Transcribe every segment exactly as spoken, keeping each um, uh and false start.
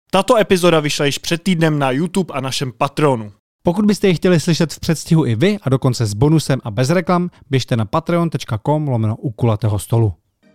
Tato epizoda vyšla již před týdnem na YouTube a našem Patronu. Pokud byste ji chtěli slyšet v předstihu i vy a dokonce s bonusem a bez reklam, běžte na patreon tečka com lomeno u kulatého stolu.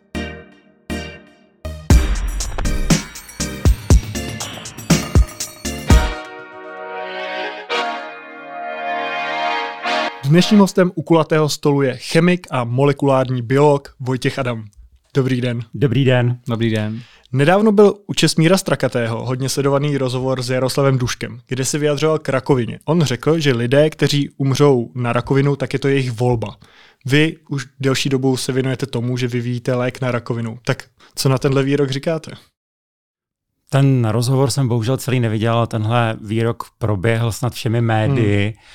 Dnešním hostem u kulatého stolu je chemik a molekulární biolog Vojtěch Adam. Dobrý den. Dobrý den. Dobrý den. Nedávno byl u Čestmíra Strakatého hodně sledovaný rozhovor s Jaroslavem Duškem, kde se vyjadřoval k rakovině. On řekl, že lidé, kteří umřou na rakovinu, tak je to jejich volba. Vy už delší dobu se věnujete tomu, že vyvíjíte lék na rakovinu. Tak co na tenhle výrok říkáte? Ten rozhovor jsem bohužel celý neviděl, tenhle výrok proběhl snad všemi médii. Hmm.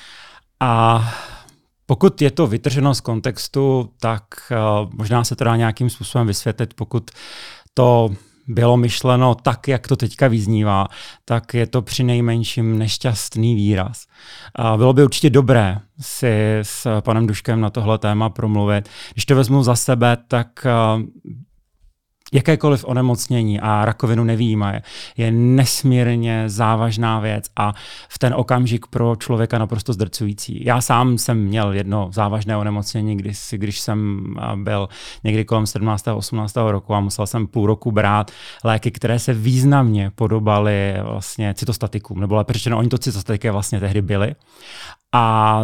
A pokud je to vytrženo z kontextu, tak uh, možná se to dá nějakým způsobem vysvětlit. Pokud to bylo myšleno tak, jak to teďka vyznívá, tak je to přinejmenším nešťastný výraz. Uh, bylo by určitě dobré si s panem Duškem na tohle téma promluvit. Když to vezmu za sebe, tak uh, jakékoliv onemocnění a rakovinu nevyjímaje je nesmírně závažná věc a v ten okamžik pro člověka naprosto zdrcující. Já sám jsem měl jedno závažné onemocnění, když, když jsem byl někdy kolem sedmnáctého osmnáctého roku a musel jsem půl roku brát léky, které se významně podobaly vlastně cytostatikům, nebo lépe řečeno, oni to cytostatiky vlastně tehdy byly. A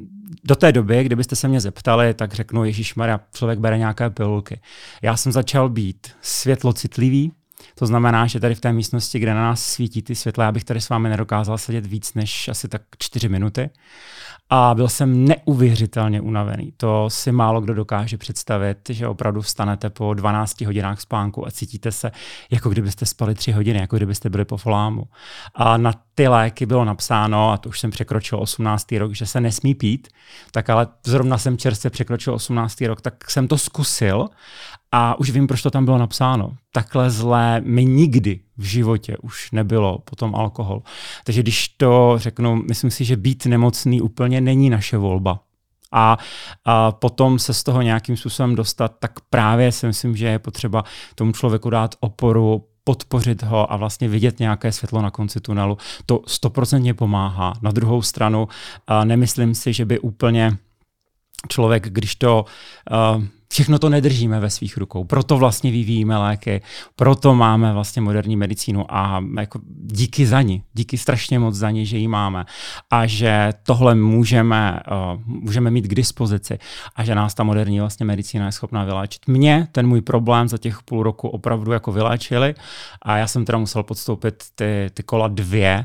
do té doby, kdybyste se mě zeptali, tak řeknu, ježišmarja, člověk bere nějaké pilulky. Já jsem začal být světlocitlivý, to znamená, že tady v té místnosti, kde na nás svítí ty světla, já bych tady s vámi nedokázal sedět víc než asi tak čtyři minuty. A byl jsem neuvěřitelně unavený. To si málo kdo dokáže představit, že opravdu vstanete po dvanácti hodinách spánku a cítíte se, jako kdybyste spali tři hodiny, jako kdybyste byli po folámu. A na ty léky bylo napsáno, a to už jsem překročil osmnáctý rok, že se nesmí pít, tak ale zrovna jsem čerstvě překročil osmnáctý rok, tak jsem to zkusil a už vím, proč to tam bylo napsáno. Takhle zlé mi nikdy v životě už nebylo potom alkohol. Takže když to řeknu, myslím si, že být nemocný úplně není naše volba. A, a potom se z toho nějakým způsobem dostat, tak právě si myslím, že je potřeba tomu člověku dát oporu, podpořit ho a vlastně vidět nějaké světlo na konci tunelu. To stoprocentně pomáhá. Na druhou stranu nemyslím si, že by úplně člověk, když to... Uh, Všechno to nedržíme ve svých rukou, proto vlastně vyvíjíme léky, proto máme vlastně moderní medicínu a jako díky za ní, díky strašně moc za ní, že ji máme a že tohle můžeme, uh, můžeme mít k dispozici a že nás ta moderní vlastně medicína je schopná vyléčit. Mě ten můj problém za těch půl roku opravdu jako vyléčili a já jsem teda musel podstoupit ty, ty kola dvě.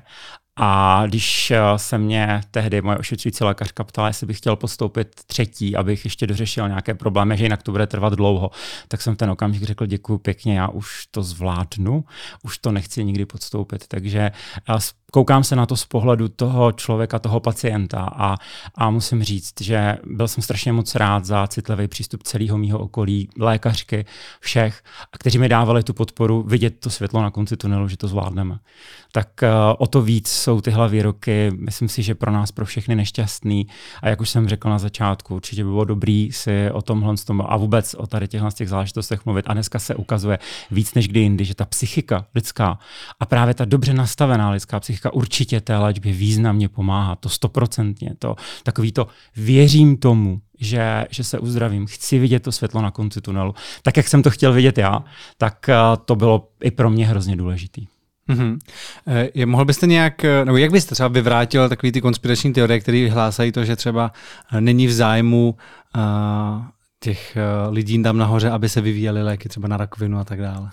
A když se mě tehdy moje ošetřující lékařka ptala, jestli bych chtěl podstoupit třetí, abych ještě dořešil nějaké problémy, že jinak to bude trvat dlouho, tak jsem ten okamžik řekl, děkuju pěkně, já už to zvládnu, už to nechci nikdy podstoupit. Takže koukám se na to z pohledu toho člověka, toho pacienta a, a musím říct, že byl jsem strašně moc rád za citlivý přístup celého mýho okolí, lékařky, všech, kteří mi dávali tu podporu vidět to světlo na konci tunelu, že to zvládneme. Tak uh, o to víc jsou tyhle výroky, myslím si, že pro nás, pro všechny nešťastný. A jak už jsem řekl na začátku, určitě by bylo dobrý si o tomhle a vůbec o tady těchto těch záležitostech mluvit. A dneska se ukazuje víc než kdy jindy, že ta psychika lidská a právě ta dobře nastavená lidská psychika určitě té léčbě významně pomáhá. To stoprocentně. To, takový to věřím tomu, že, že se uzdravím, chci vidět to světlo na konci tunelu. Tak, jak jsem to chtěl vidět já, tak uh, to bylo i pro mě hrozně důležitý. Mm-hmm. Je, mohl byste nějak, nebo jak byste třeba vyvrátil takový ty konspirační teorie, které hlásají to, že třeba není v zájmu uh, těch uh, lidí tam nahoře, aby se vyvíjely léky třeba na rakovinu a tak dále?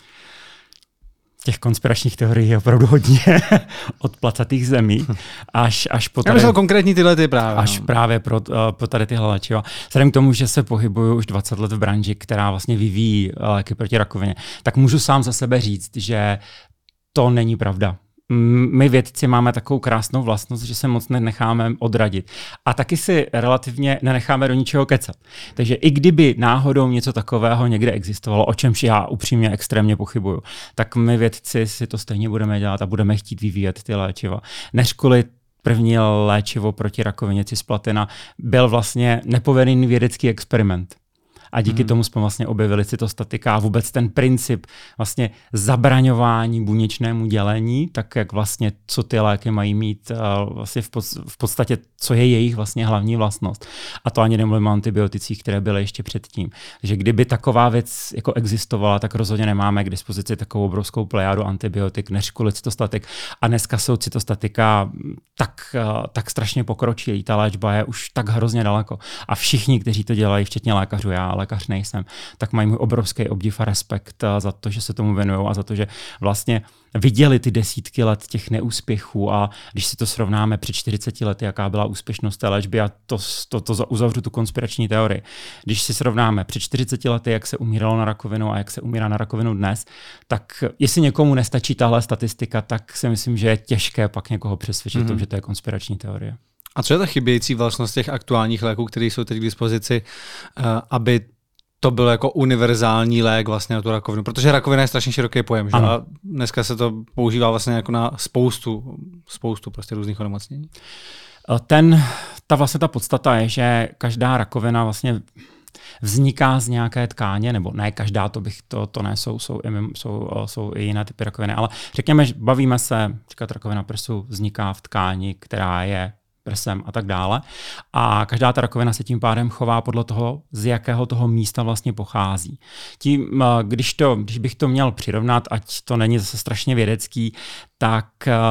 Těch konspiračních teorií je opravdu hodně od placatých zemí, až, až po tady... Já myslel konkrétní tyhle ty právě. Až no. právě pro, uh, po tady tyhle léčiva. Vzhledem k tomu, že se pohybuju už dvacet let v branži, která vlastně vyvíjí léky proti rakovině, tak můžu sám za sebe říct, že to není pravda. My vědci máme takovou krásnou vlastnost, že se moc nenecháme odradit. A taky si relativně nenecháme do ničeho kecat. Takže i kdyby náhodou něco takového někde existovalo, o čemž já upřímně extrémně pochybuju, tak my vědci si to stejně budeme dělat a budeme chtít vyvíjet ty léčiva. Než kvůli první léčivo proti rakovině cisplatina byl vlastně nepovedený vědecký experiment. A díky mm. tomu jsme vlastně objevili cytostatika a vůbec ten princip vlastně zabraňování buněčnému dělení, tak jak vlastně co ty léky mají mít uh, vlastně v, pod, v podstatě, co je jejich vlastně hlavní vlastnost. A to ani nemluvím o antibioticích, které byly ještě předtím. Takže kdyby taková věc jako existovala, tak rozhodně nemáme k dispozici takovou obrovskou plejádu antibiotik, než kvůli cytostatik. A dneska jsou cytostatika tak, uh, tak strašně pokročilí. Ta léčba je už tak hrozně daleko. A všichni, kteří to dělají, včetně lékařů, já lékař nejsem, tak mají můj obrovský obdiv a respekt za to, že se tomu věnují a za to, že vlastně viděli ty desítky let těch neúspěchů a když si to srovnáme před čtyřiceti lety, jaká byla úspěšnost té léčby a to, to, to uzavřu tu konspirační teorii. Když si srovnáme před čtyřiceti lety, jak se umíralo na rakovinu a jak se umírá na rakovinu dnes, tak jestli někomu nestačí tahle statistika, tak si myslím, že je těžké pak někoho přesvědčit mm-hmm. tom, že to je konspirační teorie. A co je ta chybějící vlastnost těch aktuálních léků, které jsou teď k dispozici, aby to byl jako univerzální lék vlastně na tu rakovinu? Protože rakovina je strašně široký pojem, že? A dneska se to používá vlastně jako na spoustu, spoustu prostě různých onemocnění. Ten, ta vlastně ta podstata je, že každá rakovina vlastně vzniká z nějaké tkáně, nebo ne každá, to bych to, to ne, jsou, jsou, jsou, jsou i jiné typy rakoviny, ale řekněme, že bavíme se, říkat rakovina prsu vzniká v tkáni, která je prsem a tak dále. A každá ta rakovina se tím pádem chová podle toho, z jakého toho místa vlastně pochází. Tím, když, to, když bych to měl přirovnat, ať to není zase strašně vědecký, tak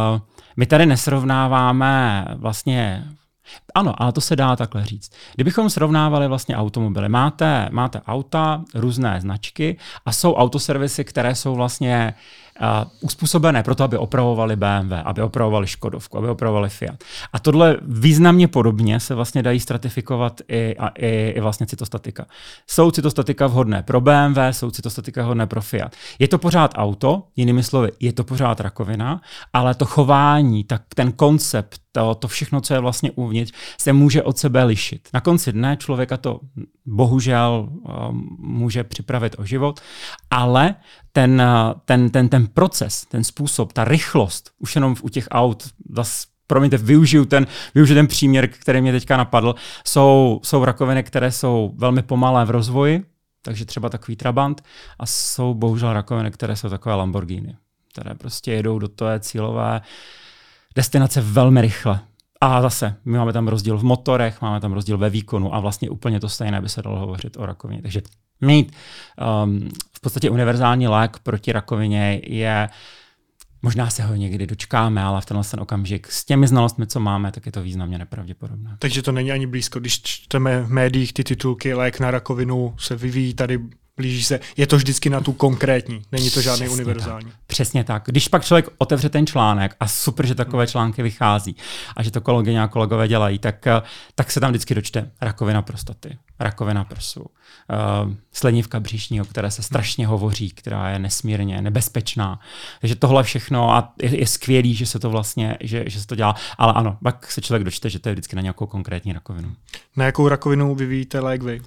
my tady nesrovnáváme vlastně. Ano, ale to se dá takhle říct. Kdybychom srovnávali vlastně automobily, máte, máte auta, různé značky a jsou autoservisy, které jsou vlastně uh, uspůsobené pro to, aby opravovali bé em vé, aby opravovali Škodovku, aby opravovali Fiat. A tohle významně podobně se vlastně dají stratifikovat i, a, i, i vlastně cytostatika. Jsou cytostatika vhodné pro bé em vé, jsou cytostatika vhodné pro Fiat. Je to pořád auto, jinými slovy, je to pořád rakovina, ale to chování, tak ten koncept, to, to všechno, co je vlastně uvnitř, se může od sebe lišit. Na konci dne člověka to bohužel um, může připravit o život, ale ten, ten, ten, ten proces, ten způsob, ta rychlost, už jenom u těch aut, zas, promiňte, využiju ten, využiju ten příměr, který mě teďka napadl, jsou, jsou rakoviny, které jsou velmi pomalé v rozvoji, takže třeba takový Trabant, a jsou bohužel rakoviny, které jsou takové Lamborghini, které prostě jedou do té cílové destinace velmi rychle. A zase, my máme tam rozdíl v motorech, máme tam rozdíl ve výkonu a vlastně úplně to stejné by se dalo hovořit o rakovině. Takže mít um, v podstatě univerzální lék proti rakovině je, možná se ho někdy dočkáme, ale v tenhle ten okamžik s těmi znalostmi, co máme, tak je to významně nepravděpodobné. Takže to není ani blízko. Když čteme v médiích ty titulky lék na rakovinu se vyvíjí tady, blíží se, je to vždycky na tu konkrétní, není to žádný Přesně univerzální. Tak. Přesně tak. Když pak člověk otevře ten článek a super, že takové články vychází a že to kolegyně a kolegové dělají, tak, tak se tam vždycky dočte rakovina prostaty, rakovina prsu, uh, slinivka břišní, o které se strašně hovoří, která je nesmírně nebezpečná. Takže tohle všechno a je, je skvělý, že se to vlastně, že, že se to dělá, ale ano, pak se člověk dočte, že to je vždycky na nějakou konkrétní rakovinu. Na jakou rakovinu vyvíjíte lék vy?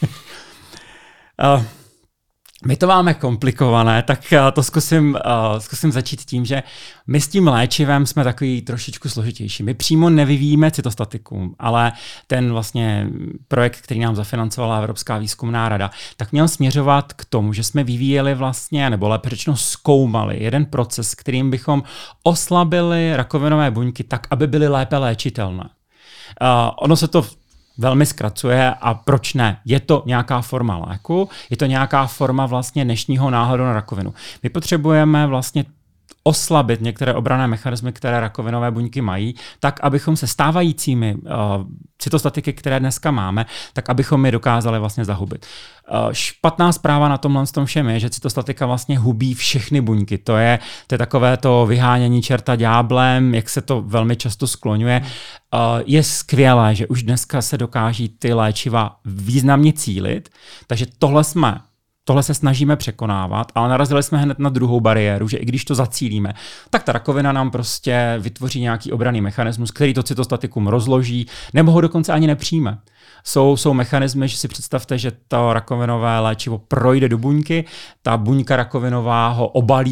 Uh, my to máme komplikované, tak uh, to zkusím, uh, zkusím začít tím, že my s tím léčivem jsme takový trošičku složitější. My přímo nevyvíjíme cytostatikum, ale ten vlastně projekt, který nám zafinancovala Evropská výzkumná rada, tak měl směřovat k tomu, že jsme vyvíjeli vlastně, nebo lépe řečeno zkoumali jeden proces, kterým bychom oslabili rakovinové buňky tak, aby byly lépe léčitelné. Uh, ono se to velmi zkracuje a proč ne? Je to nějaká forma léku, je to nějaká forma vlastně dnešního náhledu na rakovinu. My potřebujeme vlastně oslabit některé obranné mechanismy, které rakovinové buňky mají, tak, abychom se stávajícími uh, cytostatiky, které dneska máme, tak abychom je dokázali vlastně zahubit. Uh, špatná zpráva na tomhle tom všem je, že cytostatika vlastně hubí všechny buňky. To je, to je takové to vyhánění čerta ďáblem, jak se to velmi často skloňuje. Uh, je skvělé, že už dneska se dokáží ty léčiva významně cílit, takže tohle jsme Tohle se snažíme překonávat, ale narazili jsme hned na druhou bariéru, že i když to zacílíme, tak ta rakovina nám prostě vytvoří nějaký obranný mechanismus, který to cytostatikum rozloží, nebo ho dokonce ani nepřijme. Jsou, jsou mechanismy, že si představte, že to rakovinové léčivo projde do buňky, ta buňka rakovinová ho obalí,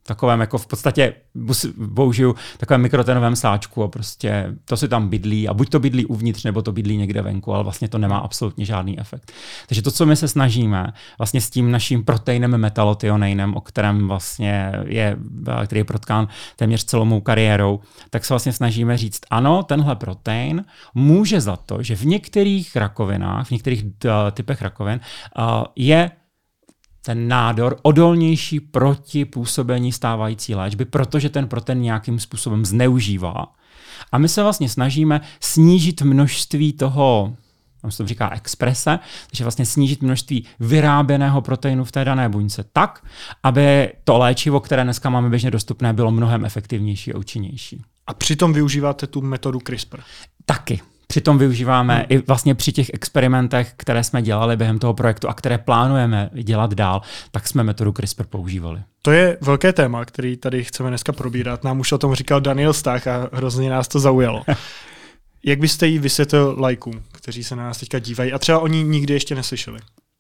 takovém jako v podstatě použiju takovém mikrotenovém sáčku a prostě to si tam bydlí a buď to bydlí uvnitř, nebo to bydlí někde venku, ale vlastně to nemá absolutně žádný efekt. Takže to, co my se snažíme vlastně s tím naším proteinem metalothioneinem, o kterém vlastně je, který je protkán téměř celou mou kariérou, tak se vlastně snažíme říct, ano, tenhle protein může za to, že v některých rakovinách, v některých typech rakovin je ten nádor odolnější proti působení stávající léčby, protože ten protein nějakým způsobem zneužívá. A my se vlastně snažíme snížit množství toho, tam se to říká exprese, takže vlastně snížit množství vyráběného proteinu v té dané buňce tak, aby to léčivo, které dneska máme běžně dostupné, bylo mnohem efektivnější a účinnější. A přitom využíváte tu metodu CRISPR? Taky. Přitom využíváme hmm. i vlastně při těch experimentech, které jsme dělali během toho projektu a které plánujeme dělat dál, tak jsme metodu CRISPR používali. To je velké téma, který tady chceme dneska probírat. Nám už o tom říkal Daniel Stach a hrozně nás to zaujalo. Jak byste jí vysvětlil lajkům, kteří se na nás teďka dívají a třeba oni nikdy ještě neslyšeli?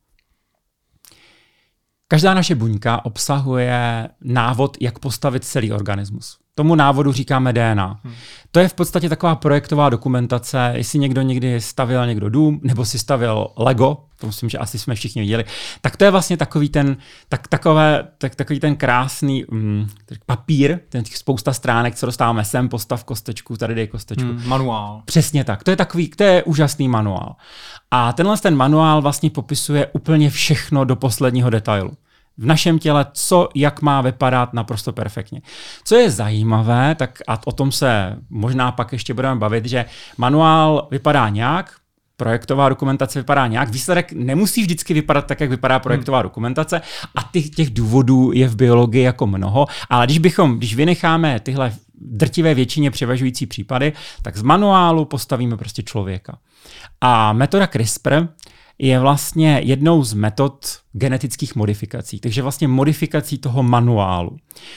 Každá naše buňka obsahuje návod, jak postavit celý organismus. Tomu návodu říkáme D N A. Hmm. To je v podstatě taková projektová dokumentace, jestli někdo někdy stavěl někdo dům, nebo si stavěl Lego, to myslím, že asi jsme všichni viděli, tak to je vlastně takový ten, tak, takové, tak, takový ten krásný mm, papír, ten spousta stránek, co dostáváme sem, postav kostečku, tady dej kostečku. Hmm, manuál. Přesně tak. To je takový, to je úžasný manuál. A tenhle ten manuál vlastně popisuje úplně všechno do posledního detailu. V našem těle, co, jak má vypadat naprosto perfektně. Co je zajímavé, tak a o tom se možná pak ještě budeme bavit, že manuál vypadá nějak, projektová dokumentace vypadá nějak, výsledek nemusí vždycky vypadat tak, jak vypadá projektová hmm. dokumentace a těch, těch důvodů je v biologii jako mnoho, ale když bychom, když vynecháme tyhle drtivé většině převažující případy, tak z manuálu postavíme prostě člověka. A metoda CRISPR je vlastně jednou z metod genetických modifikací, takže vlastně modifikací toho manuálu.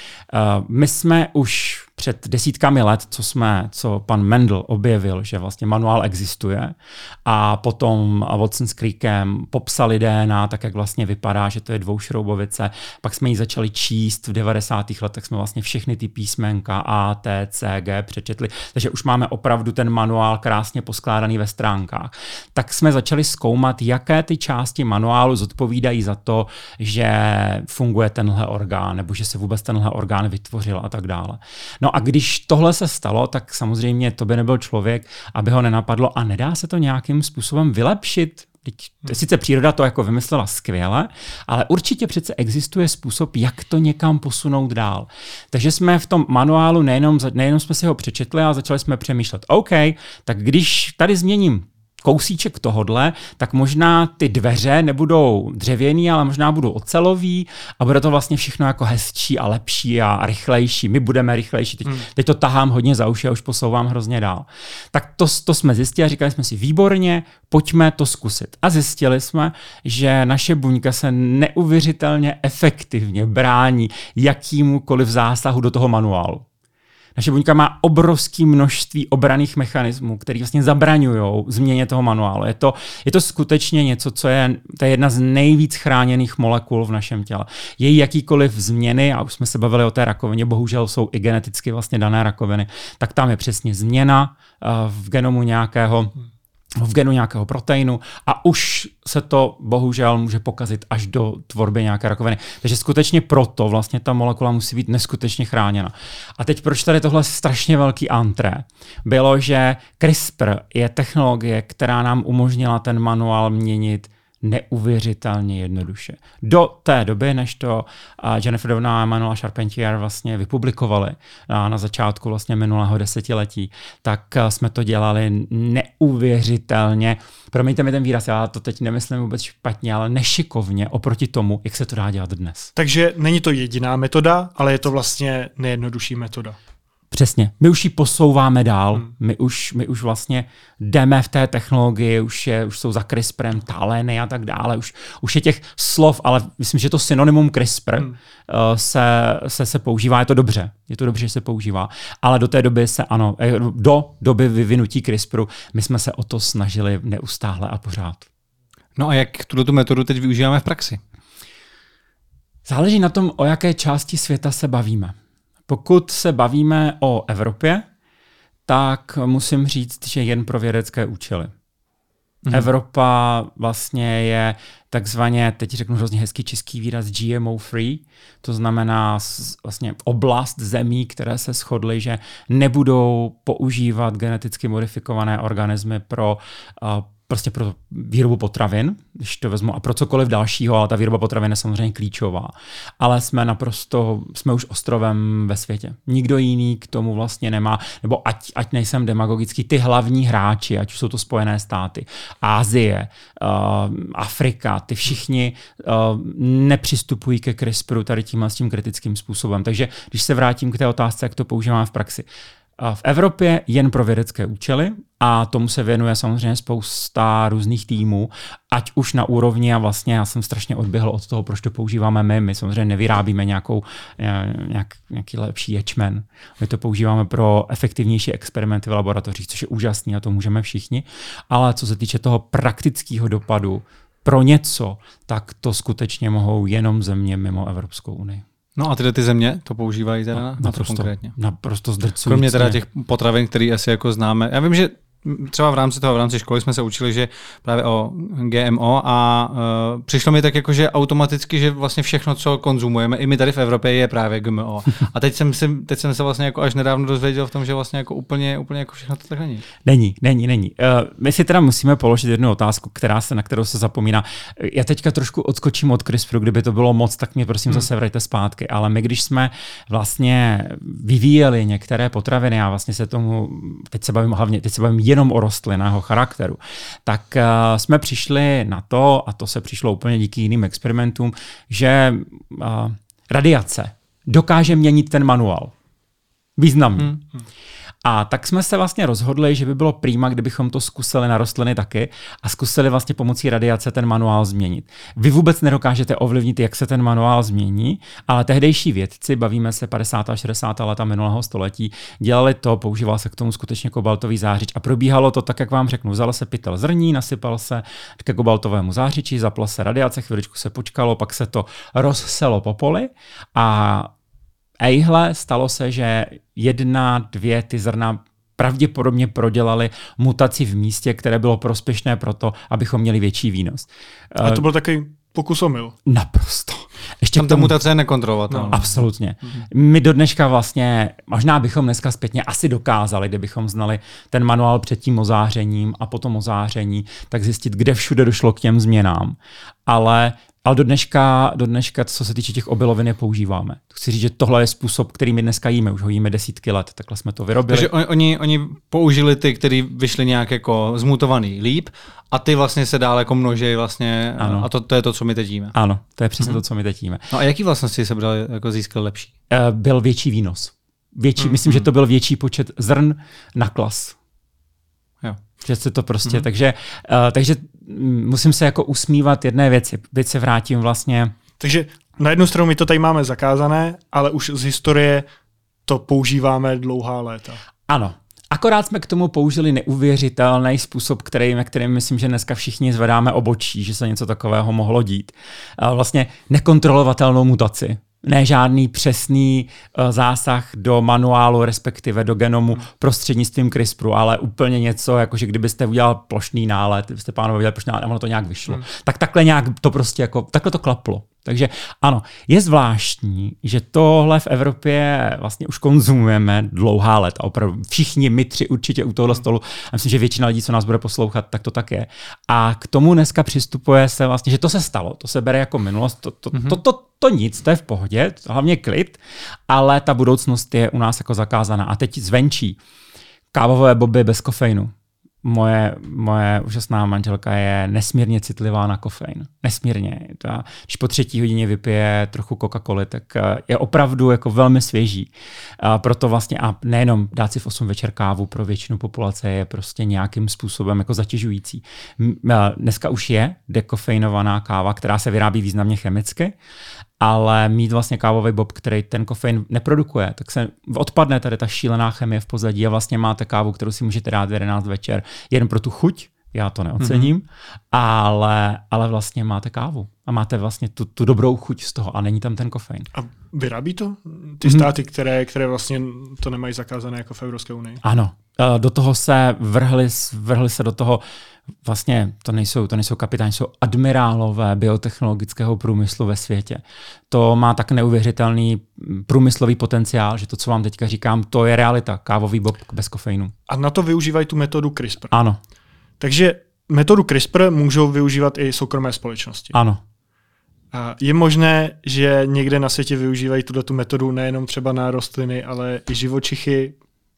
My jsme už před desítkami let, co jsme, co pan Mendel objevil, že vlastně manuál existuje a potom Watson s Crickem popsali D N A tak, jak vlastně vypadá, že to je dvoušroubovice. Pak jsme ji začali číst v devadesátých letech, jsme vlastně všechny ty písmenka A, T, C, G přečetli, takže už máme opravdu ten manuál krásně poskládaný ve stránkách. Tak jsme začali zkoumat, jaké ty části manuálu zodpovídají za to, že funguje tenhle orgán, nebo že se vůbec tenhle orgán vytvořil a tak dále. No a když tohle se stalo, tak samozřejmě to by nebyl člověk, aby ho nenapadlo a nedá se to nějakým způsobem vylepšit. Sice příroda to jako vymyslela skvěle, ale určitě přece existuje způsob, jak to někam posunout dál. Takže jsme v tom manuálu nejenom, nejenom jsme si ho přečetli, ale začali jsme přemýšlet, OK, tak když tady změním kousíček tohodle, tak možná ty dveře nebudou dřevěný, ale možná budou ocelový a bude to vlastně všechno jako hezčí a lepší a rychlejší. My budeme rychlejší. Teď, hmm. teď to tahám hodně za uši a už posouvám hrozně dál. Tak to, to jsme zjistili a říkali jsme si, výborně, pojďme to zkusit. A zjistili jsme, že naše buňka se neuvěřitelně efektivně brání jakýmukoliv zásahu do toho manuálu. Naše buňka má obrovské množství obranných mechanismů, které vlastně zabraňují změně toho manuálu. Je to, je to skutečně něco, co je, to je jedna z nejvíc chráněných molekul v našem těle. Její jakýkoliv změny, a už jsme se bavili o té rakovině, bohužel jsou i geneticky vlastně dané rakoviny, tak tam je přesně změna uh, v genomu nějakého v genu nějakého proteinu a už se to bohužel může pokazit až do tvorby nějaké rakoviny. Takže skutečně proto vlastně ta molekula musí být neskutečně chráněna. A teď proč tady tohle strašně velký antré? Bylo, že CRISPR je technologie, která nám umožnila ten manuál měnit neuvěřitelně jednoduše. Do té doby, než to Jennifer Doudna a Emmanuel Charpentier vlastně vypublikovali na začátku vlastně minulého desetiletí, tak jsme to dělali neuvěřitelně, promiňte mi ten výraz, já to teď nemyslím vůbec špatně, ale nešikovně oproti tomu, jak se to dá dělat dnes. Takže není to jediná metoda, ale je to vlastně nejjednodušší metoda. Přesně. My už ji posouváme dál. Hmm. My, už, my už vlastně jdeme v té technologii, už, je, už jsou za CRISPRem taleny a tak dále. Už, už je těch slov, ale myslím, že to synonymum CRISPR hmm. uh, se, se, se používá. Je to dobře. Je to dobře, že se používá. Ale do té doby se, ano, do doby vyvinutí CRISPRu, my jsme se o to snažili neustále a pořád. No a jak tuto metodu teď využíváme v praxi? Záleží na tom, o jaké části světa se bavíme. Pokud se bavíme o Evropě, tak musím říct, že jen pro vědecké účely. Hmm. Evropa vlastně je takzvaně, teď řeknu hrozně hezký český výraz, G M O free, to znamená vlastně oblast zemí, které se shodly, že nebudou používat geneticky modifikované organismy pro uh, prostě pro výrobu potravin, když to vezmu, a pro cokoliv dalšího, ale ta výroba potravin je samozřejmě klíčová. Ale jsme naprosto, jsme už ostrovem ve světě. Nikdo jiný k tomu vlastně nemá, nebo ať, ať nejsem demagogický, ty hlavní hráči, ať už jsou to Spojené státy, Asie, uh, Afrika, ty všichni uh, nepřistupují ke CRISPRu tady tímhle s tím kritickým způsobem. Takže když se vrátím k té otázce, jak to používáme v praxi. V Evropě jen pro vědecké účely a tomu se věnuje samozřejmě spousta různých týmů, ať už na úrovni, a vlastně já jsem strašně odběhl od toho, proč to používáme my. My samozřejmě nevyrábíme nějakou, nějak, nějaký lepší ječmen. My to používáme pro efektivnější experimenty v laboratořích, což je úžasný a to můžeme všichni. Ale co se týče toho praktického dopadu pro něco, tak to skutečně mohou jenom země mimo Evropskou unii. No a tyhle ty země to používají teda no, na to konkrétně? Naprosto zdrcující. Kromě teda těch potravin, které asi jako známe. Já vím, že třeba v rámci toho, v rámci školy jsme se učili, že právě o G M O a uh, přišlo mi tak jako, že automaticky, že vlastně všechno, co konzumujeme, i my tady v Evropě, je právě G M O. A teď jsem, si, teď jsem se vlastně jako až nedávno dozvěděl v tom, že vlastně jako úplně, úplně jako všechno to tak není. Není, není, není. Uh, my si teda musíme položit jednu otázku, která se, na kterou se zapomíná. Já teďka trošku odskočím od CRISPRu, kdyby to bylo moc, tak mě prosím hmm. zase vrajte zpátky. Ale my, když jsme vlastně vyvíjeli některé potraviny, a vlastně se tomu, teď se bavím hlavně, teď se bavím jenom o rostlinného charakteru, tak uh, jsme přišli na to, a to se přišlo úplně díky jiným experimentům, že uh, radiace dokáže měnit ten manuál. Významně. Hmm. A tak jsme se vlastně rozhodli, že by bylo prima, kdybychom to zkusili na rostliny taky a zkusili vlastně pomocí radiace ten manuál změnit. Vy vůbec nedokážete ovlivnit, jak se ten manuál změní, ale tehdejší vědci, bavíme se padesátá a šedesátá leta minulého století, dělali to, používal se k tomu skutečně kobaltový zářič a probíhalo to tak, jak vám řeknu. Vzal se pytel zrní, nasypal se ke kobaltovému zářiči, zapla se radiace, chviličku se počkalo, pak se to rozselo po poli a ejhle, stalo se, že jedna, dvě ty zrna pravděpodobně prodělaly mutaci v místě, které bylo prospěšné pro to, abychom měli větší výnos. A to byl takový pokus omyl. Naprosto. Ještě tam ta mutace je nekontrolovatelná. No, absolutně. Mm-hmm. My do dneška vlastně, možná bychom dneska zpětně asi dokázali, kdybychom znali ten manuál před tím ozářením a potom ozáření, tak zjistit, kde všude došlo k těm změnám. Ale Ale do dneška, do dneška, co se týče těch obilovin, je používáme. Chci říct, že tohle je způsob, který my dneska jíme. Už ho jíme desítky let, takhle jsme to vyrobili. Takže oni, oni použili ty, který vyšli nějak jako zmutovaný líp a ty vlastně se dále jako množí vlastně ano. A to, to je to, co my teď jíme. Ano, to je přesně mm-hmm. to, co my teď jíme. No a jaký vlastnosti se brali, jako získal lepší? Uh, byl větší výnos. Větší, mm-hmm. Myslím, že to byl větší počet zrn na klas. Jo. Že se to prostě, mm-hmm. takže, uh, takže musím se jako usmívat jedné věci. Teď se vrátím vlastně. Takže na jednu stranu my to tady máme zakázané, ale už z historie to používáme dlouhá léta. Ano. Akorát jsme k tomu použili neuvěřitelný způsob, který, na kterým myslím, že dneska všichni zvedáme obočí, že se něco takového mohlo dít. Vlastně nekontrolovatelnou mutaci. Ne žádný přesný uh, zásah do manuálu, respektive do genomu prostřednictvím CRISPRu, ale úplně něco, jako že kdybyste udělal plošný nálet, kdybyste pánové udělali plošný nálet a ono to nějak vyšlo. Hmm. Tak takhle nějak to prostě jako, takhle to klaplo. Takže ano, je zvláštní, že tohle v Evropě vlastně už konzumujeme dlouhá léta. Opravdu všichni my tři určitě u tohle stolu, a myslím, že většina lidí, co nás bude poslouchat, tak to tak je. A k tomu dneska přistupuje se vlastně, že to se stalo, to se bere jako minulost, to, to, mm-hmm. to, to, to, to nic, to je v pohodě, hlavně klid, ale ta budoucnost je u nás jako zakázaná. A teď zvenčí kávové boby bez kofeinu. Moje, moje úžasná manželka je nesmírně citlivá na kofein. Nesmírně. Když po třetí hodině vypije trochu Coca-Coly, tak je opravdu jako velmi svěží. A proto vlastně a nejenom dát si v osm večer kávu pro většinu populace je prostě nějakým způsobem jako zatěžující. Dneska už je dekofeinovaná káva, která se vyrábí významně chemicky, ale mít vlastně kávový bob, který ten kofein neprodukuje, tak se odpadne tady ta šílená chemie v pozadí a vlastně máte kávu, kterou si můžete dát v jedenáct večer jen pro tu chuť, já to neocením, mm-hmm. ale, ale vlastně máte kávu a máte vlastně tu, tu dobrou chuť z toho a není tam ten kofein. A vyrábí to ty státy, mm-hmm. které, které vlastně to nemají zakázané jako v Evropské unii? Ano, do toho se vrhli, vrhli se do toho, vlastně to nejsou, to nejsou kapitáni, jsou admirálové biotechnologického průmyslu ve světě. To má tak neuvěřitelný průmyslový potenciál, že to, co vám teďka říkám, to je realita, kávový bob bez kofeinu. A na to využívají tu metodu CRISPR? Ano. Takže metodu CRISPR můžou využívat i soukromé společnosti? Ano. A je možné, že někde na světě využívají tuto metodu nejenom třeba na rostliny, ale i živočichy,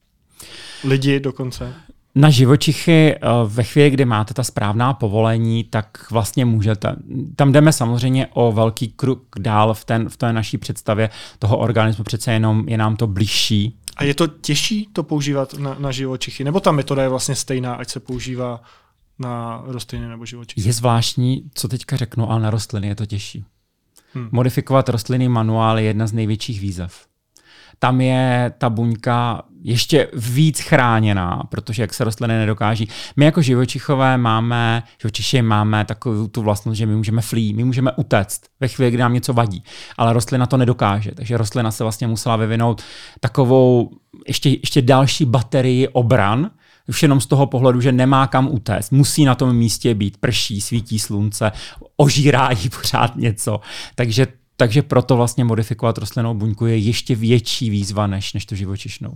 lidi dokonce? Na živočichy ve chvíli, kdy máte ta správná povolení, tak vlastně můžete. Tam jdeme samozřejmě o velký krok dál v, ten, v té naší představě toho organismu, přece jenom je nám to bližší. A je to těžší to používat na, na živočichy? Nebo ta metoda je vlastně stejná, ať se používá na rostliny nebo živočichy? Je zvláštní, co teďka řeknu, ale na rostliny je to těžší. Hmm. Modifikovat rostlinný manuál je jedna z největších výzev. Tam je ta buňka ještě víc chráněná, protože jak se rostliny nedokáží. My jako živočichové máme, živočiši máme takovou tu vlastnost, že my můžeme flí, my můžeme utéct ve chvíli, kdy nám něco vadí, ale rostlina to nedokáže. Takže rostlina se vlastně musela vyvinout takovou ještě, ještě další baterii obran, už jenom z toho pohledu, že nemá kam utéct. Musí na tom místě být, prší, svítí slunce, ožírá jí pořád něco. Takže Takže proto vlastně modifikovat rostlinnou buňku je ještě větší výzva než, než tu živočišnou.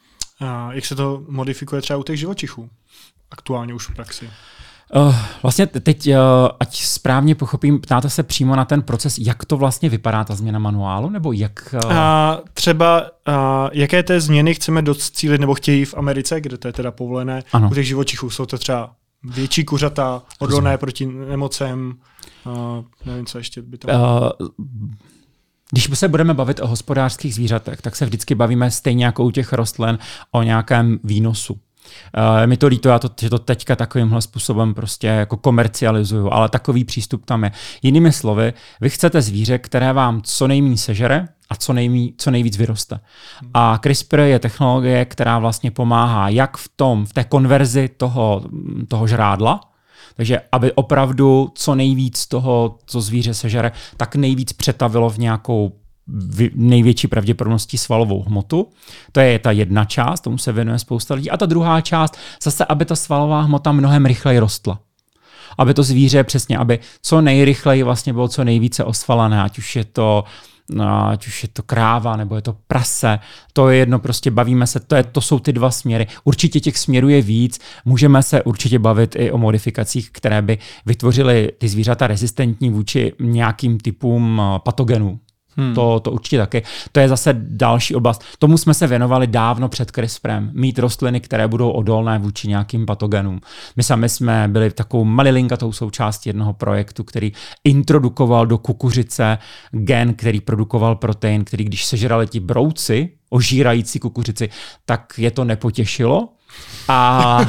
A jak se to modifikuje třeba u těch živočichů? Aktuálně už v praxi. Uh, vlastně teď, uh, ať správně pochopím, ptáte se přímo na ten proces, jak to vlastně vypadá ta změna manuálu? Nebo jak... Uh... A třeba uh, jaké té změny chceme docílit nebo chtějí v Americe, kde to je teda povolené, ano. U těch živočichů jsou to třeba větší kuřata, odolné proti nemocem, uh, nevím, co ještě by tam... Uh, Když se budeme bavit o hospodářských zvířatech, tak se vždycky bavíme stejně jako u těch rostlin o nějakém výnosu. Uh, mi to líto, já to, že to teďka takovýmhle způsobem prostě jako komercializuju, ale takový přístup tam je. Jinými slovy, vy chcete zvíře, které vám co nejméně sežere a co, nejmí, co nejvíc vyroste. A CRISPR je technologie, která vlastně pomáhá jak v tom, v té konverzi toho, toho žrádla, takže aby opravdu co nejvíc toho, co zvíře sežere, tak nejvíc přetavilo v nějakou největší pravděpodobností svalovou hmotu. To je ta jedna část, tomu se věnuje spousta lidí. A ta druhá část, zase, aby ta svalová hmota mnohem rychleji rostla. Aby to zvíře přesně, aby co nejrychleji vlastně bylo co nejvíce osvalené, ať už je to ať už je to kráva, nebo je to prase, to je jedno, prostě bavíme se, to, je, to jsou ty dva směry. Určitě těch směrů je víc, můžeme se určitě bavit i o modifikacích, které by vytvořily ty zvířata rezistentní vůči nějakým typům patogenů. Hmm. To, to určitě taky. To je zase další oblast. Tomu jsme se věnovali dávno před CRISPRem. Mít rostliny, které budou odolné vůči nějakým patogenům. My sami jsme byli takovou malilinkatou součástí jednoho projektu, který introdukoval do kukuřice gen, který produkoval protein, který když sežrali ti brouci, ožírající kukuřici, tak je to nepotěšilo. A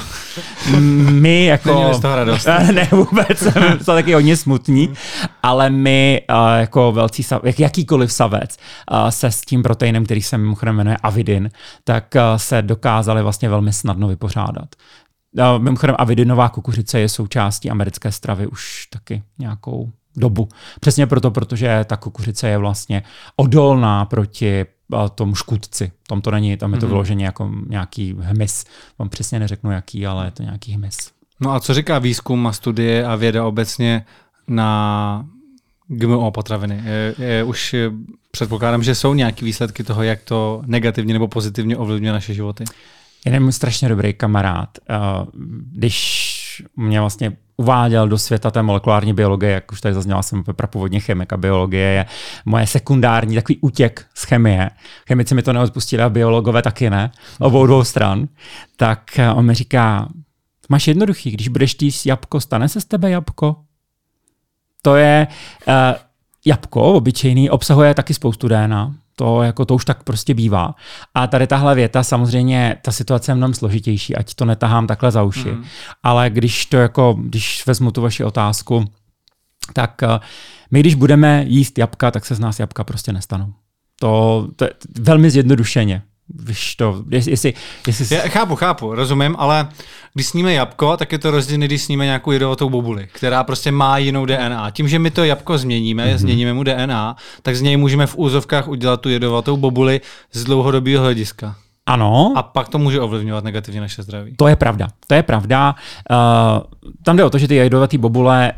my jako... Není z toho radost. Ne, vůbec, jsem to taky hodně smutný, ale my jako velcí savec, jakýkoliv savec se s tím proteinem, který se mimochodem jmenuje avidin, tak se dokázali vlastně velmi snadno vypořádat. Mimochodem avidinová kukuřice je součástí americké stravy už taky nějakou dobu. Přesně proto, protože ta kukuřice je vlastně odolná proti tomu škůdci. Tam to není, tam je to mm-hmm. vyloženě jako nějaký hmyz. Vám přesně neřeknu jaký, ale je to nějaký hmyz. No a co říká výzkum a studie a věda obecně na G M O potraviny? Je, je, už předpokládám, že jsou nějaké výsledky toho, jak to negativně nebo pozitivně ovlivňuje naše životy? Jeden můj strašně dobrý kamarád, když mě vlastně uváděl do světa té molekulární biologie, jak už tady zazněla, jsem prapůvodně chemik a biologie je moje sekundární takový útěk z chemie. Chemici mi to neodpustili a biologové taky ne, obou dvou stran. Tak on mi říká, máš jednoduchý, když budeš týst jabko, stane se z tebe jabko? To je, uh, jabko obyčejný obsahuje taky spoustu D N A. To, jako, to už tak prostě bývá. A tady tahle věta, samozřejmě ta situace je mnohem složitější, ať to netahám takhle za uši. Mm. Ale když to jako, když vezmu tu vaši otázku, tak uh, my když budeme jíst jabka, tak se z nás jabka prostě nestanou. To, to je velmi zjednodušeně. Víš to, jestli... jestli... Já chápu, chápu, rozumím, ale když sníme jabko, tak je to rozdílný, když sníme nějakou jedovatou bobuli, která prostě má jinou D N A. Tím, že my to jabko změníme, mm-hmm. změníme mu D N A, tak z něj můžeme v úzovkách udělat tu jedovatou bobuli z dlouhodobého hlediska. Ano. A pak to může ovlivňovat negativně naše zdraví. To je pravda, to je pravda. Uh, tam jde o to, že ty jedovaté bobule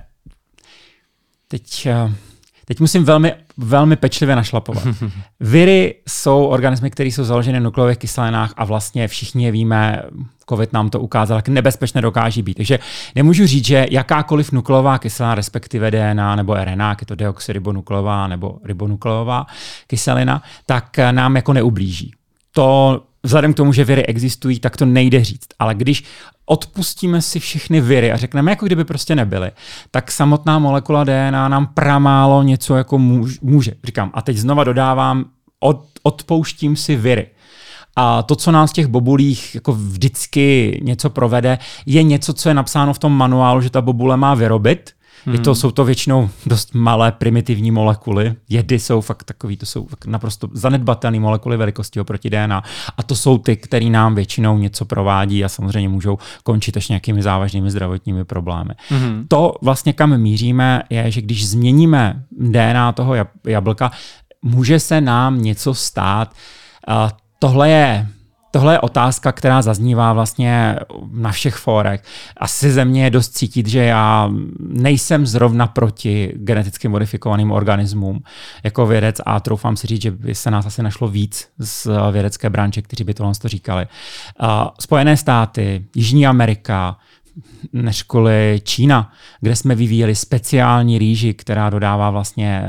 teď... Uh... Teď musím velmi, velmi pečlivě našlapovat. Viry jsou organismy, které jsou založeny na nukleových kyselinách a vlastně všichni je víme, COVID nám to ukázal, jak nebezpečné dokáží být. Takže nemůžu říct, že jakákoliv nukleová kyselina, respektive D N A nebo R N A, jak je to deoxyribonukleová nebo ribonukleová kyselina, tak nám jako neublíží. To vzhledem k tomu, že viry existují, tak to nejde říct. Ale když odpustíme si všechny viry a řekneme, jako kdyby prostě nebyly, tak samotná molekula D N A nám pramálo něco jako může. Říkám, a teď znova dodávám, od, odpouštím si viry. A to, co nás v těch bobulích jako vždycky něco provede, je něco, co je napsáno v tom manuálu, že ta bobule má vyrobit. Hmm. To jsou to většinou dost malé primitivní molekuly. Jedy jsou fakt takový, to jsou fakt naprosto zanedbatelné molekuly velikosti oproti D N A. A to jsou ty, které nám většinou něco provádí a samozřejmě můžou končit až nějakými závažnými zdravotními problémy. Hmm. To vlastně, kam míříme, je, že když změníme D N A toho jablka, může se nám něco stát. Uh, tohle je Tohle je otázka, která zaznívá vlastně na všech fórech. Asi ze mě je dost cítit, že já nejsem zrovna proti geneticky modifikovaným organismům jako vědec a troufám si říct, že by se nás asi našlo víc z vědecké branže, kteří by tohle říkali. Spojené státy, Jižní Amerika, než kvůli Čína, kde jsme vyvíjeli speciální rýži, která dodává vlastně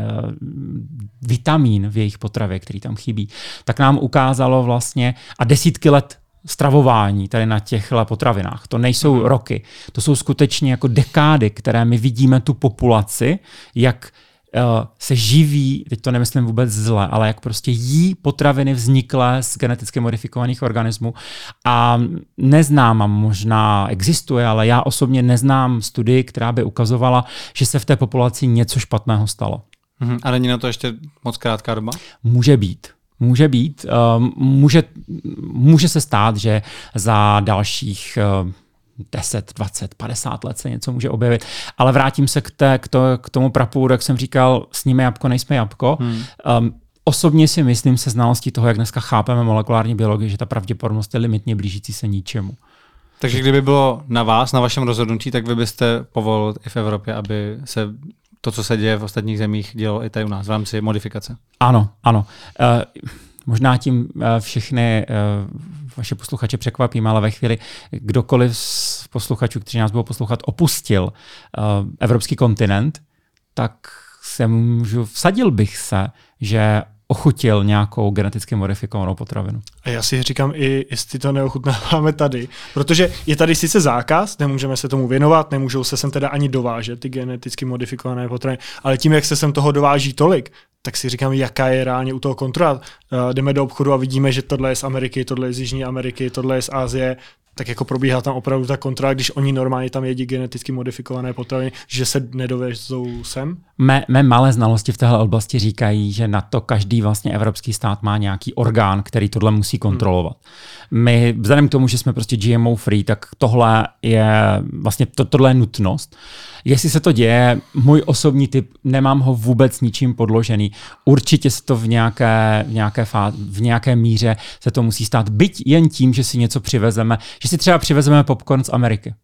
vitamín v jejich potravě, který tam chybí, tak nám ukázalo vlastně a desítky let stravování tady na těchto potravinách. To nejsou mm. roky, to jsou skutečně jako dekády, které my vidíme tu populaci, jak Uh, se živí, teď to nemyslím vůbec zle, ale jak prostě jí potraviny vzniklé z geneticky modifikovaných organismů a neznám, a možná existuje, ale já osobně neznám studii, která by ukazovala, že se v té populaci něco špatného stalo. Mhm. A není na to ještě moc krátká doba? Může být. Může být. Uh, může, může se stát, že za dalších uh, deset, dvacet, padesát let se něco může objevit. Ale vrátím se k, té, k, to, k tomu prapůvodu, jak jsem říkal, sníme jabko, nejsme jabko. Hmm. Um, osobně si myslím se znalostí toho, jak dneska chápeme molekulární biologii, že ta pravděpodobnost je limitně blížící se ničemu. Takže kdyby bylo na vás, na vašem rozhodnutí, tak vy byste povolil i v Evropě, aby se to, co se děje v ostatních zemích, dělo i tady u nás v rámci modifikace? Ano, ano. Uh, Možná tím všechny vaše posluchače překvapím, ale ve chvíli kdokoliv z posluchačů, kteří nás budou poslouchat, opustil evropský kontinent, tak se můžu, vsadil bych se, že ochutil nějakou geneticky modifikovanou potravinu. A já si říkám i, jestli to neochutnáváme tady, protože je tady sice zákaz, nemůžeme se tomu věnovat, nemůžou se sem teda ani dovážet ty geneticky modifikované potraviny, ale tím, jak se sem toho dováží tolik, tak si říkám, jaká je reálně u toho kontrola. Uh, jdeme do obchodu a vidíme, že tohle je z Ameriky, tohle je z Jižní Ameriky, tohle je z Asie, tak jako probíhá tam opravdu ta kontrola, když oni normálně tam jedí geneticky modifikované potraviny, že se nedovezou sem? Mé, mé malé znalosti v téhle oblasti říkají, že na to každý vlastně evropský stát má nějaký orgán, který tohle musí kontrolovat. Hmm. My, vzhledem k tomu, že jsme prostě G M O free, tak tohle je vlastně to, tohle je nutnost. Jestli se to děje, můj osobní typ, nemám ho vůbec ničím podložený. Určitě se to v nějaké, v nějaké, fáze, v nějaké míře se to musí stát. Byť jen tím, že si něco přivezeme, že si třeba přivezeme popcorn z Ameriky.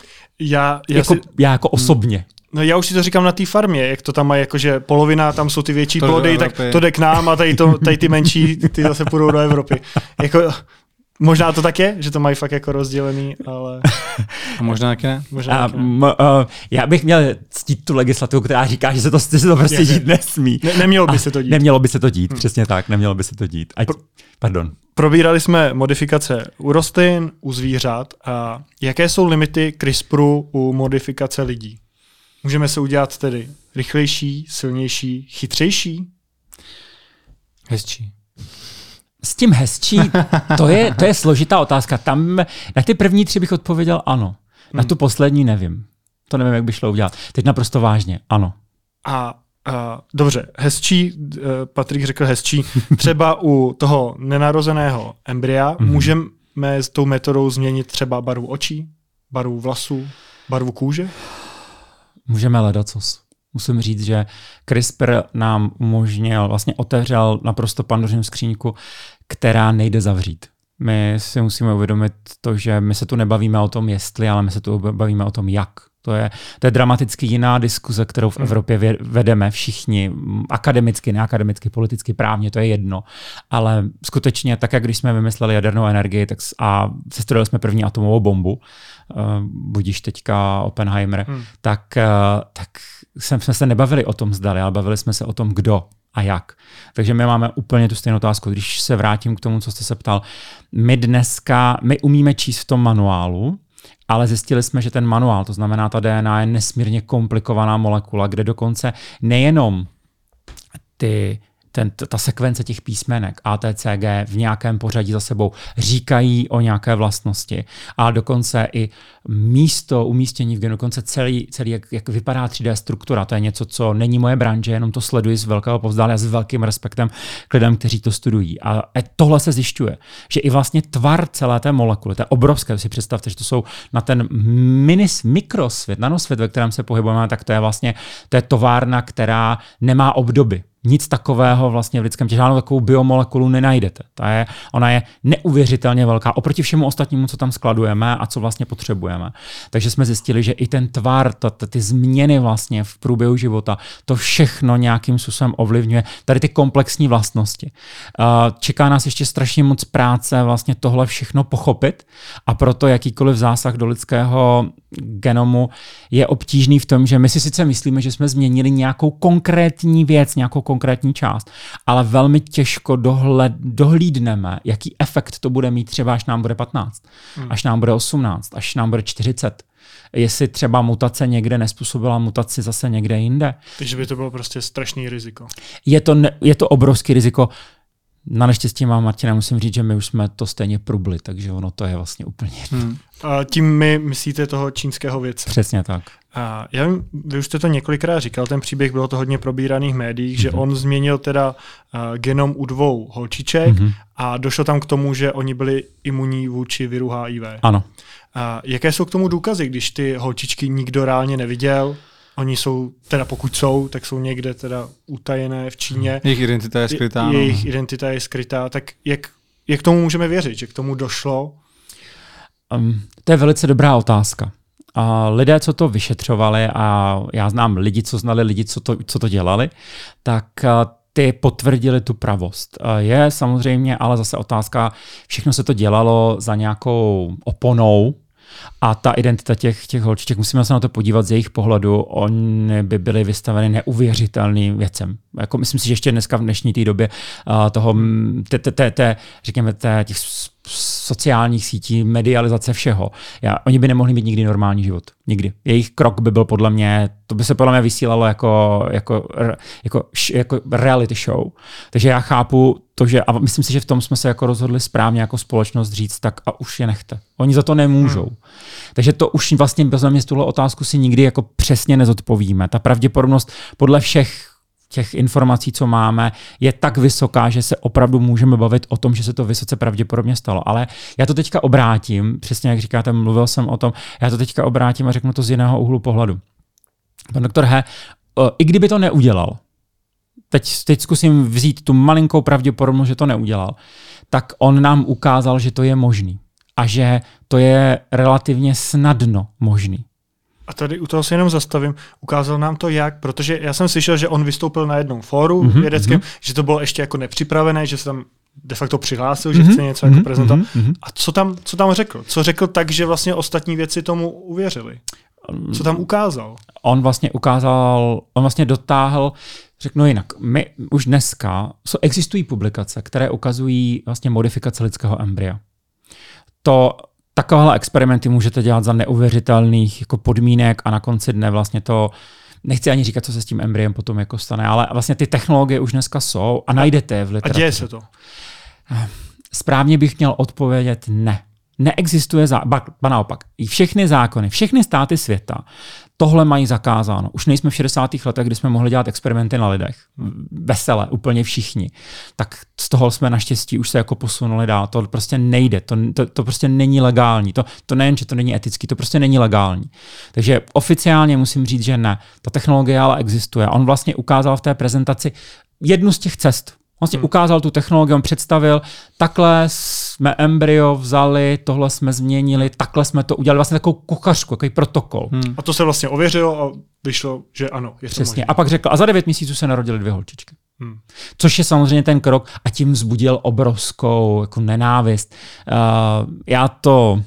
Já, já, jako, si... já jako osobně. No já už si to říkám na té farmě, jak to tam mají, jakože polovina, tam jsou ty větší to plody, tak to jde k nám a tady, to, tady ty menší, ty zase půjdou do Evropy. Jako... Možná to tak je, že to mají fakt jako rozdělený, ale... A možná taky ne. Možná a, taky ne. M, uh, já bych měl ctít tu legislativu, která říká, že se to, že se to prostě je, dít nesmí. Ne, nemělo by se to dít. Nemělo by se to dít, hmm. přesně tak, nemělo by se to dít. Ať, Pro, pardon. Probírali jsme modifikace u rostlin, u zvířat a jaké jsou limity CRISPRu u modifikace lidí? Můžeme se udělat tedy rychlejší, silnější, chytřejší? Hezčí. S tím hezčí, to je, to je složitá otázka. Tam na ty první tři bych odpověděl ano. Na tu poslední nevím. To nevím, jak by šlo udělat. Teď naprosto vážně, ano. A Uh, dobře, hezčí, uh, Patrik řekl hezčí, třeba u toho nenarozeného embrya mm-hmm. můžeme s tou metodou změnit třeba barvu očí, barvu vlasů, barvu kůže? Můžeme ledacos. Musím říct, že CRISPR nám umožnil, vlastně otevřel naprosto Pandořinu skříňku, která nejde zavřít. My si musíme uvědomit to, že my se tu nebavíme o tom jestli, ale my se tu bavíme o tom jak. To je, to je dramaticky jiná diskuze, kterou v Evropě vedeme všichni, akademicky, neakademicky, politicky, právně, to je jedno. Ale skutečně, tak jak když jsme vymysleli jadernou energii tak a sestrodili jsme první atomovou bombu, uh, budíš teďka Oppenheimer, hmm. tak, uh, tak jsme se nebavili o tom zdali, ale bavili jsme se o tom kdo a jak. Takže my máme úplně tu stejnou otázku. Když se vrátím k tomu, co jste se ptal, my dneska, my umíme číst v tom manuálu, ale zjistili jsme, že ten manuál, to znamená ta D N A je nesmírně komplikovaná molekula, kde dokonce nejenom ty, ten, ta sekvence těch písmenek A, T, C, G v nějakém pořadí za sebou říkají o nějaké vlastnosti, ale dokonce i místo umístění v genu, dokonce celý, celý jak, jak vypadá tři dé struktura, to je něco, co není moje branže, jenom to sleduji z velkého povzdálí a s velkým respektem k lidem, kteří to studují. A tohle se zjišťuje, že i vlastně tvar celé té molekuly, to je obrovské, si představte, že to jsou na ten minis, mikrosvět, nanosvět, ve kterém se pohybujeme, tak to je vlastně to je továrna, která nemá obdoby. Nic takového vlastně v lidském těle, žádnou takovou biomolekulu nenajdete. Ta je, ona je neuvěřitelně velká oproti všemu ostatnímu, co tam skladujeme a co vlastně potřebujeme. Takže jsme zjistili, že i ten tvar, to, to, ty změny vlastně v průběhu života, to všechno nějakým způsobem ovlivňuje tady ty komplexní vlastnosti. Čeká nás ještě strašně moc práce vlastně tohle všechno pochopit a proto jakýkoliv zásah do lidského genomu je obtížný v tom, že my si sice myslíme, že jsme změnili nějakou konkrétní věc, nějakou konkrétní část, ale velmi těžko dohled, dohlídneme, jaký efekt to bude mít třeba, až nám bude patnáct, hmm. až nám bude osmnáct, až nám bude čtyřicet. Jestli třeba mutace někde nespůsobila mutaci zase někde jinde. Takže by to bylo prostě strašný riziko. Je to, ne, je to obrovský riziko. Na neštěstí mám, Martina, musím říct, že my už jsme to stejně prubli, takže ono to je vlastně úplně jedno. Hmm. A tím my myslíte toho čínského vědce. Přesně tak. A já vím, vy už jste to několikrát říkal, ten příběh, bylo to hodně probíraných v médiích, mm-hmm. že on změnil teda uh, genom u dvou holčiček mm-hmm. a došlo tam k tomu, že oni byli imunní vůči viru H I V. Ano. A jaké jsou k tomu důkazy, když ty holčičky nikdo reálně neviděl? Oni jsou, teda pokud jsou, tak jsou někde teda utajené v Číně. Jejich identita je skrytá. Je, jejich identita je skrytá, tak jak, jak tomu můžeme věřit, že k tomu došlo? Um, to je velice dobrá otázka. A lidé, co to vyšetřovali, a já znám lidi, co znali lidi, co to, co to dělali, tak ty potvrdili tu pravost. Je samozřejmě ale zase otázka, všechno se to dělalo za nějakou oponou, a ta identita těch, těch holčiček, musíme se na to podívat z jejich pohledu, oni by byli vystaveni neuvěřitelným věcem. Jako myslím si, že ještě dneska v dnešní té době uh, toho, te, te, te, te, řekněme, te, těch sociálních sítí, medializace všeho. Já, oni by nemohli mít nikdy normální život. Nikdy. Jejich krok by byl podle mě, to by se podle mě vysílalo jako, jako, jako, jako reality show. Takže já chápu to, že, a myslím si, že v tom jsme se jako rozhodli správně jako společnost říct, tak a už je nechte. Oni za to nemůžou. Hmm. Takže to už vlastně bez mě z tuhle otázku si nikdy jako přesně nezodpovíme. Ta pravděpodobnost podle všech těch informací, co máme, je tak vysoká, že se opravdu můžeme bavit o tom, že se to vysoce pravděpodobně stalo. Ale já to teďka obrátím, přesně jak říkáte, mluvil jsem o tom, já to teďka obrátím a řeknu to z jiného úhlu pohledu. Pan doktor He, i kdyby to neudělal, teď, teď zkusím vzít tu malinkou pravděpodobnost, že to neudělal, tak on nám ukázal, že to je možný a že to je relativně snadno možný. A tady u toho se jenom zastavím. Ukázal nám to jak, protože já jsem slyšel, že on vystoupil na jednom fóru mm-hmm, vědeckém, mm-hmm. že to bylo ještě jako nepřipravené, že se tam de facto přihlásil, že mm-hmm, chce něco mm-hmm, jako prezentovat. Mm-hmm. A co tam, co tam řekl? Co řekl tak, že vlastně ostatní věci tomu uvěřili? Co tam ukázal? On vlastně ukázal, on vlastně dotáhl, řeknu jinak, my už dneska so, existují publikace, které ukazují vlastně modifikace lidského embrya. To Takovéhle experimenty můžete dělat za neuvěřitelných jako podmínek a na konci dne vlastně to, nechci ani říkat, co se s tím embryem potom jako stane, ale vlastně ty technologie už dneska jsou a najdete je v literatuře. A děje se to? Správně bych měl odpovědět ne. Neexistuje, zá... ba, ba naopak, i všechny zákony, všechny státy světa tohle mají zakázáno. Už nejsme v šedesátých letech, kdy jsme mohli dělat experimenty na lidech. Veselé, úplně všichni. Tak z toho jsme naštěstí už se jako posunuli dál. To prostě nejde, to, to, to prostě není legální. To, to nejen, že to není etický, to prostě není legální. Takže oficiálně musím říct, že ne. Ta technologie ale existuje. On vlastně ukázal v té prezentaci jednu z těch cest. Vlastně hmm. ukázal tu technologii, on představil, takhle jsme embryo vzali, tohle jsme změnili, takhle jsme to udělali, vlastně takovou kuchařku, takový protokol. Hmm. A to se vlastně ověřilo a vyšlo, že ano. Je Přesně. To a pak řekl, a za devět měsíců se narodily dvě holčičky. Hmm. Což je samozřejmě ten krok a tím vzbudil obrovskou jako nenávist. Uh, já to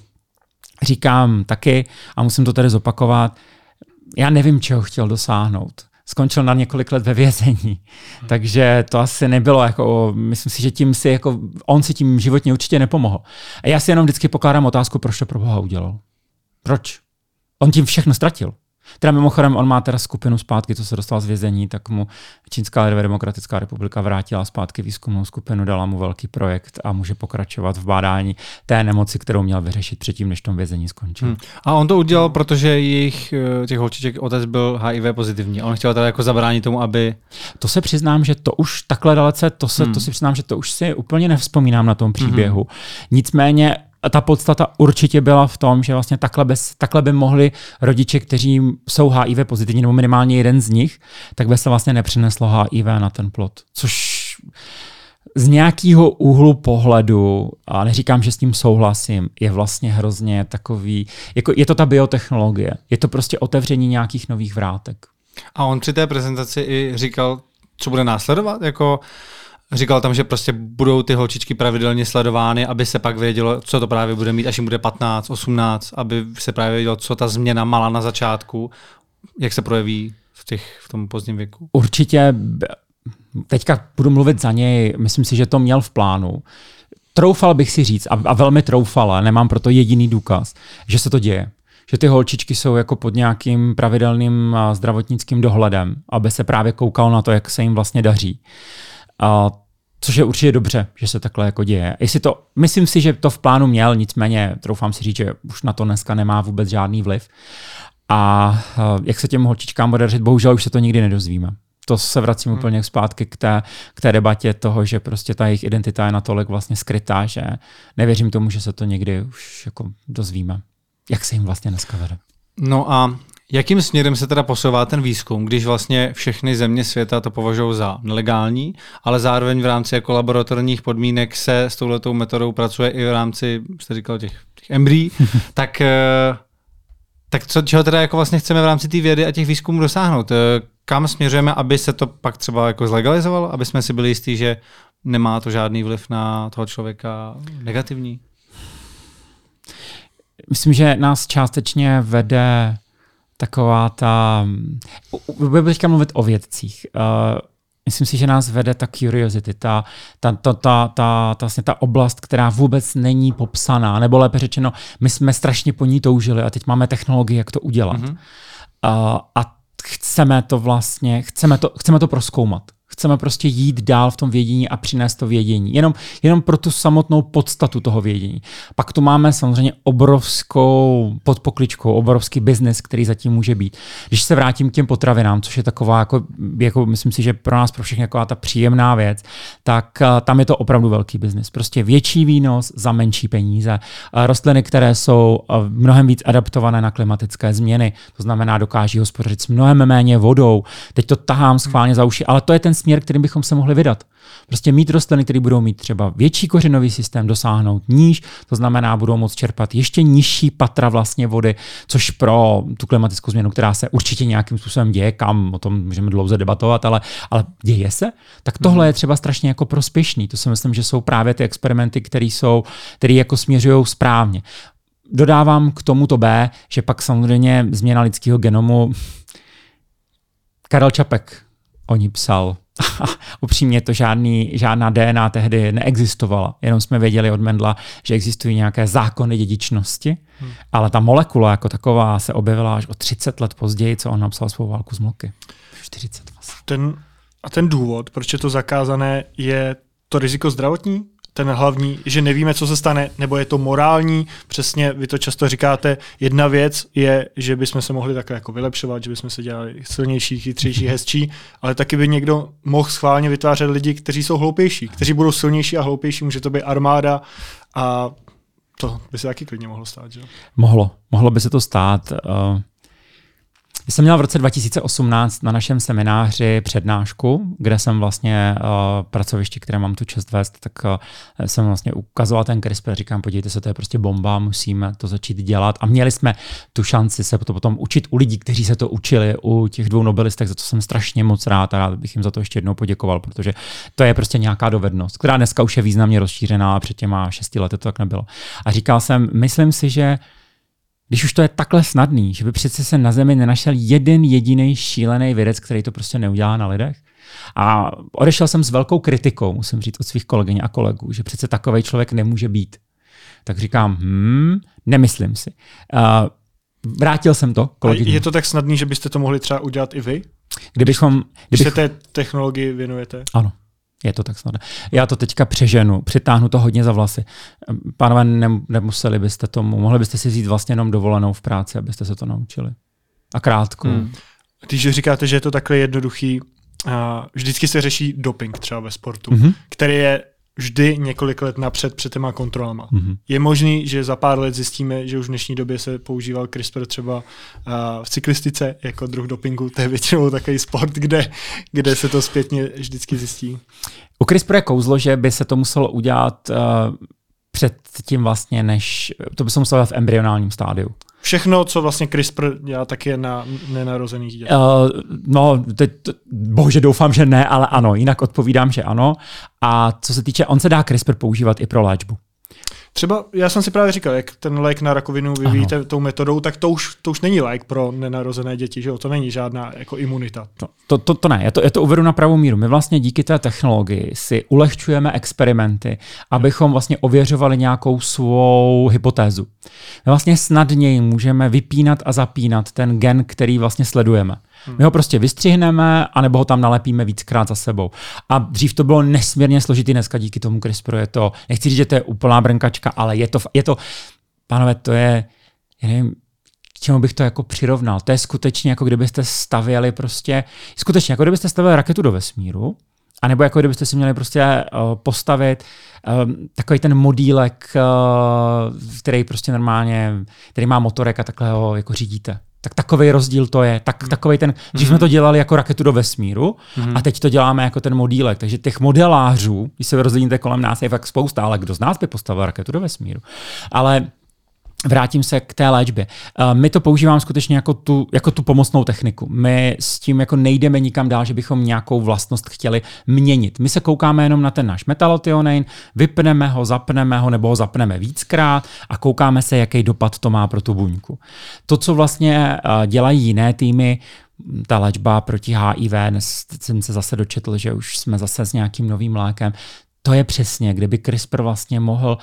říkám taky a musím to tady zopakovat. Já nevím, čeho chtěl dosáhnout. Skončil na několik let ve vězení. Hmm. Takže to asi nebylo, jako, myslím si, že tím si, jako, on si tím životně určitě nepomohl. A já si jenom vždycky pokládám otázku, proč to pro Boha udělal. Proč? On tím všechno ztratil. Teda mimochodem, on má teda skupinu zpátky, co se dostal z vězení, tak mu Čínská lidově demokratická republika vrátila zpátky výzkumnou skupinu, dala mu velký projekt a může pokračovat v bádání té nemoci, kterou měl vyřešit předtím, než v tom vězení skončil. Hmm. A on to udělal, protože jejich těch holčiček otec byl H I V pozitivní. A on chtěl teda jako zabránit tomu, aby... To se přiznám, že to už takhle dalece, to, se, hmm. to si přiznám, že to už si úplně nevzpomínám na tom příběhu. Hmm. Nicméně ta podstata určitě byla v tom, že vlastně takhle, bez, takhle by mohli rodiče, kteří jsou H I V pozitivní, nebo minimálně jeden z nich, tak by se vlastně nepřineslo H I V na ten plod. Což z nějakého úhlu pohledu, a neříkám, že s tím souhlasím, je vlastně hrozně takový, jako je to ta biotechnologie, je to prostě otevření nějakých nových vrátek. A on při té prezentaci i říkal, co bude následovat, jako... Říkal tam, že prostě budou ty holčičky pravidelně sledovány, aby se pak vědělo, co to právě bude mít, až jim bude patnáct, osmnáct, aby se právě vědělo, co ta změna mala na začátku, jak se projeví v, těch, v tom pozdním věku. Určitě, teďka budu mluvit za něj, myslím si, že to měl v plánu. Troufal bych si říct, a, a velmi troufal, nemám proto jediný důkaz, že se to děje. Že ty holčičky jsou jako pod nějakým pravidelným zdravotnickým dohledem, aby se právě koukal na to, jak se jim vlastně daří. Uh, což je určitě dobře, že se takhle jako děje. Jestli to, myslím si, že to v plánu měl, nicméně troufám si říct, že už na to dneska nemá vůbec žádný vliv. A uh, jak se těm holčičkám bude dařit, bohužel už se to nikdy nedozvíme. To se vracím hmm. úplně zpátky k té, k té debatě toho, že prostě ta jejich identita je natolik vlastně skrytá, že nevěřím tomu, že se to někdy už jako dozvíme. Jak se jim vlastně dneska vede. No a jakým směrem se teda posouvá ten výzkum, když vlastně všechny země světa to považují za nelegální, ale zároveň v rámci jako laboratorních podmínek se s touhletou metodou pracuje i v rámci, jste říkal, těch, těch embryí, tak, tak co, čeho teda jako vlastně chceme v rámci té vědy a těch výzkumů dosáhnout? Kam směřujeme, aby se to pak třeba jako zlegalizovalo, aby jsme si byli jistí, že nemá to žádný vliv na toho člověka negativní? Myslím, že nás částečně vede taková ta... Budu teďka mluvit o vědcích. Uh, myslím si, že nás vede ta curiosity, ta, ta, ta, ta, ta, ta, vlastně ta oblast, která vůbec není popsaná, nebo lépe řečeno, my jsme strašně po ní toužili a teď máme technologii, jak to udělat. Mm-hmm. Uh, a chceme to vlastně, chceme to, chceme to prozkoumat. Chceme prostě jít dál v tom vědění a přinést to vědění. Jenom, jenom pro tu samotnou podstatu toho vědění. Pak tu máme samozřejmě obrovskou pod pokličkou, obrovský biznis, který zatím může být. Když se vrátím k těm potravinám, což je taková, jako, jako myslím si, že pro nás, pro všechny taková ta příjemná věc, tak uh, tam je to opravdu velký biznis. Prostě větší výnos za menší peníze. Uh, rostliny, které jsou uh, mnohem víc adaptované na klimatické změny, to znamená, dokáží hospodařit s mnohem méně vodou. Teď to tahám schválně za uši, ale to je ten směr, kterým bychom se mohli vydat. Prostě mít rostliny, které budou mít třeba větší kořenový systém, dosáhnout níž, to znamená, budou moct čerpat ještě nižší patra vlastně vody, což pro tu klimatickou změnu, která se určitě nějakým způsobem děje, kam o tom můžeme dlouze debatovat, ale, ale děje se, tak tohle je třeba strašně jako prospěšný. To si myslím, že jsou právě ty experimenty, které jsou, které jako směřují správně. Dodávám k tomuto B, že pak samozřejmě změna lidského genomu. Karel Čapek o ní psal. Upřímně to žádný, žádná D N A tehdy neexistovala. Jenom jsme věděli od Mendla, že existují nějaké zákony dědičnosti, hmm. ale ta molekula jako taková se objevila až o třicet let později, co on napsal svou válku z mlky. čtyřicet vlastně. Ten, a ten důvod, proč je to zakázané, je to riziko zdravotní? ten hlavní, že nevíme, co se stane, nebo je to morální, přesně vy to často říkáte, jedna věc je, že bychom se mohli takhle jako vylepšovat, že bychom se dělali silnější, chytřejší, hezčí, ale taky by někdo mohl schválně vytvářet lidi, kteří jsou hloupější, kteří budou silnější a hloupější, může to být armáda a to by se taky klidně mohlo stát, že? Mohlo, mohlo by se to stát. Uh... Jsem měl v roce dva tisíce osmnáct na našem semináři přednášku, kde jsem vlastně uh, pracovišti, které mám tu čest vést, tak uh, jsem vlastně ukazoval ten CRISPR, říkám, podívejte se, to je prostě bomba, musíme to začít dělat. A měli jsme tu šanci se to potom učit u lidí, kteří se to učili, u těch dvou nobelistech, za to jsem strašně moc rád a rád bych jim za to ještě jednou poděkoval, protože to je prostě nějaká dovednost, která dneska už je významně rozšířená, a před těma šesti lety to tak nebylo. A říkal jsem, myslím si, že když už to je takhle snadný, že by přece se na Zemi nenašel jeden jediný šílený vědec, který to prostě neudělá na lidech. A odešel jsem s velkou kritikou, musím říct, od svých kolegyň a kolegů, že přece takovej člověk nemůže být. Tak říkám, hm, nemyslím si. Uh, vrátil jsem to kolegyně. A je to tak snadný, že byste to mohli třeba udělat i vy? Kdybychom... Kdybych... Když se té technologii věnujete? Ano. Je to tak snadné. Já to teďka přeženu, přitáhnu to hodně za vlasy. Pánové, nemuseli byste tomu, mohli byste si vzít vlastně jenom dovolenou v práci, abyste se to naučili. A krátko. Hmm. Když říkáte, že je to takhle jednoduchý, vždycky se řeší doping třeba ve sportu, mm-hmm. který je vždy několik let napřed před těma kontrolama. Mm-hmm. Je možný, že za pár let zjistíme, že už v dnešní době se používal CRISPR třeba uh, v cyklistice jako druh dopingu. To je většinou takový sport, kde, kde se to zpětně vždycky zjistí. U CRISPR je kouzlo, že by se to muselo udělat uh, před tím vlastně, než to by se muselo dělat v embryonálním stádiu. Všechno, co vlastně CRISPR dělá, tak je na nenarozených dětech. Uh, no, teď, bože, doufám, že ne, ale ano, jinak odpovídám, že ano. A co se týče, on se dá CRISPR používat i pro léčbu. Třeba, já jsem si právě říkal, jak ten lék na rakovinu vyvíjíte ano. tou metodou, tak to už, to už není lék pro nenarozené děti, že jo? To není žádná jako imunita. No, to, to, to ne, já to, já to uvedu na pravou míru. My vlastně díky té technologii si ulehčujeme experimenty, abychom vlastně ověřovali nějakou svou hypotézu. My vlastně snadněji můžeme vypínat a zapínat ten gen, který vlastně sledujeme. My ho prostě vystřihneme, anebo ho tam nalepíme víckrát za sebou. A dřív to bylo nesmírně složitý, dneska díky tomu CRISPRu je to, nechci říct, že to je úplná brnkačka, ale je to, je to pánové, to je, já nevím, k čemu bych to jako přirovnal. To je skutečně jako kdybyste stavěli prostě, skutečně jako kdybyste stavěli raketu do vesmíru, anebo jako kdybyste si měli prostě uh, postavit um, takový ten modílek, uh, který prostě normálně, který má motorek a takhle ho jako řídíte. Tak takovej rozdíl to je. Tak, takovej ten, když mm-hmm. jsme to dělali jako raketu do vesmíru mm-hmm. a teď to děláme jako ten modílek. Takže těch modelářů, když se rozdělíte kolem nás, je fakt spousta, ale kdo z nás by postavil raketu do vesmíru? Ale vrátím se k té léčbě. My to používáme skutečně jako tu, jako tu pomocnou techniku. My s tím jako nejdeme nikam dál, že bychom nějakou vlastnost chtěli měnit. My se koukáme jenom na ten náš metalothionein, vypneme ho, zapneme ho nebo ho zapneme víckrát a koukáme se, jaký dopad to má pro tu buňku. To, co vlastně dělají jiné týmy, ta léčba proti H I V, dnes jsem se zase dočetl, že už jsme zase s nějakým novým lékem, to je přesně, kdyby CRISPR vlastně mohl.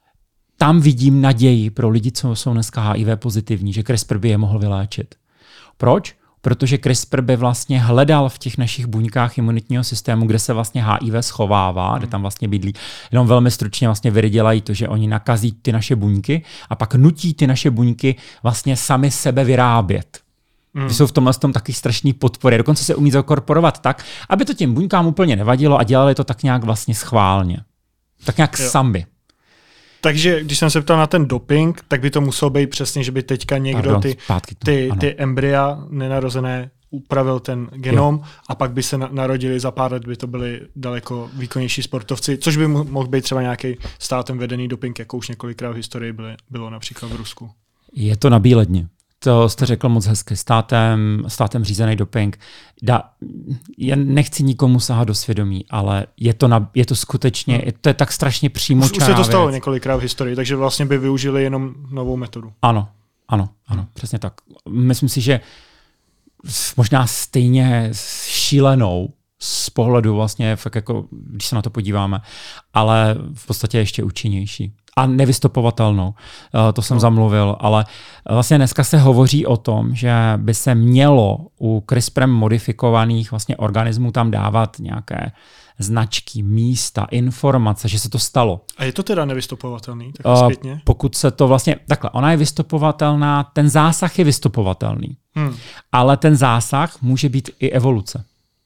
Tam vidím naději pro lidi, co jsou dneska H I V pozitivní, že CRISPR by je mohl vyléčit. Proč? Protože CRISPR by vlastně hledal v těch našich buňkách imunitního systému, kde se vlastně H I V schovává, kde tam vlastně bydlí. Jenom velmi stručně vlastně vydělají to, že oni nakazí ty naše buňky a pak nutí ty naše buňky vlastně sami sebe vyrábět. Mm. Jsou v tomhle tom taky strašný podpory. Dokonce se umí zakorporovat tak, aby to těm buňkám úplně nevadilo a dělali to tak nějak vlastně schválně. Tak nějak jo. sami. Takže když jsem se ptal na ten doping, tak by to muselo být přesně, že by teďka někdo Pardon, ty, ty, ty embrya nenarozené upravil ten genom jo. a pak by se na, narodili za pár let, by to byli daleko výkonnější sportovci, což by mohl být třeba nějaký státem vedený doping, jako už několikrát v historii byly, bylo například v Rusku. Je to na bíledni. To jste řekl moc hezky. Státem, státem řízený doping. Da, já nechci nikomu sahat do svědomí, ale je to, na, je to skutečně, hmm. to je tak strašně přímočará Už se to stalo věc. několikrát v historii, takže vlastně by využili jenom novou metodu. Ano, ano, ano, hmm. přesně tak. Myslím si, že možná stejně šílenou, z pohledu vlastně, fakt jako, když se na to podíváme, ale v podstatě ještě účinnější. A nevystopovatelnou, to jsem no. zamluvil, ale vlastně dneska se hovoří o tom, že by se mělo u CRISPRem modifikovaných vlastně organismů tam dávat nějaké značky, místa, informace, že se to stalo. A je to teda nevystopovatelný? Tak zpětně? Uh, pokud se to vlastně, takhle, ona je vystopovatelná, ten zásah je vystopovatelný, hmm. ale ten zásah může být i evoluce.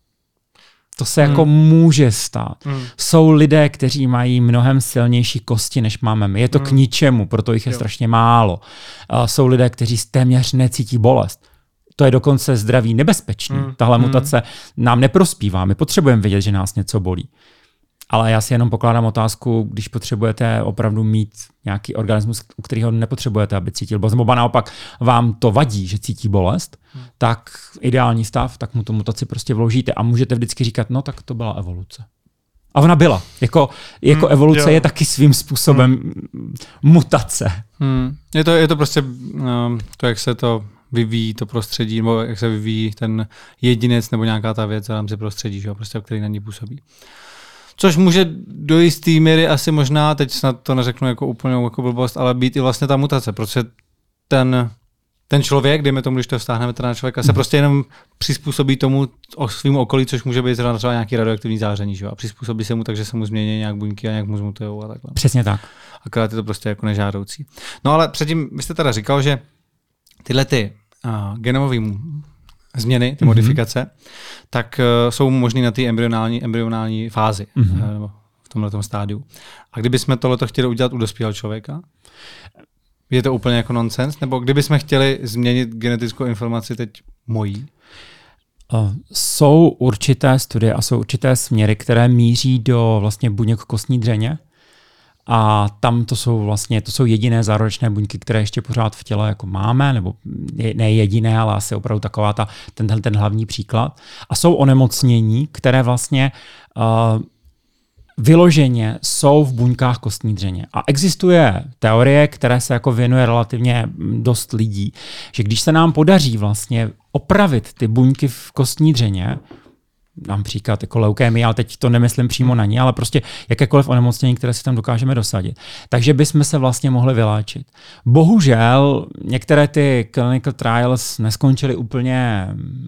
To se hmm. jako může stát. Hmm. Jsou lidé, kteří mají mnohem silnější kosti, než máme my. Je to hmm. k ničemu, proto jich je jo. strašně málo. Uh, jsou lidé, kteří téměř necítí bolest. To je dokonce zdraví nebezpečný. Hmm. Tahle hmm. mutace nám neprospívá. My potřebujeme vědět, že nás něco bolí. Ale já si jenom pokládám otázku, když potřebujete opravdu mít nějaký organismus, u kterého nepotřebujete, aby cítil bolest, nebo naopak vám to vadí, že cítí bolest, hmm. tak ideální stav, tak mu tu mutaci prostě vložíte a můžete vždycky říkat, no tak to byla evoluce. A ona byla. Jako, jako hmm, evoluce jo. je taky svým způsobem hmm. mutace. Hmm. Je, to, je to prostě um, to, jak se to vyvíjí to prostředí, nebo jak se vyvíjí ten jedinec nebo nějaká ta věc v rámci prostředí, že? Prostě, který na ní působí. Což může do jisté míry asi možná, teď snad to neřeknu jako úplnou jako blbost, ale být i vlastně ta mutace, protože ten, ten člověk, dejme tomu, když to vztáhneme teda na člověka, mm. se prostě jenom přizpůsobí tomu svým okolí, což může být třeba nějaký radioaktivní záření, že? A přizpůsobí se mu tak, že se mu změní nějak buňky a nějak mu zmutujou a takhle. Přesně tak. Akorát je to prostě jako nežádoucí. No ale předtím vy jste teda říkal, že tyhle ty uh, genové změny, ty mm-hmm. modifikace, tak uh, jsou možný na té embryonální, embryonální fázi, mm-hmm. uh, nebo v tomhletom stádiu. A kdybychom tohleto chtěli udělat u dospělého člověka, je to úplně jako nonsens? Nebo kdybychom chtěli změnit genetickou informaci teď mojí? Uh, jsou určité studie a jsou určité směry, které míří do vlastně buněk kostní dřeně. A tam to jsou vlastně, to jsou jediné zárodečné buňky, které ještě pořád v těle jako máme, nebo ne jediné, ale asi opravdu taková ta, ten, ten hlavní příklad. A jsou onemocnění, které vlastně uh, vyloženě jsou v buňkách kostní dřeně. A existuje teorie, které se jako věnuje relativně dost lidí, že když se nám podaří vlastně opravit ty buňky v kostní dřeně, například jako leukémie, ale teď to nemyslím přímo na ní, ale prostě jakékoliv onemocnění, které si tam dokážeme dosadit. Takže bychom se vlastně mohli vyléčit. Bohužel některé ty clinical trials neskončily úplně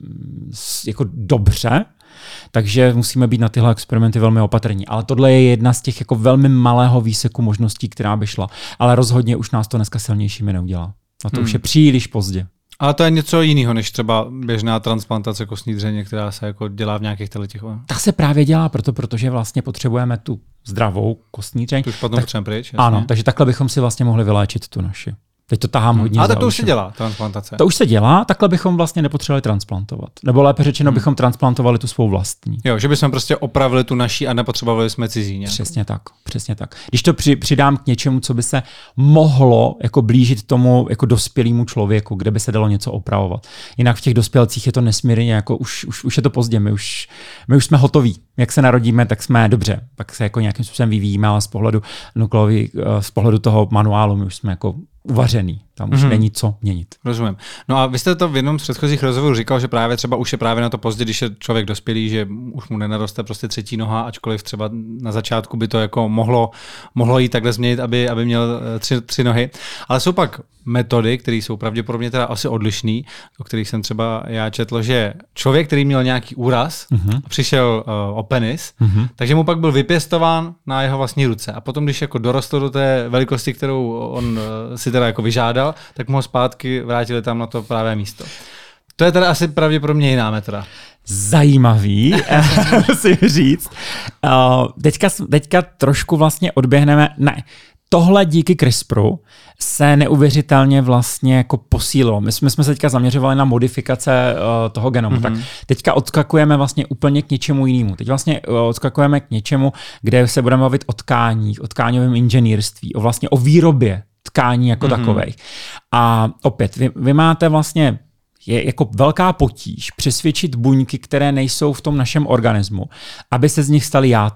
jako dobře, takže musíme být na tyhle experimenty velmi opatrní. Ale tohle je jedna z těch jako velmi malého výseku možností, která by šla. Ale rozhodně už nás to dneska silnějšími neudělá. A to hmm. už je příliš pozdě. Ale to je něco jiného, než třeba běžná transplantace kostní dřeně, která se jako dělá v nějakých těch. Ta se právě dělá proto, protože vlastně potřebujeme tu zdravou kostní dřeň. Tu špatnou tak, pryč, jasně. Ano, takže takhle bychom si vlastně mohli vyléčit tu naši. Teď to tahám hodně. A tak to už se dělá, transplantace. To už se dělá, takhle bychom vlastně nepotřebovali transplantovat. Nebo lépe řečeno, hmm. bychom transplantovali tu svou vlastní. Jo, že bychom prostě opravili tu naší a nepotřebovali jsme cizí. Nějakou. Přesně tak, přesně tak. Když to při, přidám k něčemu, co by se mohlo jako blížit tomu jako dospělému člověku, kde by se dalo něco opravovat. Jinak v těch dospělcích je to nesmírně, jako už, už, už je to pozdě, my už, my už jsme hotoví. Jak se narodíme, tak jsme dobře, pak se jako nějakým způsobem vyvíjíme, ale z pohledu nukleový, z pohledu toho manuálu my už jsme jako uvařený. Tam už mm-hmm. není co měnit. Rozumím. No a vy jste to v jednom z předchozích rozhovorů říkal, že právě třeba už je právě na to pozdě, když je člověk dospělý, že už mu nenaroste prostě třetí noha, ačkoliv třeba na začátku by to jako mohlo, mohlo jít takhle změnit, aby, aby měl tři, tři nohy. Ale jsou pak metody, které jsou pravděpodobně teda asi odlišné, o kterých jsem třeba já četl, že člověk, který měl nějaký úraz mm-hmm. a přišel uh, o penis, mm-hmm. takže mu pak byl vypěstován na jeho vlastní ruce. A potom, když jako dorostl do té velikosti, kterou on uh, si teda jako vyžádal, tak mu ho zpátky vrátili tam na to pravé místo. To je teda asi pravděpodobně jiná metoda. Zajímavý, musím říct. Uh, teďka, teďka trošku vlastně odběhneme, ne, tohle díky CRISPRu se neuvěřitelně vlastně jako posílilo. My jsme, jsme se teďka zaměřovali na modifikace uh, toho genomu, mm-hmm. tak teďka odskakujeme vlastně úplně k něčemu jinému. Teď vlastně uh, odskakujeme k něčemu, kde se budeme bavit o tkáních, o tkáňovém inženýrství, o vlastně o výrobě tkání jako mm-hmm. takových. A opět, vy, vy máte vlastně, je jako velká potíž přesvědčit buňky, které nejsou v tom našem organismu, aby se z nich staly játra.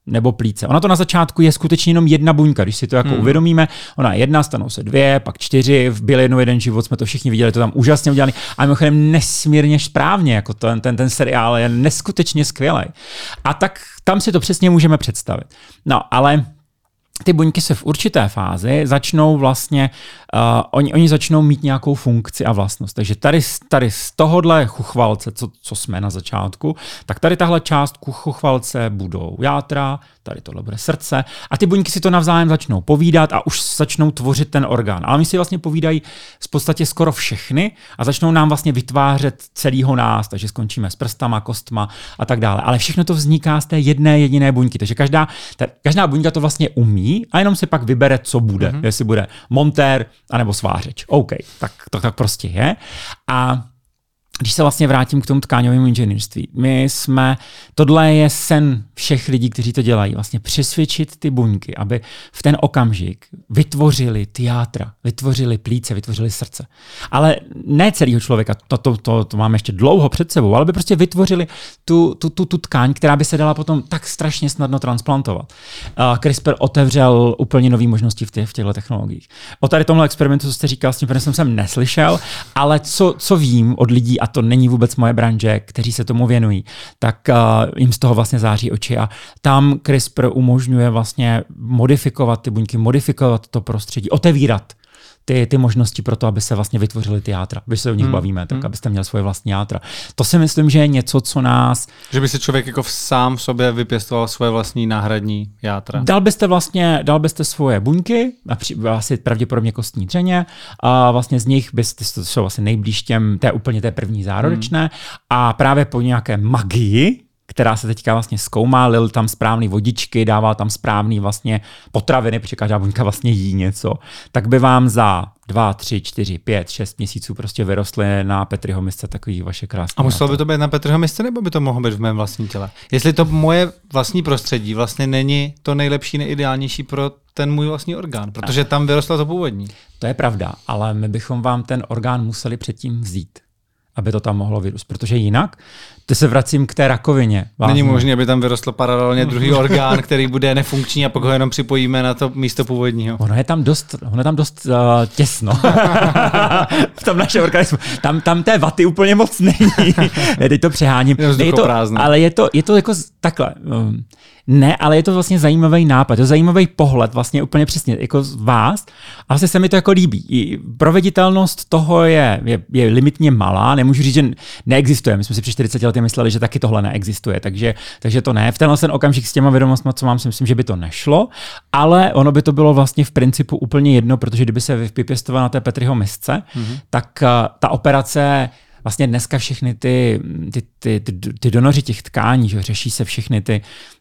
nebo plíce. Ona to na začátku je skutečně jenom jedna buňka, když si to jako hmm. uvědomíme. Ona je jedna, stanou se dvě, pak čtyři, v Byl jednou jeden život, jsme to všichni viděli, to tam úžasně udělané. A mimochodem nesmírně správně, jako ten, ten, ten seriál je neskutečně skvělý. A tak tam si to přesně můžeme představit. No, ale ty buňky se v určité fázi začnou vlastně, uh, oni, oni začnou mít nějakou funkci a vlastnost. Takže tady, tady z tohohle chuchvalce, co, co jsme na začátku, tak tady tahle část chuchvalce budou játra, tady tohle bude srdce a ty buňky si to navzájem začnou povídat a už začnou tvořit ten orgán. Ale oni si vlastně povídají v podstatě skoro všechny a začnou nám vlastně vytvářet celýho nás, takže skončíme s prstama, kostma a tak dále. Ale všechno to vzniká z té jedné jediné buňky. Takže každá, ta, každá buňka to vlastně umí a jenom si pak vybere, co bude. Mm-hmm. Jestli bude montér anebo svářeč. OK, tak to tak prostě je. A když se vlastně vrátím k tomu tkáňovému inženýrství, my jsme, tohle je sen všech lidí, kteří to dělají, vlastně přesvědčit ty buňky, aby v ten okamžik vytvořili ty játra, vytvořili plíce, vytvořili srdce. Ale ne celého člověka, to, to, to, to máme ještě dlouho před sebou, ale by prostě vytvořili tu, tu, tu, tu tkáň, která by se dala potom tak strašně snadno transplantovat. Uh, CRISPR otevřel úplně nové možnosti v, těch, v těchto technologiích. O tady tomhle experimentu, co jste říkal, s tím jsem jsem neslyšel, ale co, co vím od lidí, a to není vůbec moje branže, kteří se tomu věnují, tak uh, jim z toho vlastně září oči a tam CRISPR umožňuje vlastně modifikovat ty buňky, modifikovat to prostředí, otevírat ty, ty možnosti pro to, aby se vlastně vytvořily ty játra. Když se o nich hmm. bavíme, tak hmm. abyste měli svoje vlastní játra. To si myslím, že je něco, co nás... Že by si člověk jako sám v sobě vypěstoval svoje vlastní náhradní játra. Dal byste vlastně, dal byste svoje buňky, asi pravděpodobně kostní dřeně, a vlastně z nich byste, to jsou vlastně nejblíž těm, té úplně té první zárodečné, hmm. a právě po nějaké magii, která se teďka vlastně zkoumá, lil tam správný vodičky, dával tam správný vlastně potraviny, protože každá buňka vlastně jí něco, tak by vám za dva, tři, čtyři, pět, šest měsíců prostě vyrostly na Petriho misce takový vaše krásné. A muselo by to být na Petriho misce, nebo by to mohlo být v mém vlastním těle? Jestli to moje vlastní prostředí vlastně není to nejlepší, nejideálnější pro ten můj vlastní orgán, protože tam vyrostlo to původní. To je pravda, ale my bychom vám ten orgán museli předtím vzít, aby to tam mohlo vyrůst, protože jinak, to se vracím k té rakovině. Vážně. Není možné, aby tam vyrostl paralelně druhý orgán, který bude nefunkční a pak ho jenom připojíme na to místo původního. Ono je tam dost, ono je tam dost uh, těsno v tom našem organismu. Tam, tam té vaty úplně moc není. Ne, teď to přeháním. Je to, ale je to, je to jako takhle. Um, Ne, ale je to vlastně zajímavý nápad, je to zajímavý pohled, vlastně úplně přesně jako z vás. A vlastně se mi to jako líbí. I proveditelnost toho je, je, je limitně malá, nemůžu říct, že neexistuje. My jsme si před čtyřiceti lety mysleli, že taky tohle neexistuje, takže, takže to ne. V tenhle ten okamžik s těma vědomostmi, co mám, si myslím, že by to nešlo, ale ono by to bylo vlastně v principu úplně jedno, protože kdyby se vypěstoval na té Petriho misce, mm-hmm. tak uh, ta operace vlastně dneska všechny ty, ty, ty, ty, ty donoři těch tkání, že řeší se všechny ty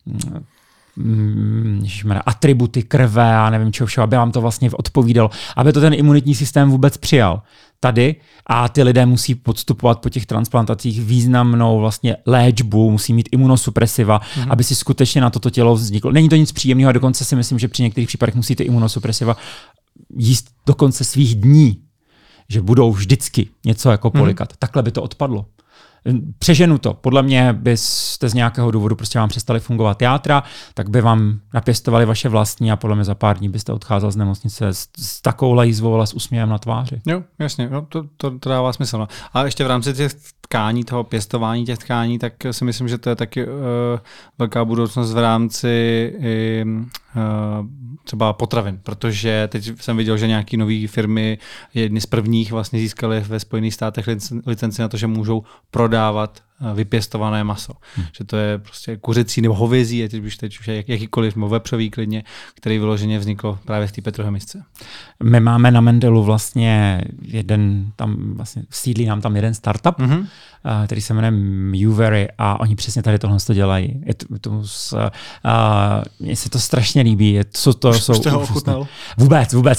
mm, ježišmarja, atributy krve a nevím čeho všeho, aby vám to vlastně odpovídalo, aby to ten imunitní systém vůbec přijal. Tady a ty lidé musí podstupovat po těch transplantacích významnou vlastně léčbu, musí mít imunosupresiva, mm-hmm. aby si skutečně na toto tělo vzniklo. Není to nic příjemného a dokonce si myslím, že při některých případech musí ty imunosupresiva jíst do konce svých dní, že budou vždycky něco jako polikat. Hmm. Takhle by to odpadlo. Přeženu to. Podle mě byste z nějakého důvodu prostě vám přestali fungovat játra, tak by vám napěstovali vaše vlastní a podle mě za pár dní byste odcházel z nemocnice s, s takovou jízvou, ale s úsměvem na tváři. Jo, jasně, no, to, to, to dává smysl. No. A ještě v rámci těch tkání, toho pěstování těch tkání, tak si myslím, že to je taky uh, velká budoucnost v rámci uh, třeba potravin, protože teď jsem viděl, že nějaký nové firmy, jedny z prvních vlastně získaly ve Spojených státech licenci na to, že můžou prodávat vypěstované maso. Hmm. Že to je prostě kuřecí nebo hovězí, a teď už teď už je jakýkoliv nebo vepřový klidně, který vyloženě vzniklo právě v té Petrohě misce. My máme na Mendelu vlastně jeden, tam vlastně sídlí nám tam jeden startup, mm-hmm. který se jmenuje Uvery a oni přesně tady tohle to dělají. Je to, to, uh, mně se to strašně líbí. Je, co to už, jsou, už jste ho ochutnal? Vůbec, vůbec.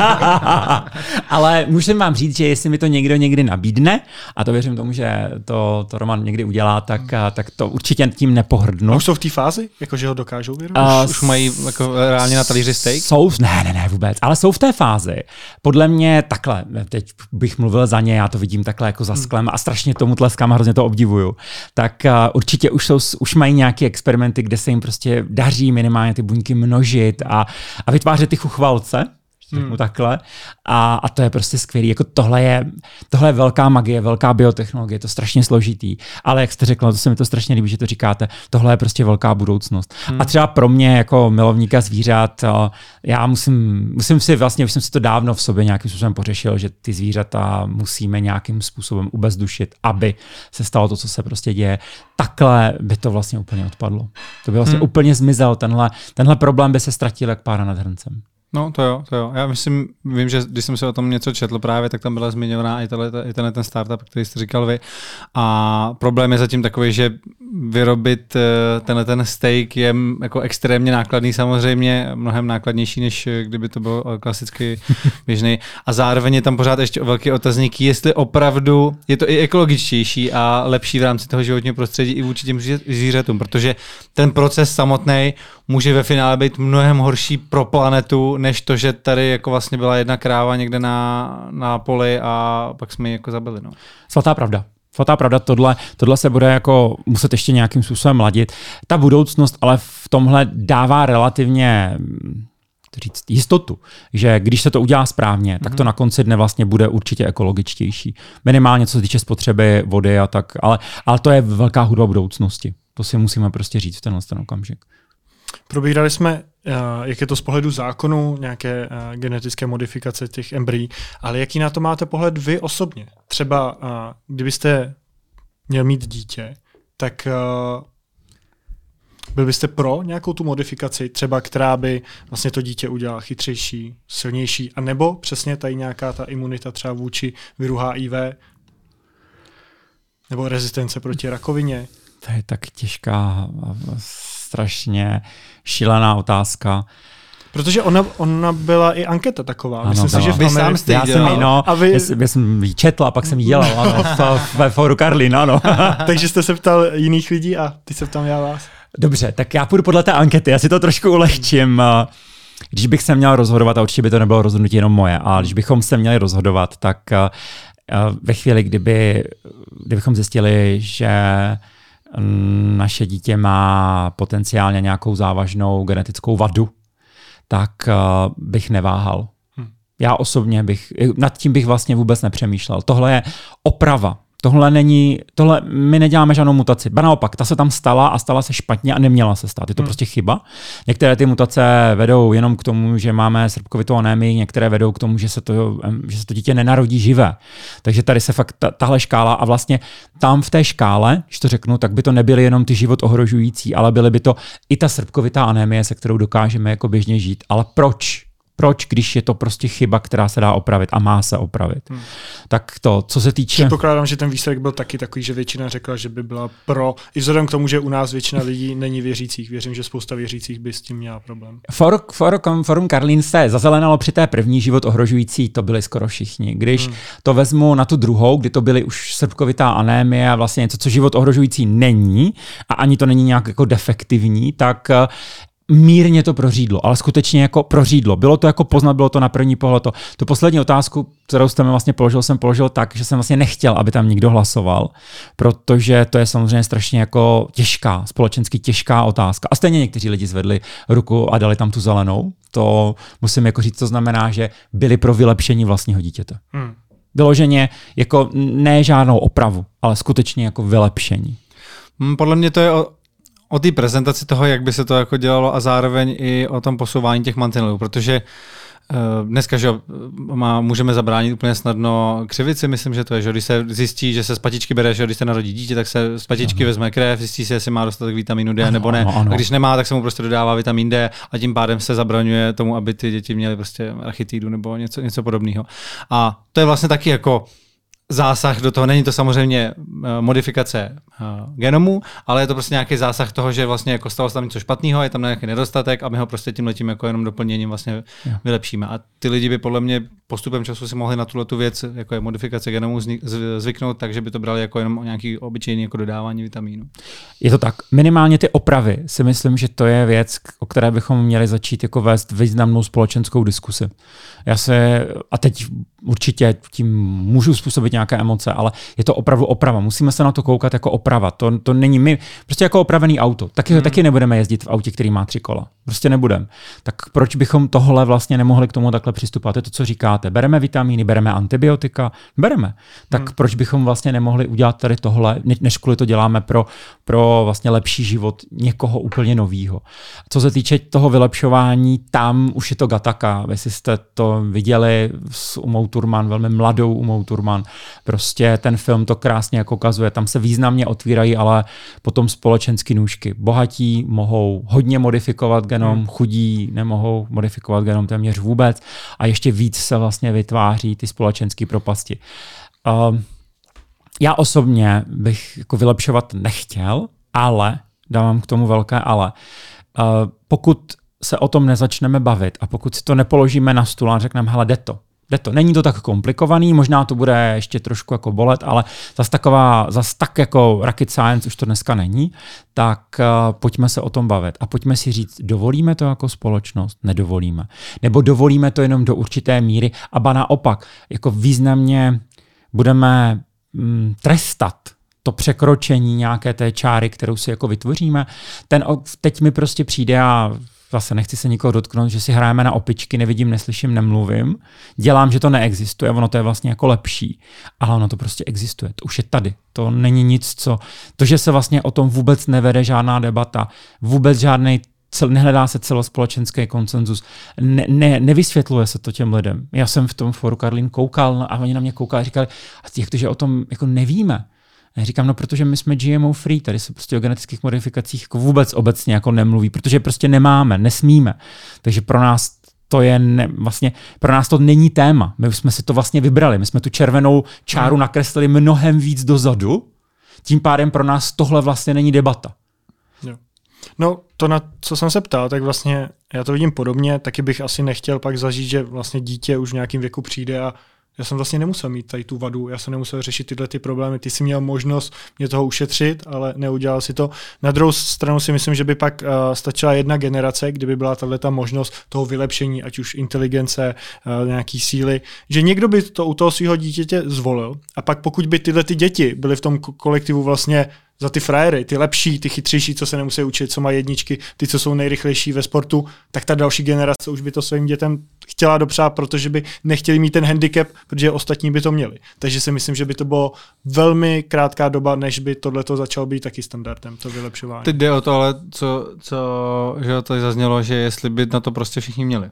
Ale můžu vám říct, že jestli mi to někdo někdy nabídne, a to věřím tomu, že to to, to Roman někdy udělá, tak, hmm. tak to určitě tím nepohrdnu. A už jsou v té fázi? Jakože ho dokážou vyrobit? Už, už mají jako reálně na talíři steak? Jsou, ne, ne, ne, vůbec, ale jsou v té fázi. Podle mě takhle, teď bych mluvil za ně, já to vidím takhle jako za sklem a strašně tomu tleskám a hrozně to obdivuju. Tak uh, určitě už, jsou, už mají nějaké experimenty, kde se jim prostě daří minimálně ty buňky množit a, a vytvářet ty chuchvalce. Hmm. takhle. A, a to je prostě skvělý. Jako tohle, je, tohle je velká magie, velká biotechnologie, je to strašně složitý. Ale jak jste řekla, to se mi to strašně líbí, že to říkáte, tohle je prostě velká budoucnost. Hmm. A třeba pro mě jako milovníka zvířat, já musím, musím si vlastně, už jsem si to dávno v sobě nějakým způsobem pořešil, že ty zvířata musíme nějakým způsobem ubezdušit, aby se stalo to, co se prostě děje. Takhle by to vlastně úplně odpadlo. To by vlastně hmm. úplně zmizel. Tenhle, tenhle problém by se ztratil jak pára nad hrncem. No to jo, to jo. Já myslím, vím, že když jsem se o tom něco četl právě, tak tam byla zmiňovaná i, tenhle, i tenhle ten startup, který jste říkal vy. A problém je zatím takový, že vyrobit tenhle ten steak je jako extrémně nákladný, samozřejmě mnohem nákladnější, než kdyby to bylo klasicky běžný. A zároveň je tam pořád ještě velký otazník, jestli opravdu je to i ekologičtější a lepší v rámci toho životního prostředí i vůči těm zvířatům, protože ten proces samotný může ve finále být mnohem horší pro planetu, než to, že tady jako vlastně byla jedna kráva někde na, na poli a pak jsme ji jako zabili. No. Svatá pravda. Svatá pravda, tohle, tohle se bude jako muset ještě nějakým způsobem ladit. Ta budoucnost ale v tomhle dává relativně říct, jistotu, že když se to udělá správně, mm-hmm. tak to na konci dne vlastně bude určitě ekologičtější. Minimálně co se týče spotřeby vody a tak, ale, ale to je velká hudba budoucnosti. To si musíme prostě říct v tenhle ten okamžik. Probírali jsme, jak je to z pohledu zákonu, nějaké genetické modifikace těch embryí, ale jaký na to máte pohled vy osobně? Třeba kdybyste měl mít dítě, tak byl byste pro nějakou tu modifikaci, třeba která by vlastně to dítě udělala chytřejší, silnější, a nebo přesně tady nějaká ta imunita třeba vůči viru H I V, nebo rezistence proti rakovině? To je tak těžká, strašně šílená otázka. Protože ona, ona byla i anketa taková. Ano, myslím si, že vy sám jste já jsem, no, a vy... já jsem ji četl a pak jsem ji dělal ano, ve fóru Karlín, ano. Takže jste se ptal jiných lidí a ty se ptám já vás. Dobře, tak já půjdu podle té ankety, já si to trošku ulehčím. Když bych se měl rozhodovat, a určitě by to nebylo rozhodnutí jenom moje, ale když bychom se měli rozhodovat, tak ve chvíli, kdyby, kdybychom zjistili, že naše dítě má potenciálně nějakou závažnou genetickou vadu, tak uh, bych neváhal. Hmm. Já osobně bych, nad tím bych vlastně vůbec nepřemýšlel. Tohle je oprava. Tohle není, tohle, my neděláme žádnou mutaci. Ba naopak, ta se tam stala a stala se špatně a neměla se stát. Je to hmm. prostě chyba. Některé ty mutace vedou jenom k tomu, že máme srpkovitou anémii, některé vedou k tomu, že se to, že se to dítě nenarodí živé. Takže tady se fakt ta, tahle škála a vlastně tam v té škále, když to řeknu, tak by to nebyly jenom ty život ohrožující, ale byly by to i ta srpkovitá anémie, se kterou dokážeme jako běžně žít. Ale proč? Proč, když je to prostě chyba, která se dá opravit a má se opravit? Hmm. Tak to, co se týče... Předpokládám, že ten výsledek byl taky takový, že většina řekla, že by byla pro. I vzhledem k tomu, že u nás většina lidí není věřících. Věřím, že spousta věřících by s tím měla problém. For, for, Forum Karlín se zazelenalo při té první život ohrožující, to byli skoro všichni. Když hmm. to vezmu na tu druhou, kdy to byly už srpkovitá anémie a vlastně něco, co život ohrožující není a ani to není nějak jako defektivní, tak mírně to prořídlo, ale skutečně jako prořídlo. Bylo to jako poznat, bylo to na první pohled. To, tu poslední otázku, kterou jste mi vlastně položil, jsem položil tak, že jsem vlastně nechtěl, aby tam nikdo hlasoval, protože to je samozřejmě strašně jako těžká, společensky těžká otázka. A stejně někteří lidi zvedli ruku a dali tam tu zelenou. To musím jako říct, to znamená, že byli pro vylepšení vlastního dítěte. Hmm. Vyloženě jako ne žádnou opravu, ale skutečně jako vylepšení. Hmm, podle mě to je o... o té prezentaci toho, jak by se to jako dělalo a zároveň i o tom posouvání těch mantinelů, protože uh, dneska že, má, můžeme zabránit úplně snadno křivici, myslím, že to je, že když se zjistí, že se z patičky bere, že když se narodí dítě, tak se z patičky ano. vezme krev, zjistí se, jestli má dostatek vitamínu D ano, nebo ne. Ano, ano. A když nemá, tak se mu prostě dodává vitamin D a tím pádem se zabraňuje tomu, aby ty děti měly prostě rachitidu nebo něco, něco podobného. A to je vlastně taky jako zásah do toho, není to samozřejmě modifikace uh, genomu, ale je to prostě nějaký zásah toho, že vlastně jako stalo se tam něco špatného, je tam nějaký nedostatek a my ho prostě tímhletím jako jenom doplněním vlastně yeah. vylepšíme. A ty lidi by podle mě postupem času si mohli na tuhletu věc, jako je modifikace genomu, zvyknout, takže by to brali jako jenom nějaký obyčejný jako dodávání vitamínu. Je to tak. Minimálně ty opravy si myslím, že to je věc, o které bychom měli začít jako vést významnou společenskou diskusi. Já se, a teď určitě tím můžu způsobit nějaké emoce, ale je to opravdu oprava. Musíme se na to koukat jako oprava. To, to není my, prostě jako opravený auto. Taky, hmm. taky nebudeme jezdit v autě, který má tři kola. Prostě nebudeme. Tak proč bychom tohle vlastně nemohli k tomu takhle přistupovat? Je to, co říkáte. Bereme vitamíny, bereme antibiotika, bereme. Tak hmm. proč bychom vlastně nemohli udělat tady tohle, než kvůli to děláme pro, pro vlastně lepší život někoho úplně novýho. Co se týče toho vylepšování, tam už je to gataka. Jestli jste to viděli s Umou Thurman, velmi mladou Umou Thurman, prostě ten film to krásně jako ukazuje. Tam se významně otvírají, ale potom společensky nůžky. Bohatí mohou hodně modifikovat genom, hmm. chudí nemohou modifikovat genom téměř vůbec a ještě víc se vlastně vytváří ty společenské propasti. Uh, já osobně bych jako vylepšovat nechtěl, ale, dávám k tomu velké ale, uh, pokud se o tom nezačneme bavit a pokud si to nepoložíme na stůl a řekneme, hele, jde to, jde to. Není to tak komplikovaný, možná to bude ještě trošku jako bolet, ale zas taková, zas tak jako rocket science už to dneska není, tak uh, pojďme se o tom bavit a pojďme si říct, dovolíme to jako společnost, nedovolíme. Nebo dovolíme to jenom do určité míry a ba naopak, jako významně budeme mm, trestat to překročení nějaké té čáry, kterou si jako vytvoříme. Ten teď mi prostě přijde a zase nechci se nikoho dotknout, že si hrajeme na opičky, nevidím, neslyším, nemluvím. Dělám, že to neexistuje, ono to je vlastně jako lepší, ale ono to prostě existuje. To už je tady. To není nic, co... To, že se vlastně o tom vůbec nevede žádná debata, vůbec žádnej cel, nehledá se celospolečenský konsenzus, ne, ne, nevysvětluje se to těm lidem. Já jsem v tom foru Karlín koukal a oni na mě koukali a říkali, jak to, že o tom jako nevíme. Já říkám, no protože my jsme G M O free, tady se prostě o genetických modifikacích jako vůbec obecně jako nemluví, protože prostě nemáme, nesmíme. Takže pro nás to je ne, vlastně, pro nás to není téma. My už jsme si to vlastně vybrali. My jsme tu červenou čáru nakreslili mnohem víc dozadu, tím pádem pro nás tohle vlastně není debata. Jo. No to, na co jsem se ptal, tak vlastně já to vidím podobně, taky bych asi nechtěl pak zažít, že vlastně dítě už v nějakým věku přijde a já jsem vlastně nemusel mít tady tu vadu, já jsem nemusel řešit tyhle ty problémy, ty jsi měl možnost mě toho ušetřit, ale neudělal si to. Na druhou stranu si myslím, že by pak uh, stačila jedna generace, kdyby byla tato možnost toho vylepšení, ať už inteligence, uh, nějaký síly, že někdo by to u toho svého dítěte zvolil a pak pokud by tyhle ty děti byly v tom kolektivu vlastně za ty frajery, ty lepší, ty chytřejší, co se nemusí učit, co mají jedničky, ty, co jsou nejrychlejší ve sportu, tak ta další generace už by to svým dětem chtěla dopřát, protože by nechtěli mít ten handicap, protože ostatní by to měli. Takže si myslím, že by to bylo velmi krátká doba, než by tohleto začalo být taky standardem, to vylepšování. Teď jde o to, ale co, co že tady zaznělo, že jestli by na to prostě všichni měli.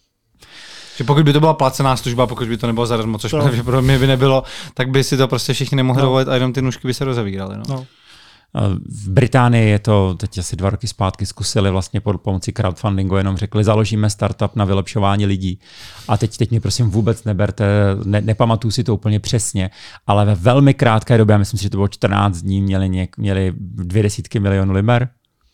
Že pokud by to byla placená služba, pokud by to nebylo zadarmo, což no. pro mě by nebylo, tak by si to prostě všichni nemohli no. dovolit a jenom ty nůžky by se rozevíraly. No. No. V Británii je to teď asi dva roky zpátky zkusili vlastně pod pomocí crowdfundingu, jenom řekli, založíme startup na vylepšování lidí. A teď, teď mi prosím vůbec neberte, ne, nepamatuju si to úplně přesně, ale ve velmi krátké době, myslím si, že to bylo čtrnáct dní, měli, něk, měli dvě desítky milionů liber.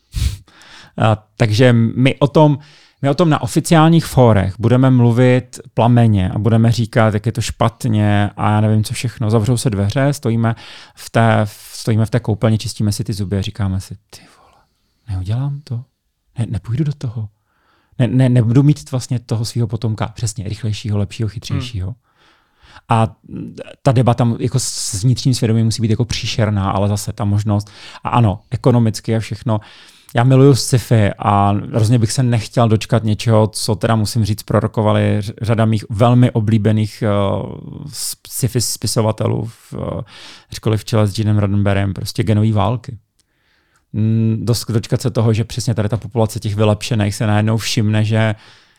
A, takže my o tom My o tom na oficiálních fórech budeme mluvit plameně a budeme říkat, jak je to špatně a já nevím, co všechno. Zavřou se dveře, stojíme v té, stojíme v té koupelně, čistíme si ty zuby a říkáme si, ty vole, neudělám to, ne, nepůjdu do toho. Ne, ne, nebudu mít vlastně toho svého potomka přesně rychlejšího, lepšího, chytřejšího. Hmm. A ta debata jako s vnitřním svědomím musí být jako příšerná, ale zase ta možnost. A ano, ekonomicky a všechno. Já miluju sci-fi a hrozně bych se nechtěl dočkat něčeho, co teda musím říct, prorokovali řada mých velmi oblíbených uh, sci-fi spisovatelů v uh, škole v čele s Genem Roddenberrym, prostě genové války. Mm, dočkat se toho, že přesně tady ta populace těch vylepšených se najednou všimne, že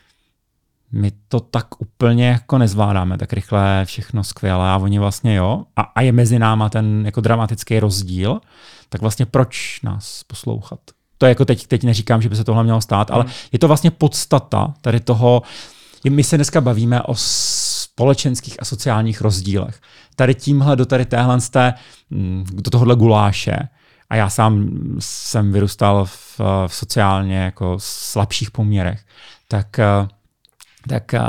my to tak úplně jako nezvládáme, tak rychle všechno skvělé a oni vlastně jo. A, a je mezi náma ten jako dramatický rozdíl, tak vlastně proč nás poslouchat? To je jako teď, teď neříkám, že by se tohle mělo stát, hmm. ale je to vlastně podstata tady toho, my se dneska bavíme o společenských a sociálních rozdílech. Tady tímhle do tady téhle do tohohle guláše a já sám jsem vyrůstal v, v sociálně jako slabších poměrech, tak, tak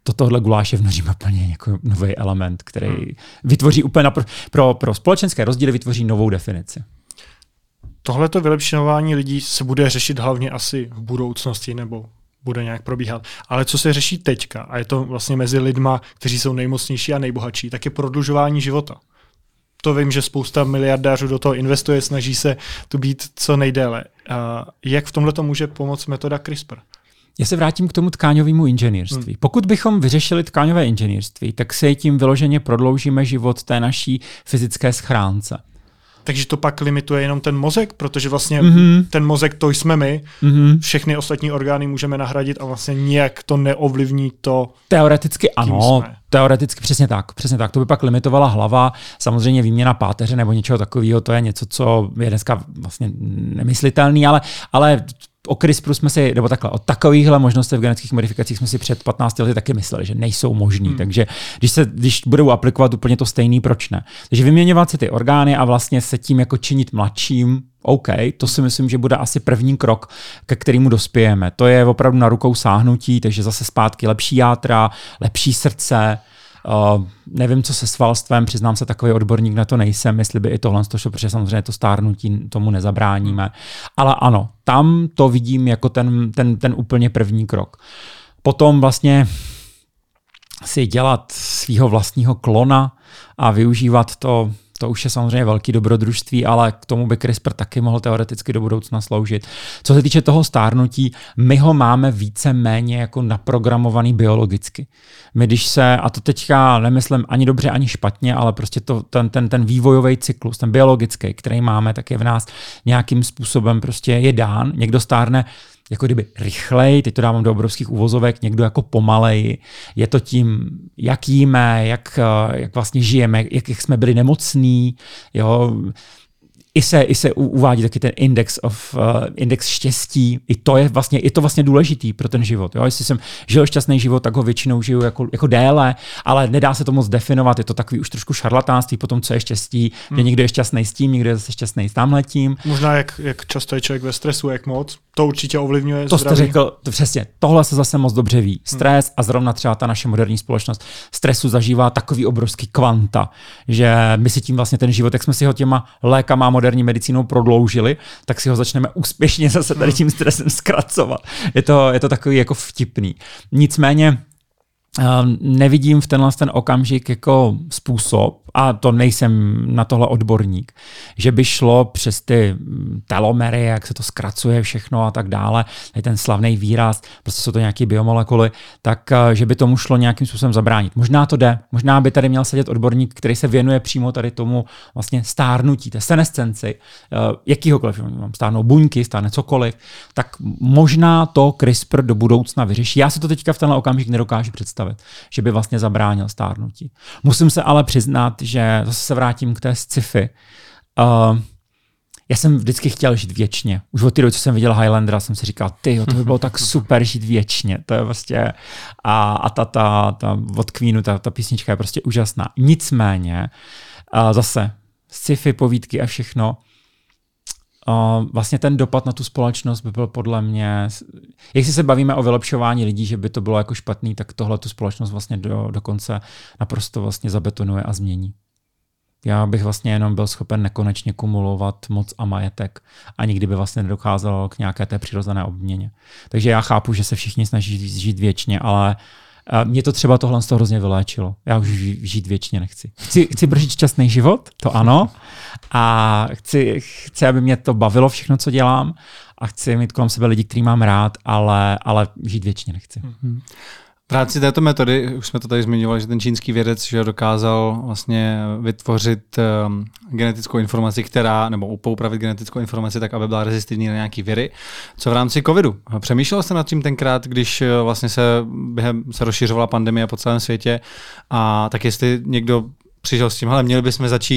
do tohohle guláše vnoříme úplně jako nový element, který hmm. vytvoří úplně napr- pro, pro společenské rozdíly vytvoří novou definici. Tohleto vylepšování lidí se bude řešit hlavně asi v budoucnosti nebo bude nějak probíhat. Ale co se řeší teďka, a je to vlastně mezi lidma, kteří jsou nejmocnější a nejbohatší, tak je prodlužování života. To vím, že spousta miliardářů do toho investuje, snaží se tu být co nejdéle. A jak v tomhle to může pomoct metoda CRISPR? Já se vrátím k tomu tkáňovému inženýrství. Hmm. Pokud bychom vyřešili tkáňové inženýrství, tak se tím vyloženě prodloužíme život té naší fyzické schránce. Takže to pak limituje jenom ten mozek, protože vlastně mm-hmm. ten mozek to jsme my, mm-hmm. všechny ostatní orgány můžeme nahradit a vlastně nijak to neovlivní to. Teoreticky ano, jsme. Teoreticky přesně tak, přesně tak. To by pak limitovala hlava, samozřejmě výměna páteře nebo něčeho takového, to je něco, co je dneska vlastně nemyslitelný, ale, ale o CRISPRu jsme si, nebo takhle, o takovýchhle možnostech v genetických modifikacích jsme si před patnácti lety taky mysleli, že nejsou možný. Hmm. Takže když se, když budou aplikovat úplně to stejný, proč ne? Takže vyměňovat si ty orgány a vlastně se tím jako činit mladším, OK, to si myslím, že bude asi první krok, ke kterému dospějeme. To je opravdu na rukou sáhnutí, takže zase zpátky lepší játra, lepší srdce. Uh, nevím, co se svalstvem, přiznám se, takový odborník na to nejsem, jestli by i tohle šlo, protože samozřejmě to stárnutí tomu nezabráníme. Ale ano, tam to vidím jako ten, ten, ten úplně první krok. Potom vlastně si dělat svého vlastního klona a využívat to, to už je samozřejmě velký dobrodružství, ale k tomu by CRISPR taky mohl teoreticky do budoucna sloužit. Co se týče toho stárnutí, my ho máme více méně jako naprogramovaný biologicky. My když se, a to teďka nemyslím ani dobře, ani špatně, ale prostě to, ten, ten, ten vývojový cyklus, ten biologický, který máme, tak je v nás nějakým způsobem prostě je dán. Někdo stárne jako kdyby rychlej, teď to dávám do obrovských uvozovek, někdo jako pomalej. Je to tím, jak jíme, jak, jak vlastně žijeme, jak, jak jsme byli nemocní, jo. I se, i se uvádí taky ten index of uh, index štěstí. I to je vlastně, je to vlastně důležitý pro ten život. Jo? Jestli jsem žil šťastný život, tak ho většinou žiju jako, jako déle, ale nedá se to moc definovat. Je to takový už trošku šarlatánství po tom, co je štěstí. Hmm. Že někdo je šťastný s tím, někdo je zase šťastný s tamhletím. Možná jak, jak často je člověk ve stresu, jak moc. To určitě ovlivňuje to zdraví. To jste řekl, to přesně. Tohle se zase moc dobře ví. Stres hmm. a zrovna třeba ta naše moderní společnost stresu zažívá takový obrovský kvanta, že my si tím vlastně ten život, jak jsme si ho těma lékama moderní medicínou prodloužili, tak si ho začneme úspěšně zase tady tím stresem zkracovat. Je to, je to takový jako vtipný. Nicméně nevidím v tenhle ten okamžik jako způsob, a to nejsem na tohle odborník, že by šlo přes ty telomery, jak se to zkracuje všechno a tak dále, je ten slavný výraz, prostě jsou to nějaké biomolekuly, tak že by tomu šlo nějakým způsobem zabránit. Možná to jde, možná by tady měl sedět odborník, který se věnuje přímo tady tomu vlastně stárnutí, té senescenci, jakýhokoliv, mám stárnou buňky, stárne cokoliv, tak možná to CRISPR do budoucna vyřeší. Já si to teďka v tenhle okamžik nedokážu představit, že by vlastně zabránil stárnutí. Musím se ale přiznat, že zase se vrátím k té sci-fi. Uh, já jsem vždycky chtěl žít věčně. Už od té doby, co jsem viděl Highlandera, jsem si říkal, ty, to by bylo tak super žít věčně. To je prostě a, a ta, ta, ta od Queenu, ta, ta písnička je prostě úžasná. Nicméně uh, zase sci-fi, povídky a všechno, Uh, vlastně ten dopad na tu společnost by byl podle mě, jestli se bavíme o vylepšování lidí, že by to bylo jako špatný, tak tohle tu společnost vlastně do, dokonce naprosto vlastně zabetonuje a změní. Já bych vlastně jenom byl schopen nekonečně kumulovat moc a majetek a nikdy by vlastně nedocházelo k nějaké té přirozené obměně. Takže já chápu, že se všichni snaží žít věčně, ale mě to třeba tohle z toho hrozně vyléčilo. Já už žít věčně nechci. Chci, chci prožít šťastný život, to ano. A chci, chci, aby mě to bavilo všechno, co dělám. A chci mít kolem sebe lidi, který mám rád, ale, ale žít věčně nechci. Mm-hmm. V rámci této metody, už jsme to tady zmiňovali, že ten čínský vědec že dokázal vlastně vytvořit um, genetickou informaci, která, nebo poupravit genetickou informaci tak, aby byla rezistivní na nějaký viry. Co v rámci covidu? Přemýšlel jste nad tím tenkrát, když vlastně se během se rozšiřovala pandemie po celém světě a tak jestli někdo přišel s tím, hele, měli bychom začít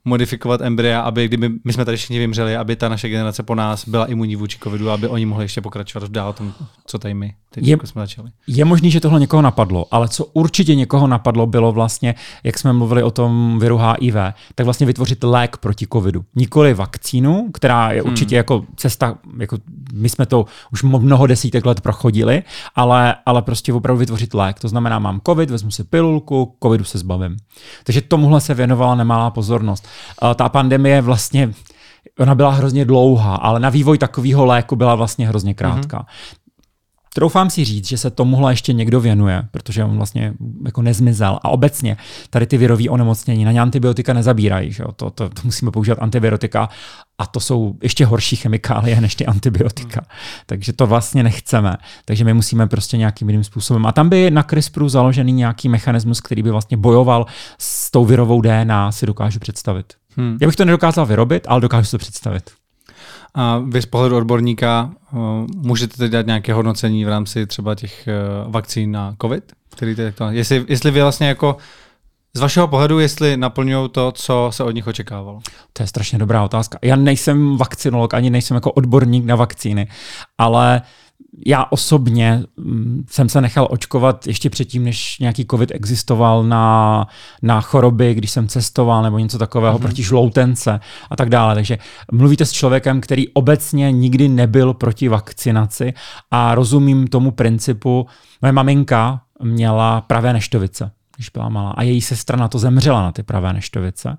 modifikovat embrya, aby kdyby my jsme tady všichni vymřeli, aby ta naše generace po nás byla imunní vůči covidu, aby oni mohli ještě pokračovat dál tom, co tady my teď je, jsme začali. Je možný, že tohle někoho napadlo, ale co určitě někoho napadlo, bylo vlastně, jak jsme mluvili o tom viru H I V, tak vlastně vytvořit lék proti covidu. Nikoli vakcínu, která je určitě hmm. jako cesta, jako my jsme to už mnoho desítek let prochodili, ale, ale prostě opravdu vytvořit lék. To znamená, mám covid, vezmu si pilulku, covidu se zbavím. Takže tomuhle se věnovala nemalá pozornost. Ta pandemie vlastně, ona byla hrozně dlouhá, ale na vývoj takového léku byla vlastně hrozně krátká. Mm-hmm. Troufám si říct, že se tomuhle ještě někdo věnuje, protože on vlastně jako nezmizel. A obecně tady ty virové onemocnění, na ně antibiotika nezabírají. Že? To, to, to musíme používat antibiotika a to jsou ještě horší chemikálie než ty antibiotika. Hmm. Takže to vlastně nechceme. Takže my musíme prostě nějakým jiným způsobem. A tam by na CRISPRu založený nějaký mechanismus, který by vlastně bojoval s tou virovou D N A, si dokážu představit. Hmm. Já bych to nedokázal vyrobit, ale dokážu si to představit. A vy z pohledu odborníka uh, můžete teď dát nějaké hodnocení v rámci třeba těch uh, vakcín na COVID? Který teď to, jestli, jestli vy vlastně jako z vašeho pohledu, jestli naplňují to, co se od nich očekávalo? To je strašně dobrá otázka. Já nejsem vakcinolog, ani nejsem jako odborník na vakcíny, ale já osobně jsem se nechal očkovat ještě předtím, než nějaký covid existoval na, na choroby, když jsem cestoval nebo něco takového mm-hmm. proti žloutence a tak dále. Takže mluvíte s člověkem, který obecně nikdy nebyl proti vakcinaci a rozumím tomu principu. Moje maminka měla pravé neštovice, když byla malá a její sestra na to zemřela, na ty pravé neštovice.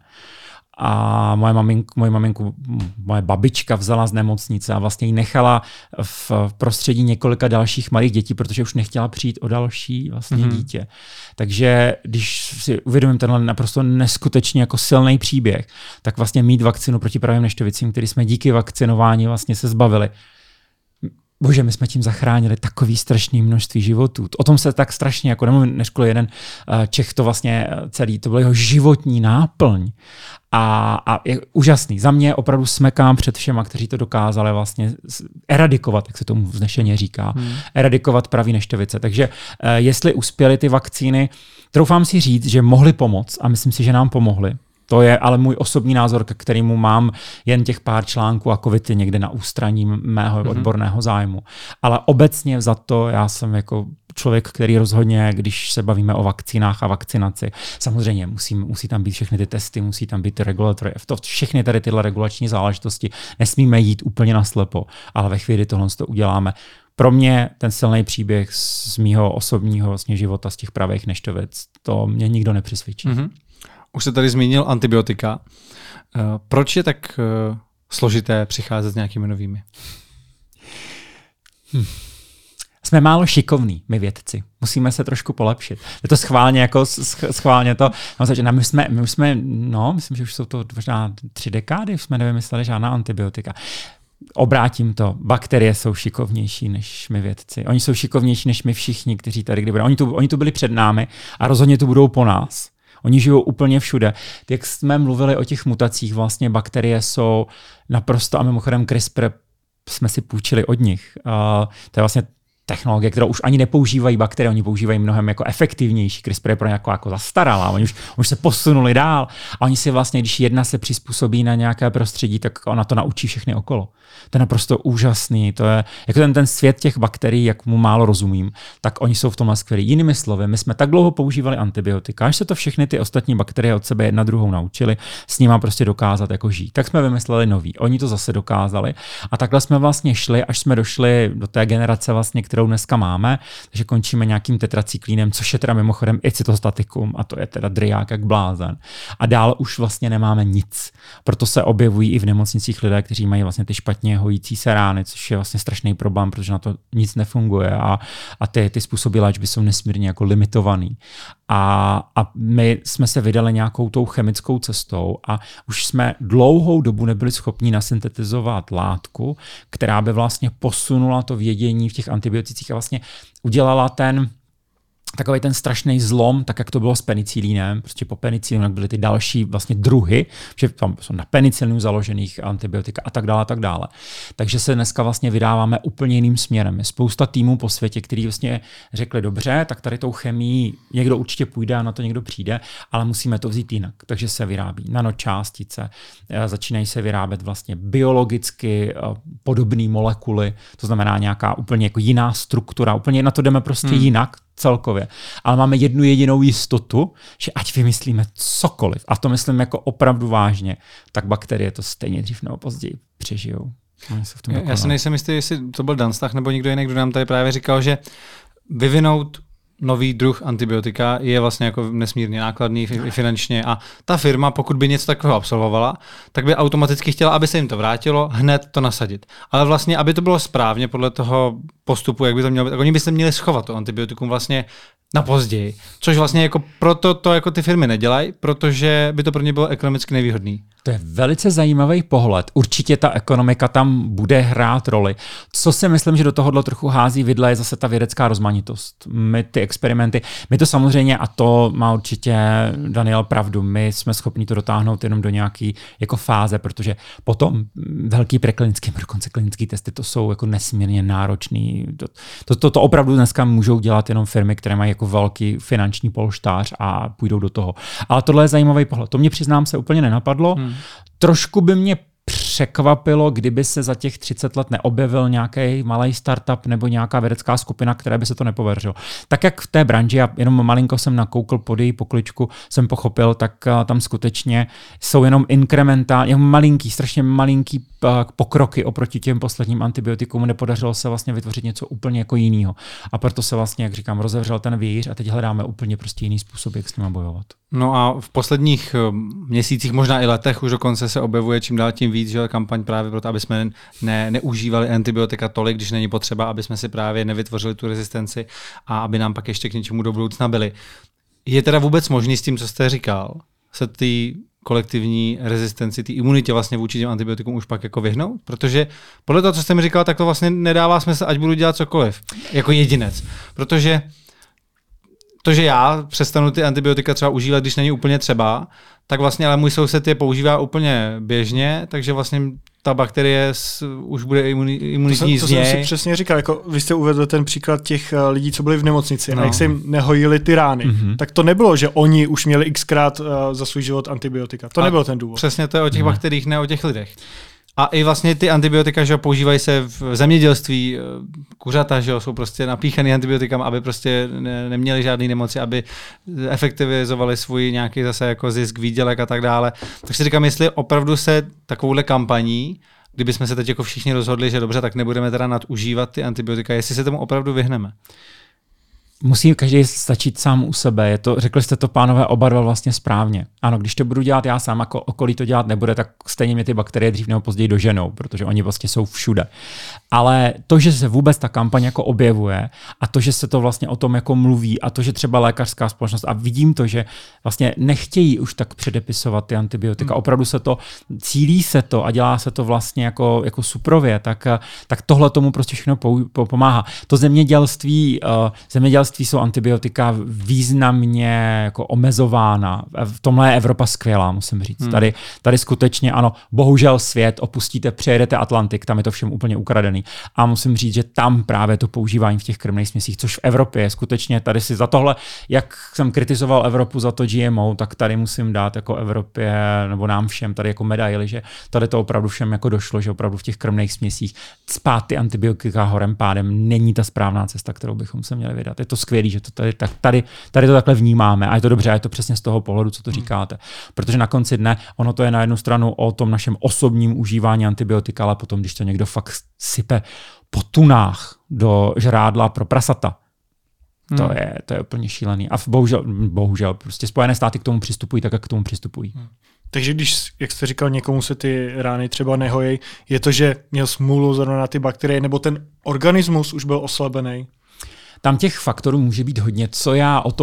A moje maminku, moje maminku, moje babička vzala z nemocnice a vlastně ji nechala v prostředí několika dalších malých dětí, protože už nechtěla přijít o další vlastně mm-hmm. dítě. Takže když si uvědomím tenhle naprosto neskutečně jako silný příběh, tak vlastně mít vakcinu proti pravým neštovicím, který jsme díky vakcinování vlastně se zbavili. Bože, my jsme tím zachránili takový strašný množství životů. O tom se tak strašně, jako nemluvím, než jeden Čech to vlastně celý, to byl jeho životní náplň. A, a je úžasný. Za mě opravdu smekám před všema, kteří to dokázali vlastně eradikovat, jak se tomu vznešeně říká, hmm. eradikovat pravý neštovice. Takže jestli uspěly ty vakcíny, troufám si říct, že mohly pomoct a myslím si, že nám pomohly. To je ale můj osobní názor, k kterému mám jen těch pár článků a covid je někde na ústraní mého mm-hmm. odborného zájmu. Ale obecně za to já jsem jako člověk, který rozhodně, když se bavíme o vakcínách a vakcinaci, samozřejmě musí, musí tam být všechny ty testy, musí tam být ty regulatory, to, všechny tady tyhle regulační záležitosti. Nesmíme jít úplně naslepo, ale ve chvíli tohle to uděláme. Pro mě ten silný příběh z mýho osobního vlastně života, z těch pravých neštovic, to mě nikdo nepřesvědčí. Mm-hmm. Už se tady zmínil antibiotika. Proč je tak složité přicházet s nějakými novými? Hm. Jsme málo šikovní, my vědci. Musíme se trošku polepšit. Je to schválně, jako schválně to. My jsme, my jsme, no, myslím, že už jsou to možná tři dekády, už jsme nevymysleli žádná antibiotika. Obrátím to. Bakterie jsou šikovnější než my vědci. Oni jsou šikovnější než my všichni, kteří tady kdy budou. Oni tu, oni tu byli před námi a rozhodně tu budou po nás. Oni žijou úplně všude. Jak jsme mluvili o těch mutacích, vlastně bakterie jsou naprosto, a mimochodem CRISPR jsme si půjčili od nich. Uh, to je vlastně technologie, kterou už ani nepoužívají bakterie, oni používají mnohem jako efektivnější. CRISPR je pro ně jako, jako zastaralá, oni už, už se posunuli dál a oni si vlastně, když jedna se přizpůsobí na nějaké prostředí, tak ona to naučí všechny okolo. To je naprosto úžasný. To je jako ten, ten svět těch bakterií, jak mu málo rozumím, tak oni jsou v tomhle skvělí. Jinými slovy, my jsme tak dlouho používali antibiotika, až se to všechny ty ostatní bakterie od sebe jedna druhou naučili, s nima prostě dokázat jako žít. Tak jsme vymysleli nový. Oni to zase dokázali a takhle jsme vlastně šli, až jsme došli do té generace vlastně, kterou dneska máme, takže končíme nějakým tetracyklínem, což je teda mimochodem i cytostatikum a to je teda driák jak blázen. A dál už vlastně nemáme nic. Proto se objevují i v nemocnicích lidé, kteří mají vlastně ty špatně hojící se rány, což je vlastně strašný problém, protože na to nic nefunguje a, a ty, ty způsoby léčby jsou nesmírně jako limitovaný. A, a my jsme se vydali nějakou tou chemickou cestou a už jsme dlouhou dobu nebyli schopni nasyntetizovat látku, která by vlastně posunula to vědění v těch antibioticích a vlastně udělala ten takový ten strašný zlom, tak jak to bylo s penicilínem, prostě po penicilínu byly ty další vlastně druhy, že tam jsou na penicilinu založených antibiotika a tak dále, a tak dále. Takže se dneska vlastně vydáváme úplně jiným směrem. Je spousta týmů po světě, kteří vlastně řekli, dobře, tak tady tou chemií někdo určitě půjde a na to někdo přijde, ale musíme to vzít jinak. Takže se vyrábí nanočástice, začínají se vyrábět vlastně biologicky podobné molekuly, to znamená nějaká úplně jako jiná struktura, úplně na to jdeme prostě hmm. jinak, celkově. Ale máme jednu jedinou jistotu, že ať vymyslíme cokoliv, a to myslím jako opravdu vážně, tak bakterie to stejně dřív nebo později přežijou. Já, já si nejsem jistý, jestli to byl Danstach nebo někdo jiný, kdo nám tady právě říkal, že vyvinout nový druh antibiotika je vlastně jako nesmírně nákladný i finančně a ta firma, pokud by něco takového absolvovala, tak by automaticky chtěla, aby se jim to vrátilo, hned to nasadit. Ale vlastně, aby to bylo správně podle toho postupu, jak by to mělo být, tak oni by se měli schovat to antibiotikum vlastně na později, což vlastně jako proto to jako ty firmy nedělají, protože by to pro ně bylo ekonomicky nevýhodný. To je velice zajímavý pohled. Určitě ta ekonomika tam bude hrát roli. Co si myslím, že do tohohle trochu hází vidle, je zase ta vědecká rozmanitost. My ty experimenty, my to samozřejmě, a to má určitě Daniel pravdu, my jsme schopni to dotáhnout jenom do nějaký jako fáze, protože potom velký preklinický, dokonce klinický testy, to jsou jako nesmírně náročný. To, to, to, to opravdu dneska můžou dělat jenom firmy, které mají jako velký finanční polštář a půjdou do toho. Ale tohle je zajímavý pohled. To mě, přiznám se, úplně nenapadlo. Hmm. Trošku by mě překvapilo, kdyby se za těch třicet let neobjevil nějaký malý startup nebo nějaká vědecká skupina, které by se to nepodařilo. Tak jak v té branži, a jenom malinko jsem nakoukl pod její pokličku, jsem pochopil, tak tam skutečně jsou jenom inkrementální, jenom malinký, strašně malinký pokroky oproti těm posledním antibiotikům. Nepodařilo se vlastně vytvořit něco úplně jako jiného. A proto se vlastně, jak říkám, rozevřel ten vějíř a teď hledáme úplně prostě jiný způsob, jak s nimi bojovat. No a v posledních měsících, možná i letech, už dokonce se objevuje čím dál tím víc, že kampaň právě proto, aby jsme ne, neužívali antibiotika tolik, když není potřeba, aby jsme si právě nevytvořili tu rezistenci a aby nám pak ještě k něčemu do budoucna byli. Je teda vůbec možný s tím, co jste říkal, se ty kolektivní rezistenci, ty imunitě vlastně vůči těm antibiotikům už pak jako vyhnout? Protože podle toho, co jste mi říkal, tak to vlastně nedává smysl, ať budu dělat cokoliv, jako jedinec. Protože to, že já přestanu ty antibiotika třeba užívat, když není úplně třeba, tak vlastně ale můj soused je používá úplně běžně, takže vlastně ta bakterie už bude imunitní to z něj. To jsem si přesně říkal, jako vy jste uvedl ten příklad těch lidí, co byli v nemocnici no. a jak se jim nehojily ty rány, mm-hmm. tak to nebylo, že oni už měli xkrát uh, za svůj život antibiotika. To a nebyl ten důvod. Přesně to je o těch mm. bakteriích, ne o těch lidech. A i vlastně ty antibiotika, že používají se v zemědělství, kuřata, že jsou prostě napíchaný antibiotikama, aby prostě ne, neměli žádné nemoci, aby efektivizovali svůj nějaký zase jako zisk, výdělek a tak dále. Tak si říkám, jestli opravdu se takovouhle kampaní, kdybychom se teď jako všichni rozhodli, že dobře, tak nebudeme teda nadužívat ty antibiotika, jestli se tomu opravdu vyhneme. Musí každý stačit sám u sebe. Je to, řekli jste to, pánové, oba dva vlastně správně. Ano, když to budu dělat já sám, jako okolí to dělat nebude, tak stejně mě ty bakterie dřív nebo později doženou, protože oni vlastně jsou všude. Ale to, že se vůbec ta kampaň jako objevuje a to, že se to vlastně o tom jako mluví a to, že třeba lékařská společnost, a vidím to, že vlastně nechtějí už tak předepisovat ty antibiotika, hmm. opravdu se to, cílí se to a dělá se to vlastně jako, jako suprově, tak, tak tohle tomu prostě všechno pomáhá. To zemědělství, uh, zemědělství jsou antibiotika významně jako omezována. V tomhle je Evropa skvělá, musím říct. Hmm. Tady, tady skutečně ano, bohužel svět, opustíte, přejedete Atlantik, tam je to všem úplně ukradený. A musím říct, že tam právě to používání v těch krmných směsích, což v Evropě je skutečně, tady si za tohle, jak jsem kritizoval Evropu za to G M O, tak tady musím dát jako Evropě, nebo nám všem tady jako medaili, že tady to opravdu všem jako došlo, že opravdu v těch krmných směsích cpát ty antibiotika horem pádem není ta správná cesta, kterou bychom se měli vydat. Je to skvělý, že to tady, tak, tady, tady to takhle vnímáme a je to dobře, a je to přesně z toho pohledu, co to říkáte. Protože na konci dne ono to je na jednu stranu o tom našem osobním užívání antibiotika, ale potom, když to někdo fakt sype po tunách do žrádla pro prasata, to, hmm. je, to je úplně šílený. A bohužel, bohužel, prostě Spojené státy k tomu přistupují tak, jak k tomu přistupují. Hmm. Takže když, jak jste říkal, někomu se ty rány třeba nehojí, je to, že měl smůlu zrovna na ty bakterie, nebo ten organismus už byl oslabený? Tam těch faktorů může být hodně. Co já o tom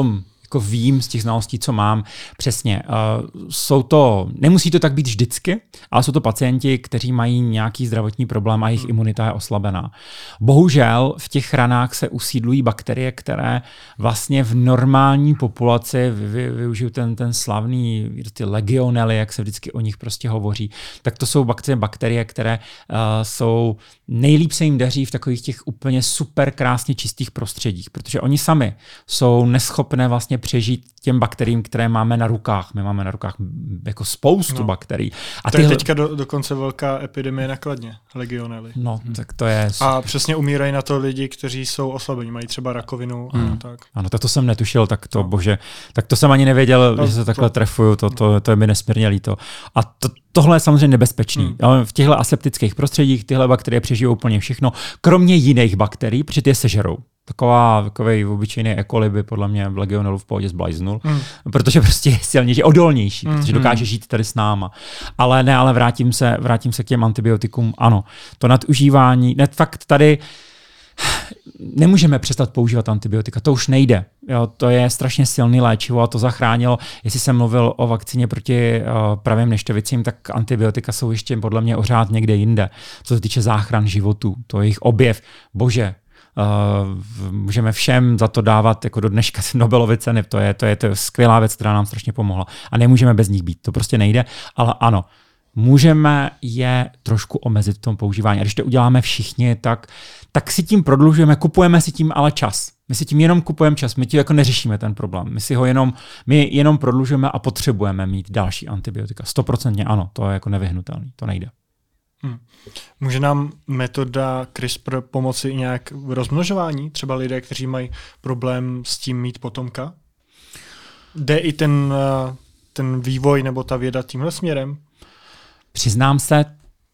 jako vím z těch znalostí, co mám. Přesně. Uh, jsou to, nemusí to tak být vždycky, ale jsou to pacienti, kteří mají nějaký zdravotní problém a jejich imunita je oslabená. Bohužel v těch ranách se usídlují bakterie, které vlastně v normální populaci, vy, vy, využiju ten, ten slavný ty legionely, jak se vždycky o nich prostě hovoří, tak to jsou bakterie, bakterie které uh, jsou, nejlíp se jim daří v takových těch úplně super krásně čistých prostředích, protože oni sami jsou neschopné vlastně přežít těm bakteriím, které máme na rukách. My máme na rukách jako spoustu no. bakterií. A to je tyhle... teďka do, dokonce velká epidemie na Kladně, legionely. No, hmm. tak to je... A přesně umírají na to lidi, kteří jsou oslabení, mají třeba rakovinu hmm. a tak. Ano, tak to jsem netušil, tak to, no. bože, tak to jsem ani nevěděl, no, že se takhle to... trefuju, to, to, to je mi nesmírně líto. A to, tohle je samozřejmě nebezpečný. Hmm. V těchto aseptických prostředích tyhle bakterie přežijou úplně všechno, kromě jiných bakterií, protože ty je sežerou. Taková, takovej obyčejný E. coli by podle mě legionelu v pohodě zblajznul, mm. protože prostě je silnější, odolnější, mm. protože dokáže žít tady s náma. Ale ne, ale vrátím se, vrátím se k těm antibiotikům. Ano, to nadužívání, ne, fakt tady nemůžeme přestat používat antibiotika, to už nejde. Jo, to je strašně silný léčivo a to zachránilo. Jestli jsem mluvil o vakcíně proti uh, pravým neštovicím, tak antibiotika jsou ještě podle mě ořád někde jinde. Co se týče záchran životů, to je jejich objev. Bože, Uh, můžeme všem za to dávat jako do dneška Nobelovy ceny. To je, to, je, to je skvělá věc, která nám strašně pomohla. A nemůžeme bez nich být. To prostě nejde. Ale ano, můžeme je trošku omezit v tom používání. A když to uděláme všichni, tak, tak si tím prodlužujeme, kupujeme si tím ale čas. My si tím jenom kupujeme čas, my tím jako neřešíme ten problém. My si ho jenom, my jenom prodlužujeme a potřebujeme mít další antibiotika. Stoprocentně ano, to je jako nevyhnutelný. To nejde. Hmm. Může nám metoda CRISPR pomoci i nějak v rozmnožování? Třeba lidé, kteří mají problém s tím mít potomka? Jde i ten, ten vývoj nebo ta věda tímhle směrem? Přiznám se,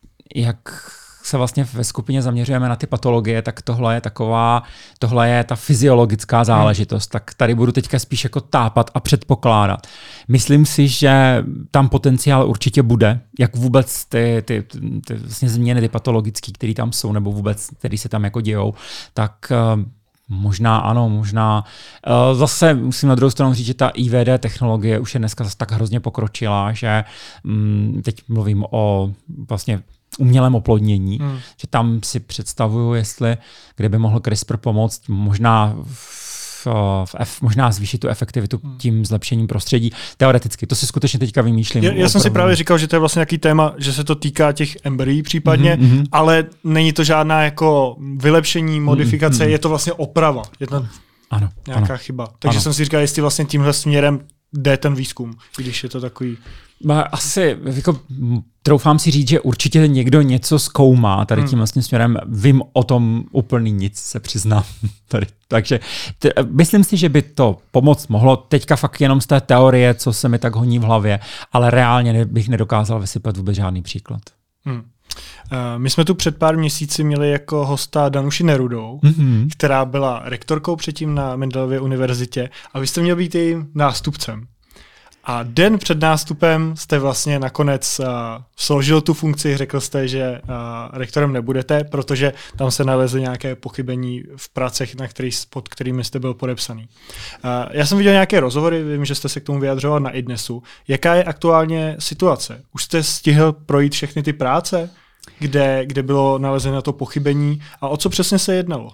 jak se vlastně ve skupině zaměřujeme na ty patologie, tak tohle je taková, tohle je ta fyziologická záležitost. Hmm. Tak tady budu teďka spíš jako tápat a předpokládat. Myslím si, že tam potenciál určitě bude, jak vůbec ty, ty, ty, ty vlastně změny ty patologické, které tam jsou, nebo vůbec, které se tam jako dějou, tak uh, možná ano, možná. Uh, zase musím na druhou stranu říct, že ta I V D technologie už je dneska zase tak hrozně pokročilá, že um, teď mluvím o vlastně umělém oplodnění, hmm. že tam si představuju, jestli, kde by mohl CRISPR pomoct, možná v, v F, možná zvýšit tu efektivitu hmm. tím zlepšením prostředí. Teoreticky, to si skutečně teďka vymýšlím. Já, já jsem si právě říkal, že to je vlastně nějaký téma, že se to týká těch embryí případně, mm-hmm. ale není to žádná jako vylepšení, modifikace, mm-hmm. je to vlastně oprava. Je to ano, nějaká ano. chyba. Takže ano. jsem si říkal, jestli vlastně tímhle směrem jde ten výzkum, když je to takový... Asi, jako, troufám si říct, že určitě někdo něco zkoumá tady tím vlastně směrem. Vím o tom úplný nic, se přiznám. Tady. Takže t- myslím si, že by to pomoct mohlo. Teďka fakt jenom z té teorie, co se mi tak honí v hlavě, ale reálně bych nedokázal vysypat vůbec žádný příklad. Hmm. Uh, my jsme tu před pár měsíci měli jako hosta Danuši Nerudou, mm-hmm. která byla rektorkou předtím na Mendelově univerzitě a vy jste měl být jejím nástupcem. A den před nástupem jste vlastně nakonec uh, složil tu funkci, řekl jste, že uh, rektorem nebudete, protože tam se nalezly nějaké pochybení v pracech, na který, pod kterými jste byl podepsaný. Uh, já jsem viděl nějaké rozhovory, vím, že jste se k tomu vyjadřoval na iDnesu. Jaká je aktuálně situace? Už jste stihl projít všechny ty práce, kde, kde bylo nalezeno to pochybení a o co přesně se jednalo?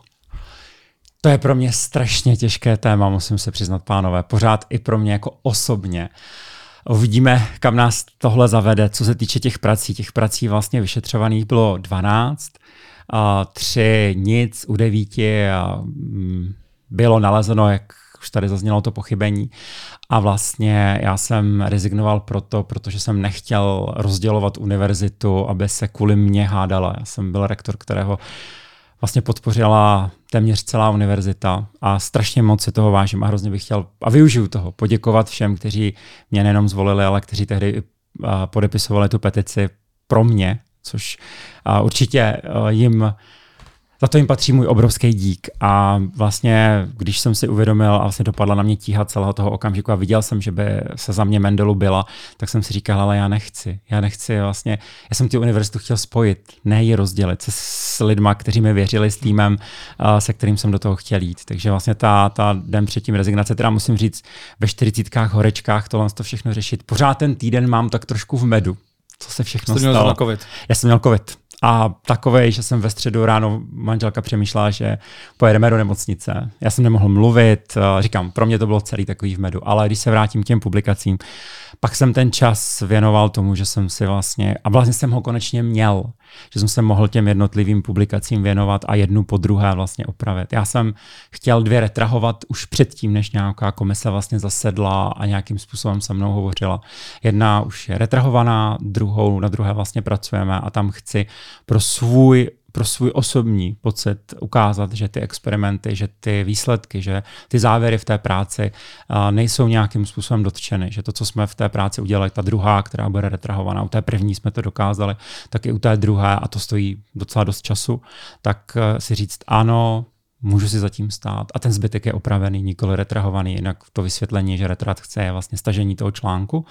To je pro mě strašně těžké téma, musím se přiznat, pánové. Pořád i pro mě jako osobně. Uvidíme, kam nás tohle zavede, co se týče těch prací. Těch prací vlastně vyšetřovaných bylo dvanáct, a tři nic, u devíti a mm, bylo nalezeno, jak už tady zaznělo to pochybení. A vlastně já jsem rezignoval proto, protože jsem nechtěl rozdělovat univerzitu, aby se kvůli mně hádala. Já jsem byl rektor, kterého vlastně podpořila téměř celá univerzita a strašně moc si toho vážím a hrozně bych chtěl a využiju toho poděkovat všem, kteří mě nejenom zvolili, ale kteří tehdy podepisovali tu petici pro mě, což určitě jim Za to jim patří můj obrovský dík a vlastně, když jsem si uvědomil a vlastně dopadla na mě tíha celého toho okamžiku a viděl jsem, že by se za mě Mendelu byla, tak jsem si říkal, ale já nechci, já nechci vlastně, já jsem tu univerzitu chtěl spojit, ne ji rozdělit se s lidma, kteří mi věřili, s týmem, se kterým jsem do toho chtěl jít. Takže vlastně ta, ta den předtím rezignace, teda musím říct, ve čtyřicítkách, horečkách, tohle to všechno řešit. Pořád ten týden mám tak trošku v medu, co se všechno Jste stalo. Měl COVID. Já jsem měl covid. A takovej, že jsem ve středu ráno, manželka přemýšlela, že pojedeme do nemocnice. Já jsem nemohl mluvit, říkám, pro mě to bylo celý takový v medu, ale když se vrátím k těm publikacím, pak jsem ten čas věnoval tomu, že jsem si vlastně, a vlastně jsem ho konečně měl, že jsem se mohl těm jednotlivým publikacím věnovat a jednu po druhé vlastně opravit. Já jsem chtěl dvě retrahovat už předtím, než nějaká komise vlastně zasedla a nějakým způsobem se mnou hovořila. Jedna už je retrahovaná, druhou, na druhé vlastně pracujeme a tam chci pro svůj pro svůj osobní pocit ukázat, že ty experimenty, že ty výsledky, že ty závěry v té práci uh, nejsou nějakým způsobem dotčeny, že to, co jsme v té práci udělali, ta druhá, která bude retrahovaná, u té první jsme to dokázali, tak i u té druhé, a to stojí docela dost času, tak uh, si říct ano, můžu si zatím stát. A ten zbytek je opravený, nikoli retrahovaný, jinak to vysvětlení, že retrahce je vlastně stažení toho článku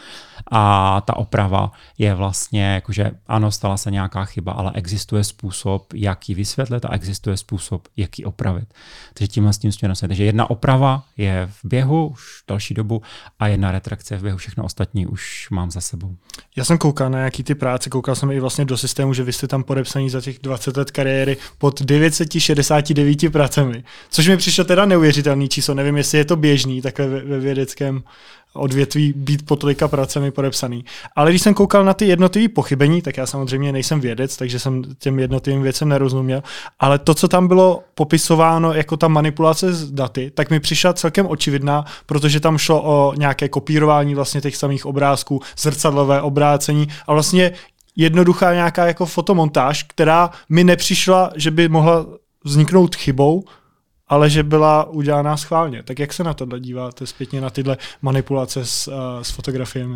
a ta oprava je vlastně, jakože ano, stala se nějaká chyba, ale existuje způsob, jak ji vysvětlit a existuje způsob, jak ji opravit. Takže tímhle s tím směrem se. Takže jedna oprava je v běhu už další dobu a jedna retrakce je v běhu, všechno ostatní už mám za sebou. Já jsem koukal na nějaký ty práce, koukal jsem i vlastně do systému, že vy jste tam podepsaní za těch dvacet let kariéry pod devět set šedesát devět pracemi, což mi přišlo teda neuvěřitelný číslo. Nevím, jestli je to běžný takhle ve vědeckém odvětví být pod tolika pracemi podepsaný. Ale když jsem koukal na ty jednotlivé pochybení, tak já samozřejmě nejsem vědec, takže jsem těm jednotlivým věcem nerozuměl, ale to, co tam bylo popisováno jako ta manipulace s daty, tak mi přišla celkem očividná, protože tam šlo o nějaké kopírování vlastně těch samých obrázků, zrcadlové obrácení a vlastně jednoduchá nějaká jako fotomontáž, která mi nepřišla, že by mohla vzniknout chybou, ale že byla udělaná schválně. Tak jak se na tohle díváte zpětně, na tyhle manipulace s, uh, s fotografiemi?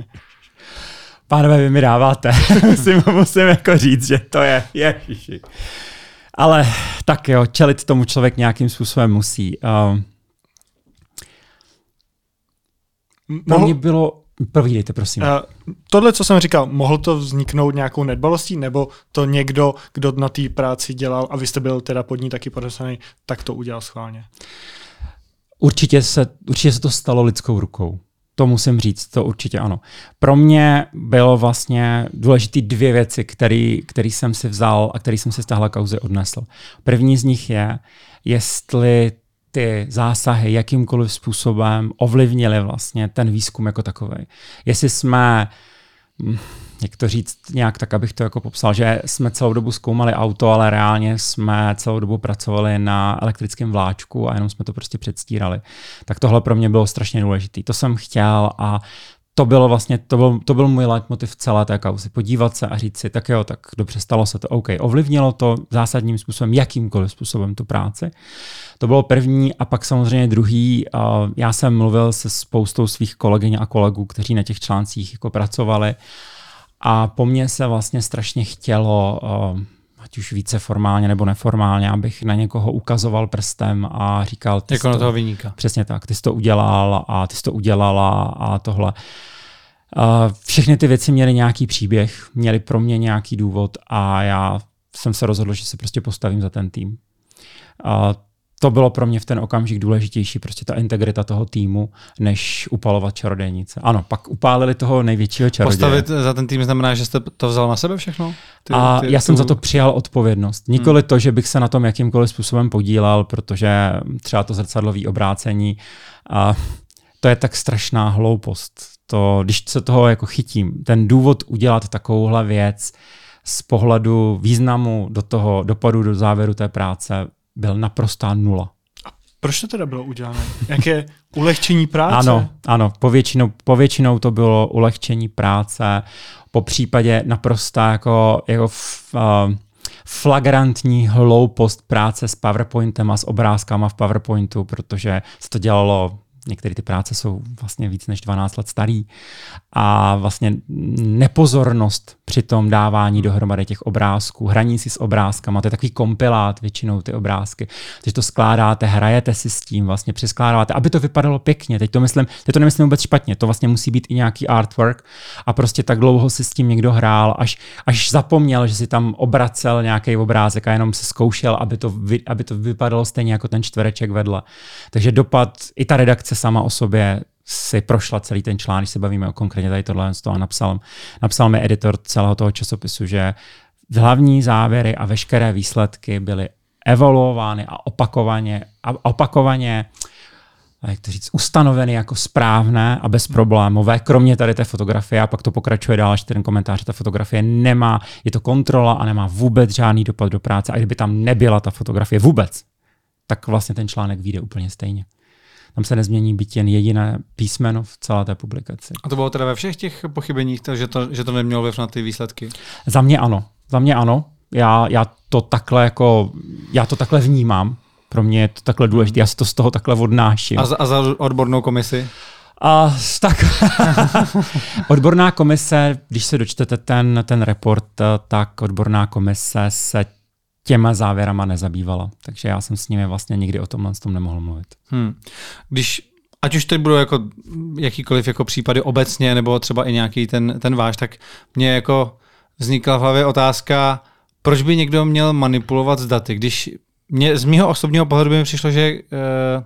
Pánové, vy mi dáváte. musím, musím jako říct, že to je ježiši. Ale tak jo, čelit tomu člověk nějakým způsobem musí. Uh, pro mě bylo... Povídejte, prosím. Uh, tohle, co jsem říkal, mohl to vzniknout nějakou nedbalostí, nebo to někdo, kdo na té práci dělal, a vy jste byl teda pod ní taky podepsaný, tak to udělal schválně? Určitě se, určitě se to stalo lidskou rukou. To musím říct, to určitě ano. Pro mě bylo vlastně důležité dvě věci, které jsem si vzal a které jsem si z téhle kauzy odnesl. První z nich je, jestli ty zásahy jakýmkoliv způsobem ovlivnily vlastně ten výzkum jako takovej. Jestli jsme, jak to říct nějak tak, abych to jako popsal, že jsme celou dobu zkoumali auto, ale reálně jsme celou dobu pracovali na elektrickém vláčku a jenom jsme to prostě předstírali. Tak tohle pro mě bylo strašně důležité. To jsem chtěl a to bylo vlastně, to byl, to byl můj leitmotiv celé té kauzy. Podívat se a říct si, tak jo, tak dobře, stalo se to, OK. Ovlivnilo to zásadním způsobem, jakýmkoliv způsobem tu práci. To bylo první a pak samozřejmě druhý. Uh, já jsem mluvil se spoustou svých kolegyň a kolegů, kteří na těch článcích jako pracovali a po mně se vlastně strašně chtělo, uh, ať už více formálně nebo neformálně, abych na někoho ukazoval prstem a říkal... Jako na toho viníka. Přesně tak, ty jsi to udělal a ty jsi to udělala a tohle. Uh, všechny ty věci měly nějaký příběh, měly pro mě nějaký důvod a já jsem se rozhodl, že se prostě postavím za ten tým. Uh, to bylo pro mě v ten okamžik důležitější, prostě ta integrita toho týmu, než upalovat čarodějnice. Ano, pak upálili toho největšího čaroděje. Postavit za ten tým znamená, že jste to vzal na sebe všechno? Ty, a ty, já jsem tu... za to přijal odpovědnost. Nikoli hmm. to, že bych se na tom jakýmkoliv způsobem podílel, protože třeba to zrcadlové obrácení, a to je tak strašná hloupost. To, když se toho jako chytím, ten důvod udělat takovouhle věc z pohledu významu do toho dopadu, do závěru té práce byl naprostá nula. A proč to teda bylo udělané? Jaké ulehčení práce? Ano, ano, povětšinou, povětšinou to bylo ulehčení práce, po případě naprostá jako, jako v, uh, flagrantní hloupost práce s PowerPointem a s obrázkama v PowerPointu, protože se to dělalo, některé ty práce jsou vlastně víc než dvanáct let starý a vlastně nepozornost při tom dávání dohromady těch obrázků, hraní si s obrázkama, to je takový kompilát většinou ty obrázky, takže to skládáte, hrajete si s tím, vlastně přeskládáte, aby to vypadalo pěkně, teď to myslím, teď to nemyslím vůbec špatně, to vlastně musí být i nějaký artwork a prostě tak dlouho si s tím někdo hrál, až, až zapomněl, že si tam obracel nějaký obrázek a jenom se zkoušel, aby to, vy, aby to vypadalo stejně jako ten čtvereček vedle. Takže dopad, i ta redakce sama o sobě si prošla celý ten článek, když se bavíme o konkrétně tady tohle z toho, napsal, napsal mi editor celého toho časopisu, že hlavní závěry a veškeré výsledky byly evaluovány a opakovaně, a opakovaně jak to říct, ustanoveny jako správné a bezproblémové, kromě tady té fotografie, a pak to pokračuje dál, až ten komentář, ta fotografie nemá, je to kontrola a nemá vůbec žádný dopad do práce, a kdyby tam nebyla ta fotografie vůbec, tak vlastně ten článek vyjde úplně stejně. Tam se nezmění byť jen jediné písmeno v celé té publikaci. A to bylo teda ve všech těch pochybeních, že to, že to nemělo vliv na ty výsledky? Za mě ano. Za mě ano. Já, já to takhle jako, já to takhle vnímám. Pro mě je to takhle důležité. Já si to z toho takhle odnáším. A za, a za odbornou komisi? A tak odborná komise, když se dočtete ten, ten report, tak odborná komise se těma závěrama nezabývala. Takže já jsem s nimi vlastně nikdy o tomhle s tom nemohl mluvit. Hmm. Když, ať už teď budou jako jakýkoliv jako případy obecně, nebo třeba i nějaký ten, ten váš, tak mě jako vznikla v hlavě otázka, proč by někdo měl manipulovat s daty, když mě, z mého osobního pohledu by mi přišlo, že eh,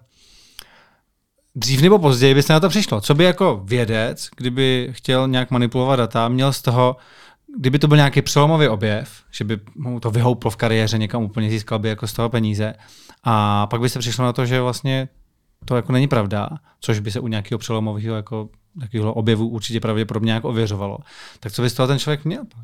dřív nebo později by se na to přišlo. Co by jako vědec, kdyby chtěl nějak manipulovat data, měl z toho, kdyby to byl nějaký přelomový objev, že by mu to vyhouplo v kariéře, někam úplně získal by jako z toho peníze, a pak by se přišlo na to, že vlastně to jako není pravda, což by se u nějakého přelomového jako takového objevu určitě pravděpodobně nějak ověřovalo. Tak co by z toho ten člověk měl pak?